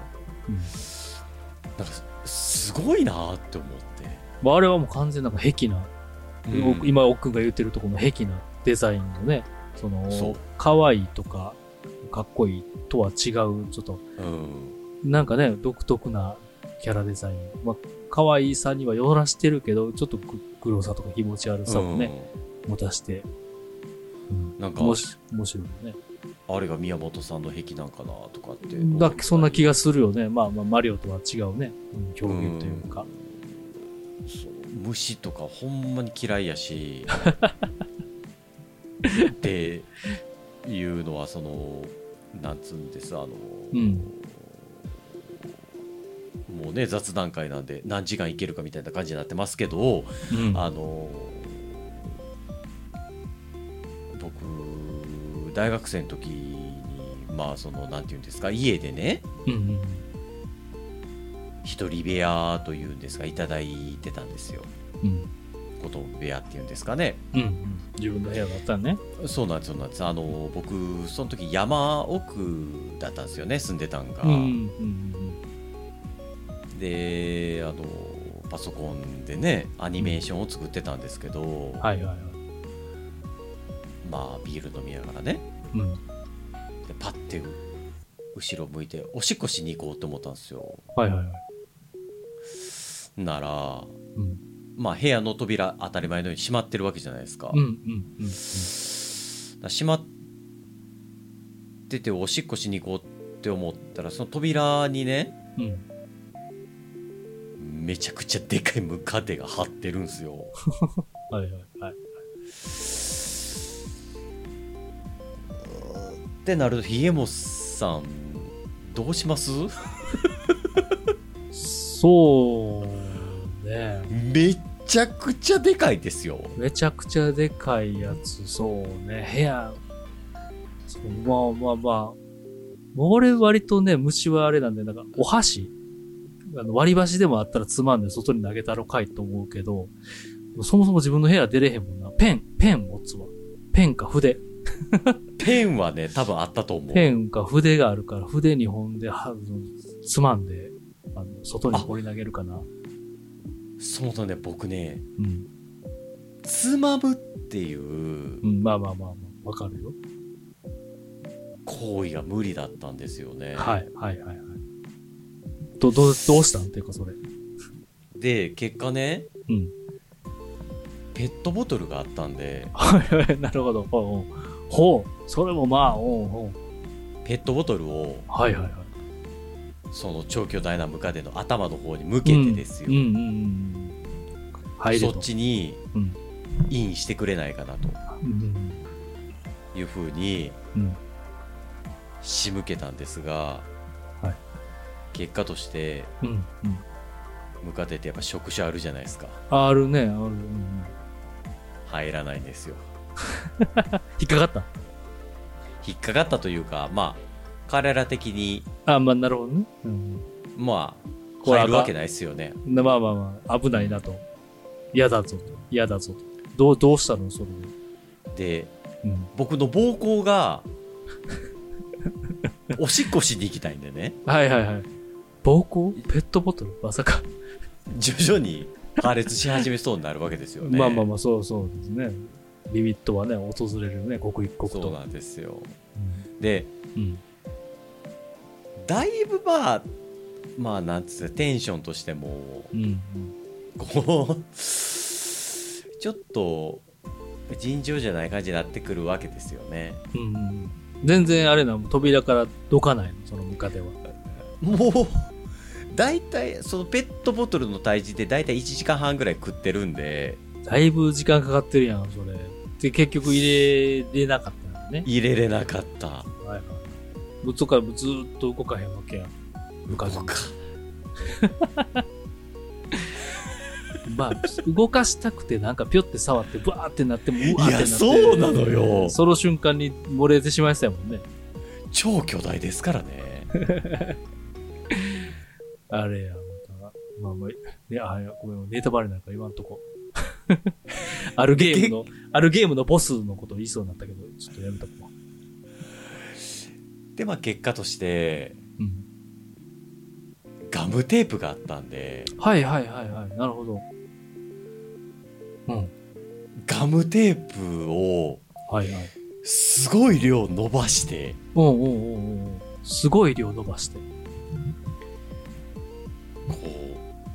なんかすごいなって思って、 まあ、あれはもう完全なんか癖な、うん、今奥君が言ってるところの癖なデザインのね、その可愛いとかかっこいいとは違うちょっと、うん、なんかね独特なキャラデザイン。まあ、可愛さにはよらしてるけど、ちょっと黒さとか気持ち悪さもね、うん、持たして、うん、なんか面白いよね。 あれが宮本さんの壁なんかなとかってだそんな気がするよね。まあまあマリオとは違うね、うん、表現というか、 うん、そう虫とかほんまに嫌いやしっていうのはそのなんつうんですあの、うん、もうね雑談会なんで何時間いけるかみたいな感じになってますけど、うん、あの僕大学生の時にまあそのなんていうんですか家でね、うんうん、一人部屋というんですかいただいてたんですよ、うん、子供部屋っていうんですかね、 うんうん、自分の部屋だったね。 そうなんですそうなんですあの僕その時山奥だったんですよね住んでたんが、うんうんうん、であのパソコンでねアニメーションを作ってたんですけど、うん、はいはいはいまあビール飲みながらね、うん、でパッて後ろ向いておしっこしに行こうと思ったんですよ。はいはいはい。なら、うん、まあ部屋の扉当たり前のように閉まってるわけじゃないですか。うんうんうんうん、閉まってておしっこしに行こうって思ったらその扉にね、うん、めちゃくちゃでかいムカデが張ってるんですよ。はいはいはい。ってなるとひげもさんどうします？ そうねめちゃくちゃでかいですよ。 めちゃくちゃでかいやつそうね部屋まあまあまあ俺割とね虫はあれなんでなんかお箸あの割り箸でもあったらつまんで外に投げたろかいと思うけどそもそも自分の部屋出れへんもんな。ペンペン持つわ。ペンか筆ペンはね多分あったと思う。 ペンか筆があるから筆に本ではつまんであの外に放り投げるかな。 そうだね僕ね、うん、つまむっていう、 うん、まあまあまあまあわかるよ。 行為が無理だったんですよね。 はいはいはいはい。どどどうしたんっていうかそれ。 で結果ね、うん、ペットボトルがあったんで。 はいはいなるほど。ほうほうほうそれもまあほうほうペットボトルをはいはいはいその超巨大なムカデの頭の方に向けてですよ、うんうんうん、そっちにインしてくれないかなと、うん、いうふうに仕向けたんですが、はい、結果として、うんうん、ムカデってやっぱ触手あるじゃないですか。 あるねある、うん、 入らないんですよ。 引っかかった引っかかったというかまあ彼ら的にあまあなるほどね、うん、 まあ入るわけないですよね。 まあまあまあ危ないなと嫌だぞと嫌だぞとどうどうしたのそれで、うん、僕の膀胱がおしっこしに行きたいんでね。 はいはいはい。膀胱ペットボトルまさか徐々に破裂し始めそうになるわけですよね。 まあまあまあそうそうですね。リミットはね訪れるね刻一刻と。 そうなんですよ、うん、で、うん、だいぶまあまあなんつうテンションとしても、うんうん、こうちょっと尋常じゃない感じになってくるわけですよね、うんうん、 全然あれな扉からどかないのそのムカデは。 もうだいたいそのペットボトルの体重でだいたいいちじかんはんぐらい食ってるんでだいぶ時間かかってるやんそれで結局入れれなかったんだね。 入れれなかった。はいはい。 ぶっとからずっと動かへんわけやん。 動か。 まあ動かしたくてなんかピョって触ってブワーってなってもうわーってなって。いやそうなのよ。 その瞬間に漏れてしまいそうやもんね。 超巨大ですからね。 あれやまたまあまあいやごめんネタバレなんか言わんとこ。あるゲームの、あるゲームのボスのことを言いそうになったけど、ちょっとやめとこう。で、まあ結果として、うん、ガムテープがあったんで。 はいはいはいはい、なるほど。 うん。ガムテープを、はいはい。すごい量伸ばして。 おうおうおうおう。すごい量伸ばして。 こう。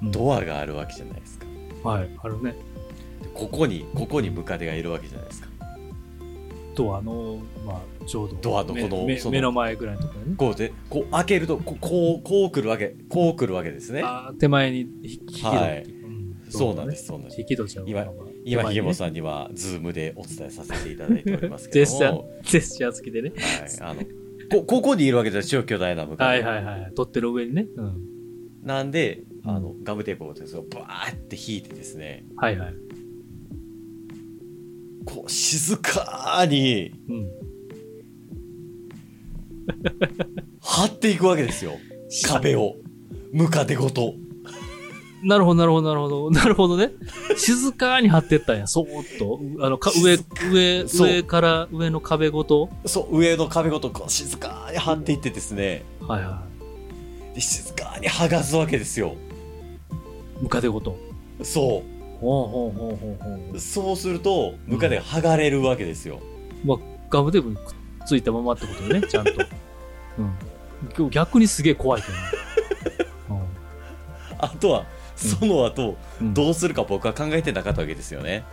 ドアがあるわけじゃないですか。 はい、あるね。 ここに、ここにムカデがいるわけじゃないですか。 ドアの、まあ、ちょうど、 ドアのこの、 目その目の前ぐらいのところね。 こうで、こう開けると、こう、こう、こう来るわけ、こう来るわけですね。 あ手前に引き戸、 はいうん、 そうなんです、そうなんです。 引き戸ちゃう今、今、ひげもさんには、ズームでお伝えさせていただいておりますけジェスチャども。 ー、ジェスチャー付きでね。 はい。あの、こ、ここにいるわけですよ、超巨大なムカデ。 はいはいはい。取ってる上にね。うん。 なんで、あの、ガムテープをですよ、バーって引いてですね。 はいはい。 こう、静かに、 うん。 張っていくわけですよ。壁を。ムカデごと。 なるほど、なるほど、なるほど。なるほどね。静かに張ってったんや、そーっと。あの、か上、上、上から、上の壁ごと。 そう、上の壁ごと、こう、静かに張っていってですね。 はいはで、静かに剥がすわけですよ。 い。ムカデごと。 そほうほうほうほうほう。そうすると、ムカデが剥がれるわけですよ。 うん、まあ、ガムテープにくっついたままってことよね、ちゃんと。うん。今日逆にすげえ怖いけどね。うん、 あとは、その後、 うん、 どうするか僕は考えてなかったわけですよね。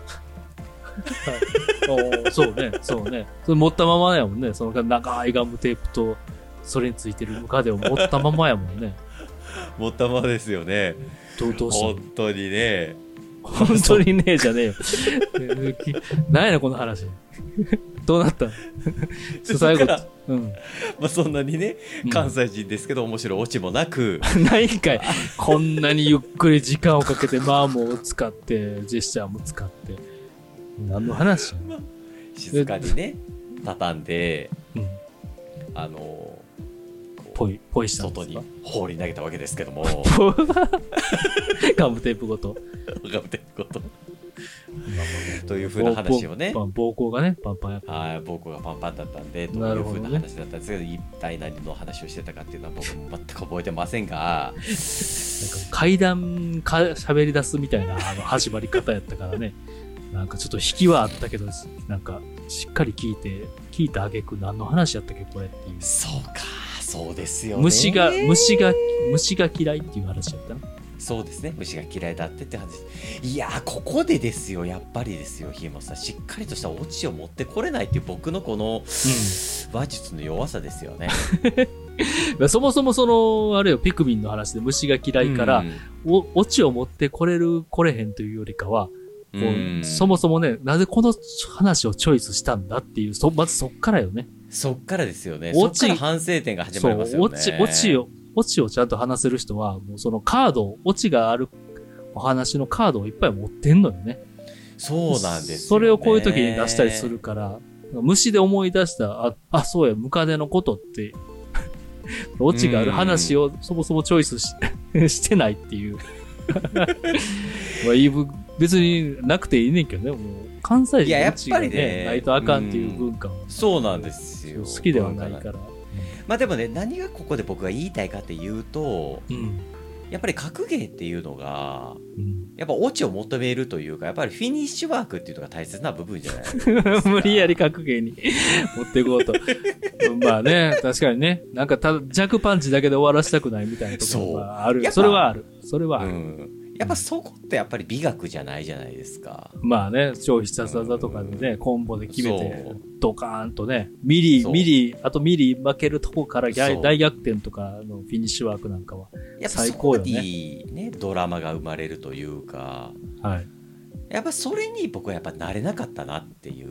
おそうね、そうね。それ持ったままやもんね。その長いガムテープと、それについてるムカデを持ったままやもんね。 持ったままですよね。 どう、どうしたの？ 本当にね。 本当にねえじゃねえよ。何やねんこの話。どうなったの？最後、うん。 まあそんなにね、関西人ですけど、うん、面白いオチもなく。 ないんかい。こんなにゆっくり時間をかけて、マーモを使って、ジェスチャーも使って。何の話？ 静かにね、畳んで、うん、あの、 ポイ、ポイしたんですか？ 外に放り投げたわけですけども。 ガムテープごと。 ガムテープごと。というふうな話をね。 膀胱がね、パンパンやった。 はい、膀胱がパンパンだったんで、というふうな話だったんですけど、一体何の話をしてたかっていうのは僕も全く覚えてませんが。なんか階段か喋り出すみたいなあの始まり方やったからね。なんかちょっと引きはあったけど、なんかしっかり聞いて、聞いた挙句何の話やったっけこれっていう。 そうか、そうですよね。 虫が、虫が、虫が嫌いっていう話やったな。 そうですね、虫が嫌いだってって話。いやー、ここでですよ、やっぱりですよ、ひもさん、しっかりとしたオチを持ってこれないっていう僕のこの、うん、話術の弱さですよね。 そもそもその、あれよ、ピクミンの話で虫が嫌いから、うん、おオチを持ってこれる、これへんというよりかは、こううん、そもそもね、なぜこの話をチョイスしたんだっていう、そまずそっからよね。 そっからですよね。そっから反省点が始まりますよね。 そう、オチ、オチを、オチをちゃんと話せる人は、もうそのカード、オチがあるお話のカードをいっぱい持ってんのよね。 そうなんですよね。 それをこういう時に出したりするから、虫で思い出した、あ、あ、そうや、ムカデのことって、オチがある話をそもそもチョイス し, してないっていう。まあ、いいぶ別になくていいねんけどね、もう関西人のオチが、ね、ね、ないとあかんっていう文化は、 うん、そうなんですよ。 好きではないから。 まあでもね、何がここで僕が言いたいかっていうと、うん、やっぱり格ゲーっていうのが、うん、やっぱオチを求めるというか、やっぱりフィニッシュワークっていうのが大切な部分じゃないですか。 無理やり格ゲーに持っていこうと。まあね、確かにね、なんかただ弱パンチだけで終わらせたくないみたいなところがある。そ, それはある。それはある。うんやっぱそこってやっぱり美学じゃないじゃないですか。 まあね、超必殺技とかでね、コンボで決めて、ドカーンとね、ミリ、ミリ、あとミリ負けるとこから大逆転とかのフィニッシュワークなんかは最高よね。やっぱそこにね、ドラマが生まれるというか、はい。やっぱそれに僕はやっぱ慣れなかったなっていう、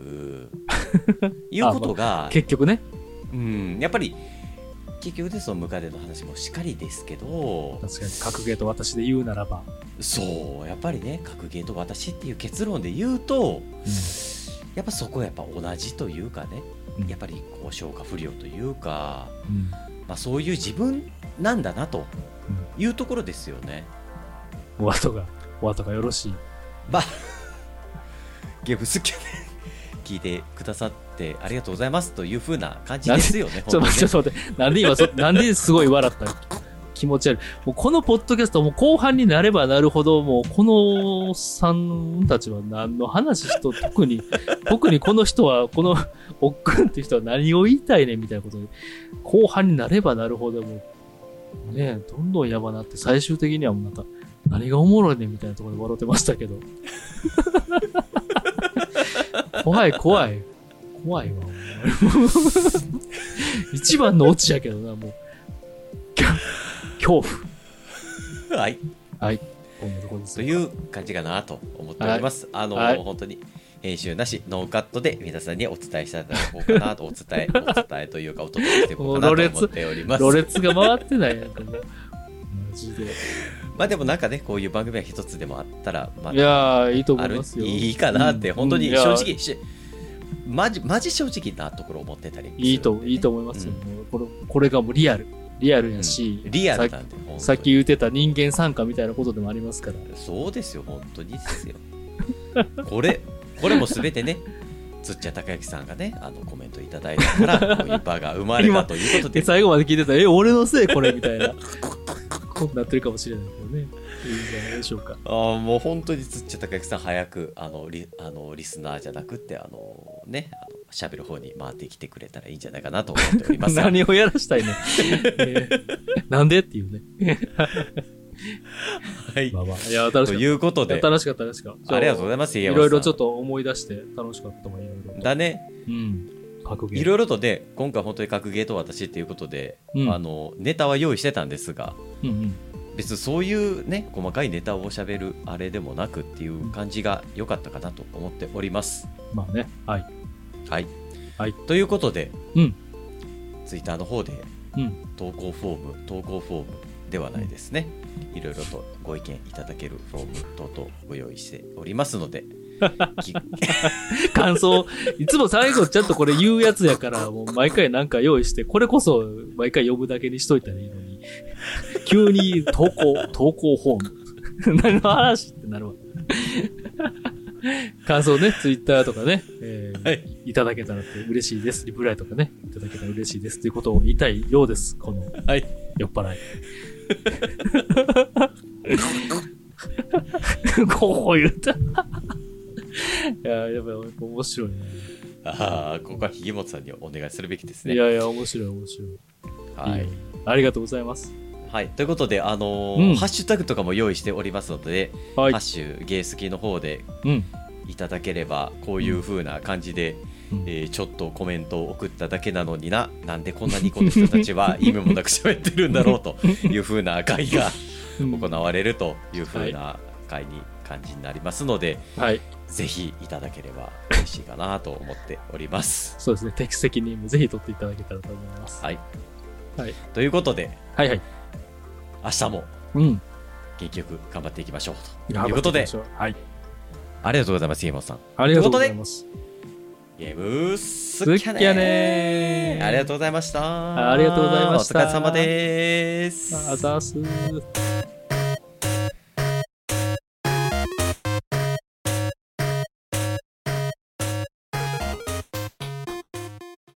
いうことが、 まあ、結局ね。 うん、やっぱり、結局でそのムカデの話もしっかりですけど、 確かに格ゲーと私で言うならば、 そうやっぱりね格ゲーと私っていう結論で言うと、うん、やっぱそこはやっぱ同じというかね、うん、やっぱりこう消化不良というか、うん、まあそういう自分なんだなというところですよね。 お後がお後がよろしい。 まあゲーム好きね。聞いてくださってありがとうございますという風な感じですよね。 ちょっと待って、ちょっと待って、なんで今そ、なんですごい笑ったの気持ち悪い。もうこのポッドキャストも後半になればなるほど、もうこのおっさんたちは何の話と、特に、特にこの人は、このおっくんっていう人は何を言いたいねみたいなことで、後半になればなるほどもう、ね、どんどんやばなって、最終的にはもうなんか、 何がおもろいねんみたいなところで笑ってましたけど。怖い怖い。怖いわ。一番のオチやけどな、もう。恐怖。 はい。 はい。こんなところですという感じかなと思っております。はい、あの、はい、本当に編集なし、ノーカットで皆さんにお伝えしていただこうかなと、お伝え、お伝えというか、お届けしていこうかなと思っております。 ろれつが回ってないやんかね。マジで。 まあでもなんかね、こういう番組が一つでもあったら、まあ、 いやー、いいと思いますよ。 いいかなって、うん、本当に正直、うん、マジ、マジ正直なところ思ってたり、ね。 いいと、いいと思いますよ。うん、これ、これがもうリアル。リアルやし、 うん、リアルなんでさ、さっき言ってた人間参加みたいなことでもありますから。 そうですよ、本当にですよ。これ、これもすべてね、つっちゃたかゆきさんがね、あのコメントいただいたから、こういう場が生まれたということで。 最後まで聞いてたら、え、俺のせいこれみたいな。こうなってるかもしれないけどね。いいんじゃないでしょうか。 あもう本当につっちゃたかゆきさん、早くあの リ, あのリスナーじゃなくて、あのね、あの喋る方に回ってきてくれたらいいんじゃないかなと思っております。 何をやらしたいね。えー、なんでっていうね。 はい。 まあまあ、いや、楽しかった。 ということで。 楽しかった、楽しかった。 ありがとうございます。 いろいろちょっと思い出して楽しかったもん、いろいろ。 だね。 うん。格ゲー。 いろいろとで、今回本当に格ゲーと私っていうことで、うん、あの、ネタは用意してたんですが、うんうん、別にそういうね、細かいネタを喋るあれでもなくっていう感じが良かったかなと思っております。 まあね。はい。 はい。 はい。 ということで、 うん。 ツイッターの方で、 うん、 投稿フォーム、投稿フォームではないですね。いろいろとご意見いただけるフォーム等々ご用意しておりますので感想いつも最後ちゃんとこれ言うやつやからもう毎回なんか用意してこれこそ毎回呼ぶだけにしといたらいいのに急に投稿投稿フォーム何の話ってなるわ感想ねツイッターとかね、えーはい、いただけたらって嬉しいですリプライとかねいただけたら嬉しいですということを言いたいようですこの酔っ払いこう言ったいややっぱり面白いねああここはひげもとさんにお願いするべきですねいやいや面白い面白いはい、いいありがとうございますはいということであのーうん、ハッシュタグとかも用意しておりますので、はい、ハッシュゲー好きの方でいただければこういう風な感じで、うんえー、ちょっとコメントを送っただけなのにななんでこんなにこの人たちは意味もなく喋ってるんだろうという風な会が行われるという風な会に感じになりますので、はい、ぜひいただければ嬉しいかなと思っておりますそうですね適責任もぜひ取っていただけたらと思いますはい、はい、ということではいはい明日も元気よく頑張っていきましょうということで、 はい、 ありがとうございますゲームさんありがとうございますゲームスキャネーありがとうございましたありがとうございましたお疲れ様ですあざーす